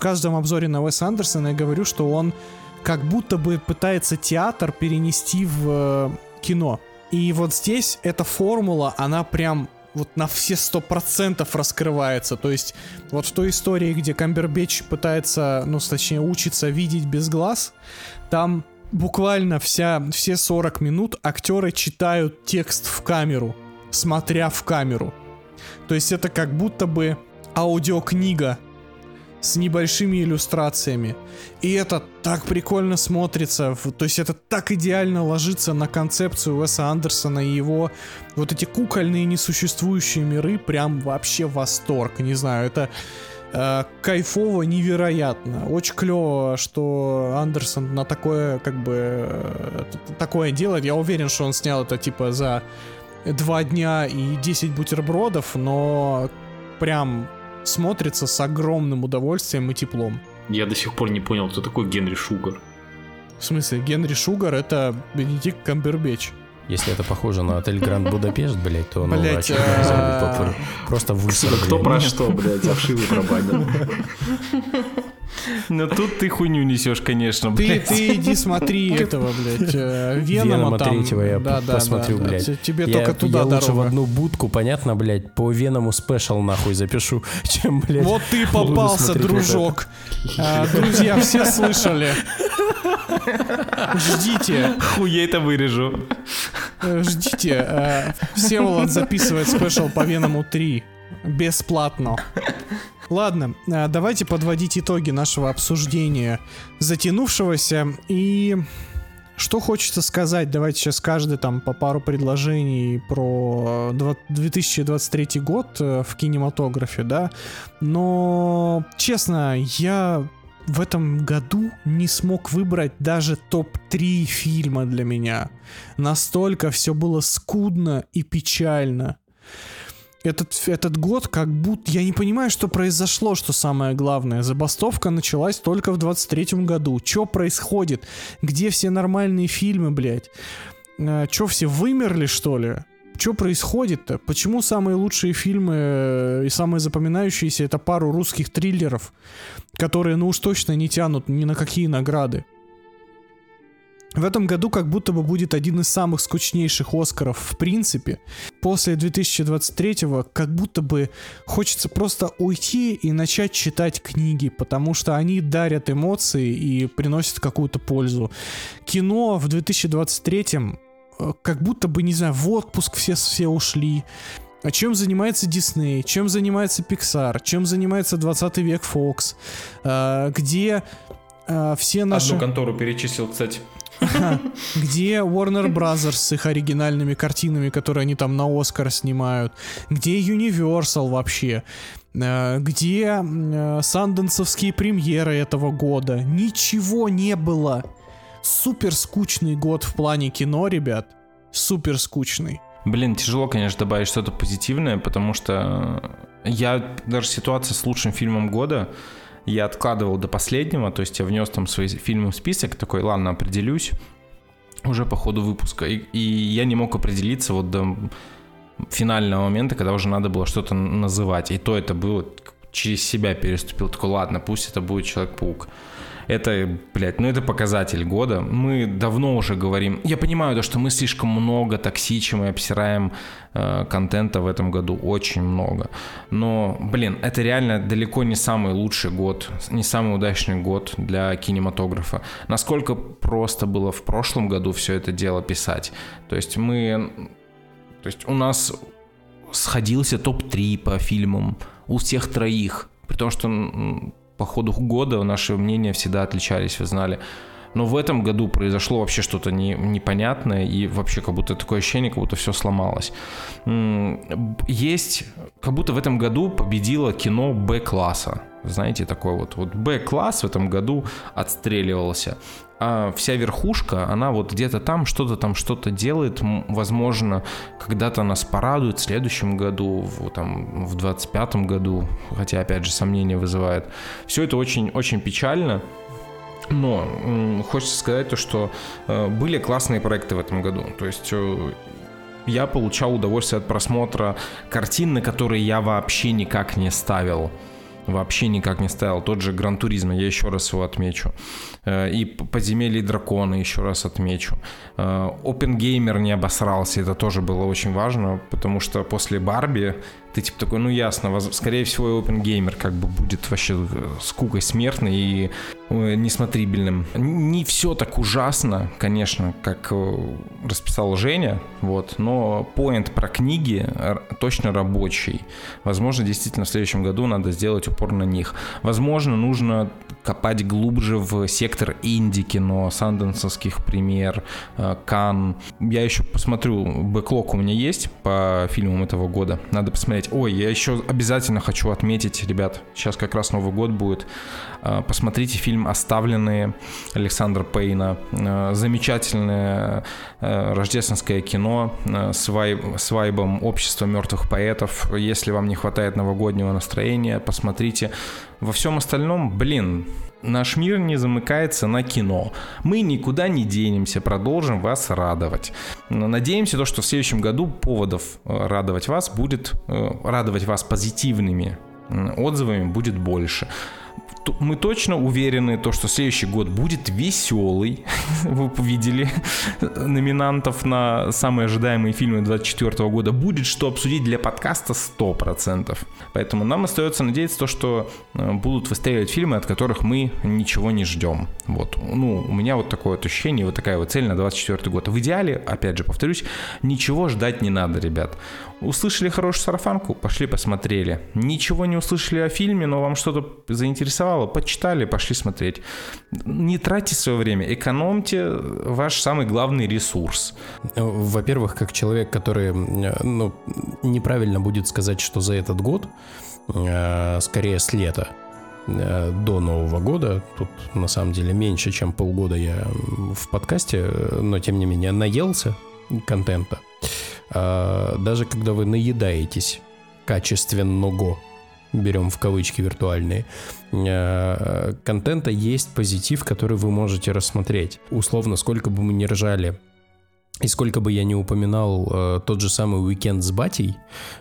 я говорю, что он как будто бы пытается театр перенести в кино. И вот здесь эта формула, она прям вот на все 100% раскрывается. То есть вот в той истории, где Камбербэтч пытается, точнее, учится видеть без глаз, там буквально все 40 минут актеры читают текст в камеру, смотря в камеру. То есть это как будто бы аудиокнига с небольшими иллюстрациями. И это так прикольно смотрится. То есть это так идеально ложится на концепцию Уэса Андерсона и его вот эти кукольные несуществующие миры. Прям вообще восторг. Не знаю, это кайфово невероятно. Очень клево, что Андерсон на такое такое делает. Я уверен, что он снял это типа за 2 дня и 10 бутербродов, но прям смотрится с огромным удовольствием и теплом. Я до сих пор не понял, кто такой Генри Шугар. В смысле, Генри Шугар — это Бенедикт Камбербэтч. Если это похоже на отель Гранд Будапешт, блять, то просто высор. Кто про что, блять, овшивый пробабил. Но тут ты хуйню несешь, конечно, блядь. Ты иди смотри этого, блядь, Венома там. 3-го я посмотрю, блядь. Тебе только туда я дорога. лучше в одну будку, понятно, блядь, по Веному спешл нахуй запишу, чем, блядь. Вот ты попался, дружок. Друзья, все слышали. Ждите. Хуя это вырежу. Ждите. Всеволод записывает спешл по Веному 3. Бесплатно. Ладно, давайте подводить итоги нашего обсуждения затянувшегося. И Что хочется сказать? Давайте сейчас каждый там по пару предложений про 2023 год в кинематографе, да. Но, честно, я в этом году не смог выбрать даже топ-3 фильма для меня. Настолько все было скудно и печально. Этот год как будто... Я не понимаю, что произошло, что самое главное. Забастовка началась только в 23-м году. Чё происходит? Где все нормальные фильмы, блядь? Чё, все вымерли, что ли? Чё происходит-то? Почему самые лучшие фильмы и самые запоминающиеся — это пару русских триллеров, которые, ну уж точно не тянут ни на какие награды? В этом году как будто бы будет один из самых скучнейших Оскаров в принципе. После 2023-го как будто бы хочется просто уйти и начать читать книги, потому что они дарят эмоции и приносят какую-то пользу. Кино в 2023-м как будто бы, не знаю, в отпуск все ушли. А чем занимается Дисней? Чем занимается Pixar? Чем занимается 20 век Fox? Где все наши... Одну контору перечислил, кстати. Где Warner Brothers с их оригинальными картинами, которые они там на Оскар снимают? Где Universal вообще? Где санденсовские премьеры этого года? Ничего не было. Супер скучный год в плане кино, ребят. Супер скучный. Блин, тяжело, конечно, добавить что-то позитивное, потому что даже ситуация с лучшим фильмом года я откладывал до последнего, то есть я внес там свои фильмы в список, такой, ладно, определюсь уже по ходу выпуска. И я не мог определиться вот до финального момента, когда уже надо было что-то называть. И то это было, через себя переступил, такой, ладно, пусть это будет Человек-паук. Это, блядь, это показатель года. Мы давно уже говорим... Я понимаю, то, что мы слишком много токсичим и обсираем контента в этом году. Очень много. Но, блин, это реально далеко не самый лучший год, не самый удачный год для кинематографа. Насколько просто было в прошлом году все это дело писать. То есть у нас сходился топ-3 по фильмам у всех троих. При том, что... По ходу года наши мнения всегда отличались, вы знали. Но в этом году произошло вообще что-то непонятное, и вообще как будто такое ощущение, как будто все сломалось. Есть, как будто в этом году победило кино Б-класса. Знаете, такой вот Б-класс в этом году отстреливался. А вся верхушка, она вот где-то там что-то делает. Возможно, когда-то нас порадует в следующем году, в 25-м году, хотя, опять же, сомнения вызывает. Все это очень-очень печально. Но хочется сказать то, что были классные проекты в этом году. То есть я получал удовольствие от просмотра картин, на которые я вообще никак не ставил. Тот же Гран Туризмо, я еще раз его отмечу. И Подземелье дракона еще раз отмечу. Опенгеймер не обосрался, это тоже было очень важно, потому что после Барби ты типа такой, ясно, скорее всего и Опенгеймер как бы будет вообще скукой смертной и несмотрибельным. Не все так ужасно, конечно, как расписал Женя, но поинт про книги точно рабочий. Возможно, действительно в следующем году надо сделать упор на них. Возможно, нужно копать глубже в сектор инди-кино, санденсовских премьер, Канн. Я еще посмотрю, бэклог у меня есть по фильмам этого года. Надо посмотреть. Я еще обязательно хочу отметить, ребят, сейчас как раз Новый год будет. Посмотрите фильм «Оставленные» Александра Пейна. Замечательное рождественское кино с вайбом «Общество мертвых поэтов». Если вам не хватает новогоднего настроения, посмотрите. Во всем остальном, наш мир не замыкается на кино. Мы никуда не денемся, продолжим вас радовать. Надеемся, что в следующем году поводов радовать вас позитивными отзывами будет больше. Мы точно уверены, что следующий год будет веселый. Вы увидели номинантов на самые ожидаемые фильмы 2024 года. Будет что обсудить для подкаста 100%. Поэтому нам остается надеяться, что будут выстреливать фильмы, от которых мы ничего не ждем. У меня такое ощущение, такая цель на 2024 год. В идеале, опять же, повторюсь, ничего ждать не надо, ребят. Услышали хорошую сарафанку? Пошли посмотрели. Ничего не услышали о фильме, но вам что-то заинтересовало? заинтересовало, почитали, пошли смотреть. Не тратьте свое время, экономьте ваш самый главный ресурс. Во-первых, как человек, который, неправильно будет сказать, что за этот год, скорее с лета до Нового года, тут на самом деле меньше, чем полгода я в подкасте, но тем не менее наелся контента. Даже когда вы наедаетесь качественного, берем в кавычки виртуальные, контента, есть позитив, который вы можете рассмотреть. Условно, сколько бы мы ни ржали и сколько бы я ни упоминал тот же самый «Уикенд с батей»,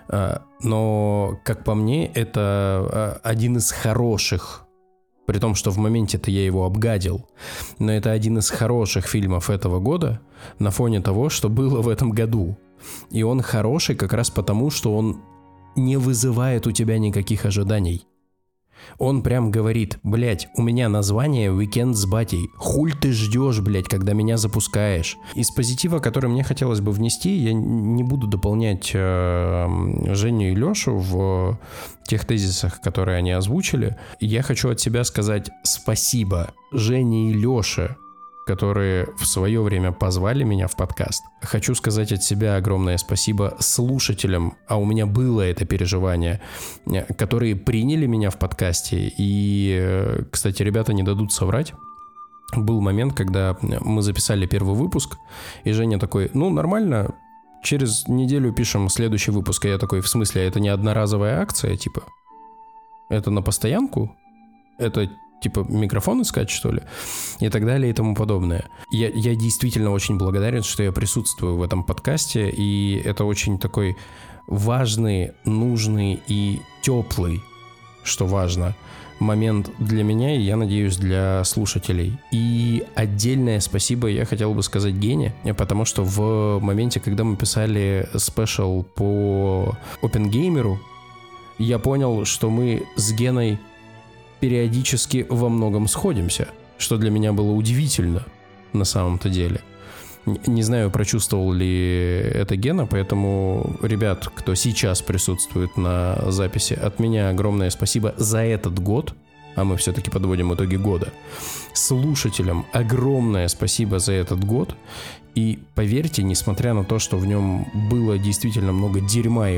но, как по мне, это один из хороших, при том, что в моменте-то я его обгадил, но это один из хороших фильмов этого года на фоне того, что было в этом году. И он хороший как раз потому, что он не вызывает у тебя никаких ожиданий. Он прям говорит: блять, у меня название «Уикенд с батей». Хуль ты ждешь, блять, когда меня запускаешь? Из позитива, который мне хотелось бы внести, я не буду дополнять Женю и Лешу в тех тезисах, которые они озвучили. Я хочу от себя сказать спасибо Жене и Леше, которые в свое время позвали меня в подкаст. Хочу сказать от себя огромное спасибо слушателям, а у меня было это переживание, которые приняли меня в подкасте. И, кстати, ребята не дадут соврать. Был момент, когда мы записали первый выпуск, и Женя такой: нормально, через неделю пишем следующий выпуск. И я такой: в смысле, это не одноразовая акция, типа? Это на постоянку? Это типа микрофон искать, что ли? И так далее и тому подобное. Я действительно очень благодарен, что я присутствую в этом подкасте, и это очень такой важный, нужный и теплый, что важно, момент для меня, и я надеюсь, для слушателей. И отдельное спасибо я хотел бы сказать Гене, потому что в моменте, когда мы писали спешл по OpenGamer'у, я понял, что мы с Геной периодически во многом сходимся, что для меня было удивительно на самом-то деле. Не знаю, прочувствовал ли это Гена, поэтому, ребят, кто сейчас присутствует на записи, от меня огромное спасибо за этот год, а мы все-таки подводим итоги года. Слушателям огромное спасибо за этот год. И поверьте, несмотря на то, что в нем было действительно много дерьма, и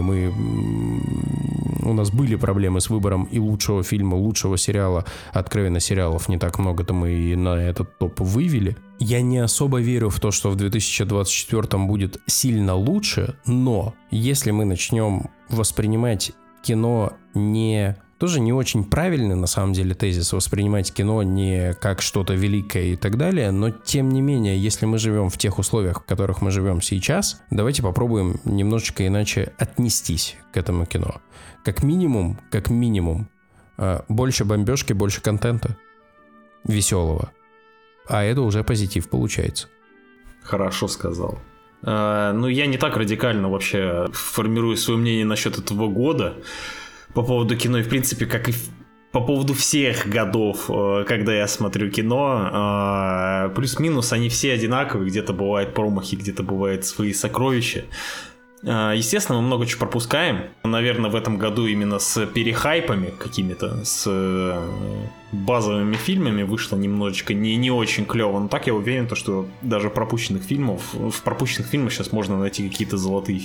у нас были проблемы с выбором и лучшего фильма, лучшего сериала, откровенно сериалов не так много-то мы и на этот топ вывели, я не особо верю в то, что в 2024 будет сильно лучше, но если мы начнем воспринимать кино тоже не очень правильный, на самом деле, тезис, воспринимать кино не как что-то великое и так далее, но, тем не менее, если мы живем в тех условиях, в которых мы живем сейчас, давайте попробуем немножечко иначе отнестись к этому кино. Как минимум, больше бомбежки, больше контента веселого. А это уже позитив получается. Хорошо сказал. Я не так радикально вообще формирую свое мнение насчет этого года по поводу кино, и в принципе, как и по поводу всех годов, когда я смотрю кино, плюс-минус они все одинаковые, где-то бывают промахи, где-то бывают свои сокровища. Естественно, мы много чего пропускаем. Наверное, в этом году именно с перехайпами какими-то, с базовыми фильмами вышло немножечко не очень клево. Но так я уверен, что даже в пропущенных фильмах сейчас можно найти какие-то золотые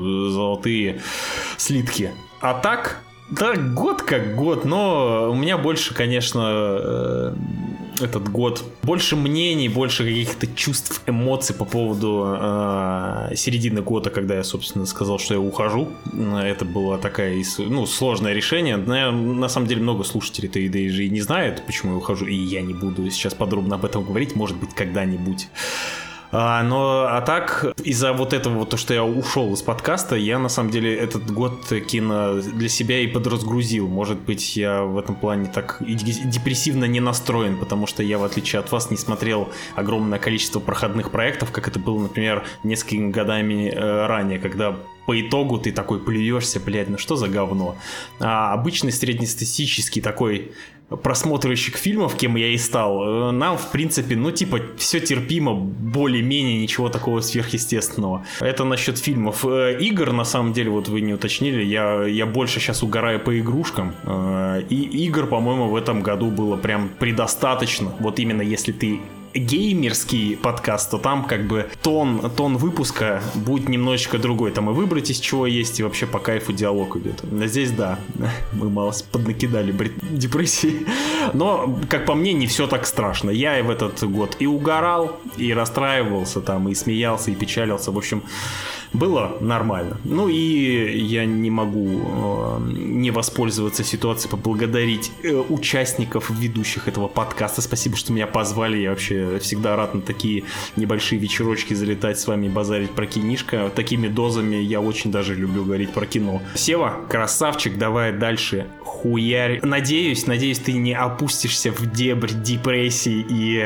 слитки. А так, да, год как год, но у меня больше, конечно, этот год больше мнений, больше каких-то чувств, эмоций по поводу середины года, когда я, собственно, сказал, что я ухожу. Это было такое сложное решение. На самом деле много слушателей-то и не знают, почему я ухожу, и я не буду сейчас подробно об этом говорить, может быть, когда-нибудь. А так, из-за вот этого, то, что я ушел из подкаста, я на самом деле этот год кино для себя и подразгрузил. Может быть, я в этом плане так депрессивно не настроен, потому что я, в отличие от вас, не смотрел огромное количество проходных проектов, как это было, например, несколькими годами ранее, когда по итогу ты такой плюешься, блядь, что за говно. А обычный среднестатистический такой просмотрщик фильмов, кем я и стал, нам, в принципе, ну, типа, все терпимо, более-менее, ничего такого сверхъестественного. Это насчет фильмов. Игр, на самом деле, вот вы не уточнили, я больше сейчас угораю по игрушкам, и игр, по-моему, в этом году было прям предостаточно. Вот именно если ты геймерский подкаст, то там как бы тон выпуска будет немножечко другой. Там и выбрать из чего есть, и вообще по кайфу диалог идет. А здесь, да, мы мало поднакидали депрессии. Но, как по мне, не все так страшно. Я и в этот год и угорал, и расстраивался там, и смеялся, и печалился. В общем, было нормально. Ну и я не могу не воспользоваться ситуацией, поблагодарить участников, ведущих этого подкаста. Спасибо, что меня позвали. Я вообще всегда рад на такие небольшие вечерочки залетать с вами и базарить про кинишко. Такими дозами я очень даже люблю говорить про кино. Сева, красавчик, давай дальше хуярь. Надеюсь, ты не опустишься в дебрь депрессии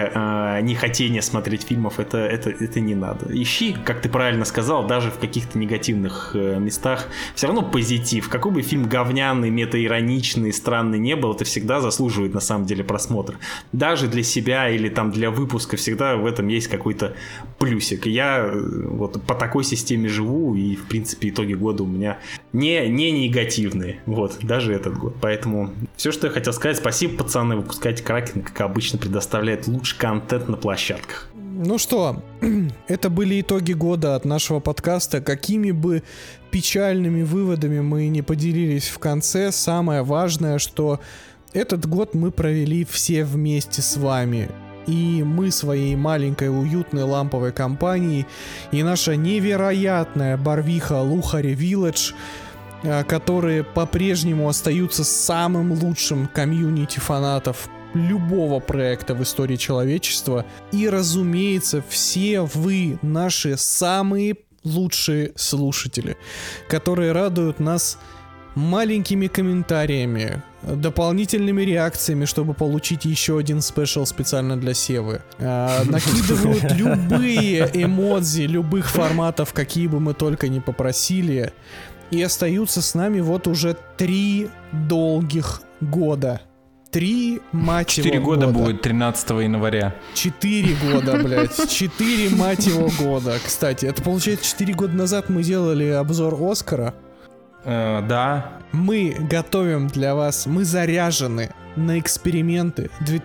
и нехотения смотреть фильмов. Это не надо. Ищи, как ты правильно сказал, даже в каких-то негативных местах все равно позитив. Какой бы фильм говняный, метаироничный, странный не был, это всегда заслуживает на самом деле просмотра. Даже для себя или там для выпуска всегда в этом есть какой-то плюсик. Я вот по такой системе живу, и в принципе итоги года у меня не негативные. Вот, даже этот год. Поэтому все, что я хотел сказать, спасибо, пацаны, выпускайте Кракен, как обычно, предоставляет лучший контент на площадках. Ну что, это были итоги года от нашего подкаста. Какими бы печальными выводами мы не поделились в конце, самое важное, что этот год мы провели все вместе с вами. И мы своей маленькой уютной ламповой компанией, и наша невероятная Барвиха Лухари Village, которые по-прежнему остаются самым лучшим комьюнити фанатов любого проекта в истории человечества. И, разумеется, все вы, наши самые лучшие слушатели, которые радуют нас маленькими комментариями, дополнительными реакциями, чтобы получить еще один спешл специально для Севы. Накидывают любые эмодзи, любых форматов, какие бы мы только не попросили. И остаются с нами вот уже 3 долгих года. 3, мать его, 4 года будет 13 января. 4 года, блядь. 4, мать его, года. Кстати, это получается 4 года назад мы делали обзор Оскара. Да. Мы готовим для вас, мы заряжены на эксперименты.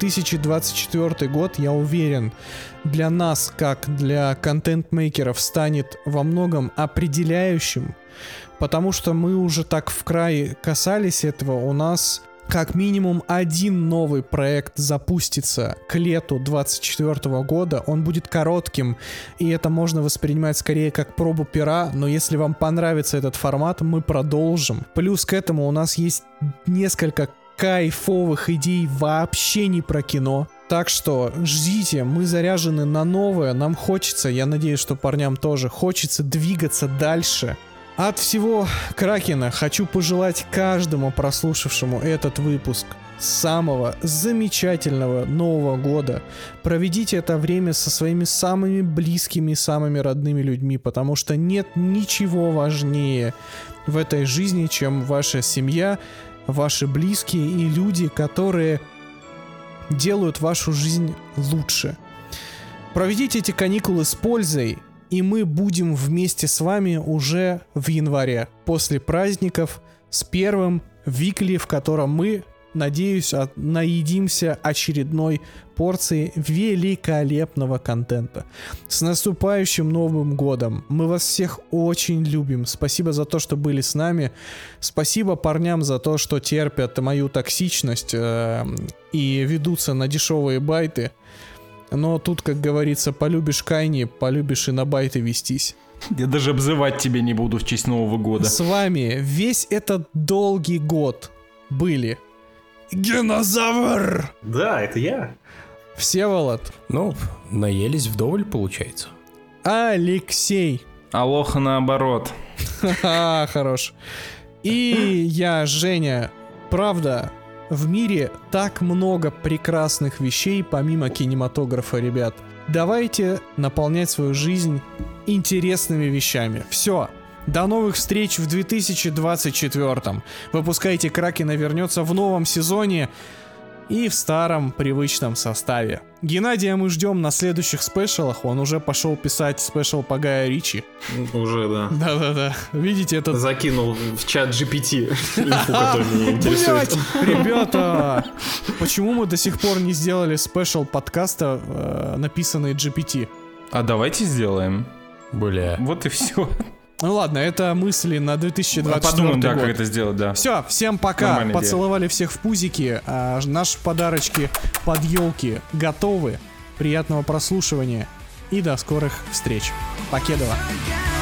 2024 год, я уверен, для нас, как для контент-мейкеров, станет во многом определяющим, потому что мы уже так в край касались этого. У нас как минимум один новый проект запустится к лету 2024 года. Он будет коротким, и это можно воспринимать скорее как пробу пера, но если вам понравится этот формат, мы продолжим. Плюс к этому у нас есть несколько кайфовых идей вообще не про кино. Так что ждите, мы заряжены на новое, нам хочется, я надеюсь, что парням тоже хочется двигаться дальше. От всего Кракена хочу пожелать каждому прослушавшему этот выпуск самого замечательного Нового года. Проведите это время со своими самыми близкими, самыми родными людьми, потому что нет ничего важнее в этой жизни, чем ваша семья, ваши близкие и люди, которые делают вашу жизнь лучше. Проведите эти каникулы с пользой, и мы будем вместе с вами уже в январе, после праздников, с первым викли, в котором мы, надеюсь, наедимся очередной порцией великолепного контента. С наступающим Новым годом! Мы вас всех очень любим. Спасибо за то, что были с нами. Спасибо парням за то, что терпят мою токсичность и ведутся на дешевые байты. Но тут, как говорится, полюбишь Кайни, полюбишь и на байты вестись. Я даже обзывать тебя не буду в честь Нового года. С вами весь этот долгий год были Генозавр! Да, это я. Всеволод. Ну, наелись вдоволь, получается. Алексей. Алоха наоборот. Ха-ха, хорош. И я, Женя. Правда, в мире так много прекрасных вещей, помимо кинематографа, ребят. Давайте наполнять свою жизнь интересными вещами. Все. До новых встреч в 2024. Выпускайте Кракена вернется в новом сезоне. и в старом привычном составе. Геннадия мы ждем на следующих спешалах, он уже пошел писать спешал по Гаю Ричи. Уже, да. Да-да-да, видите, этот... Закинул в чат GPT инфу, которая меня интересует. Блять, ребята, почему мы до сих пор не сделали спешал подкаста, написанный GPT? А давайте сделаем. Бля. Вот и все. Ну ладно, это мысли на 2024 Подумаем, да, год. как это сделать, да. Все, всем пока. Нормальная идея. Поцеловали всех в пузики. Наши подарочки под елки готовы. Приятного прослушивания и до скорых встреч. Покедова.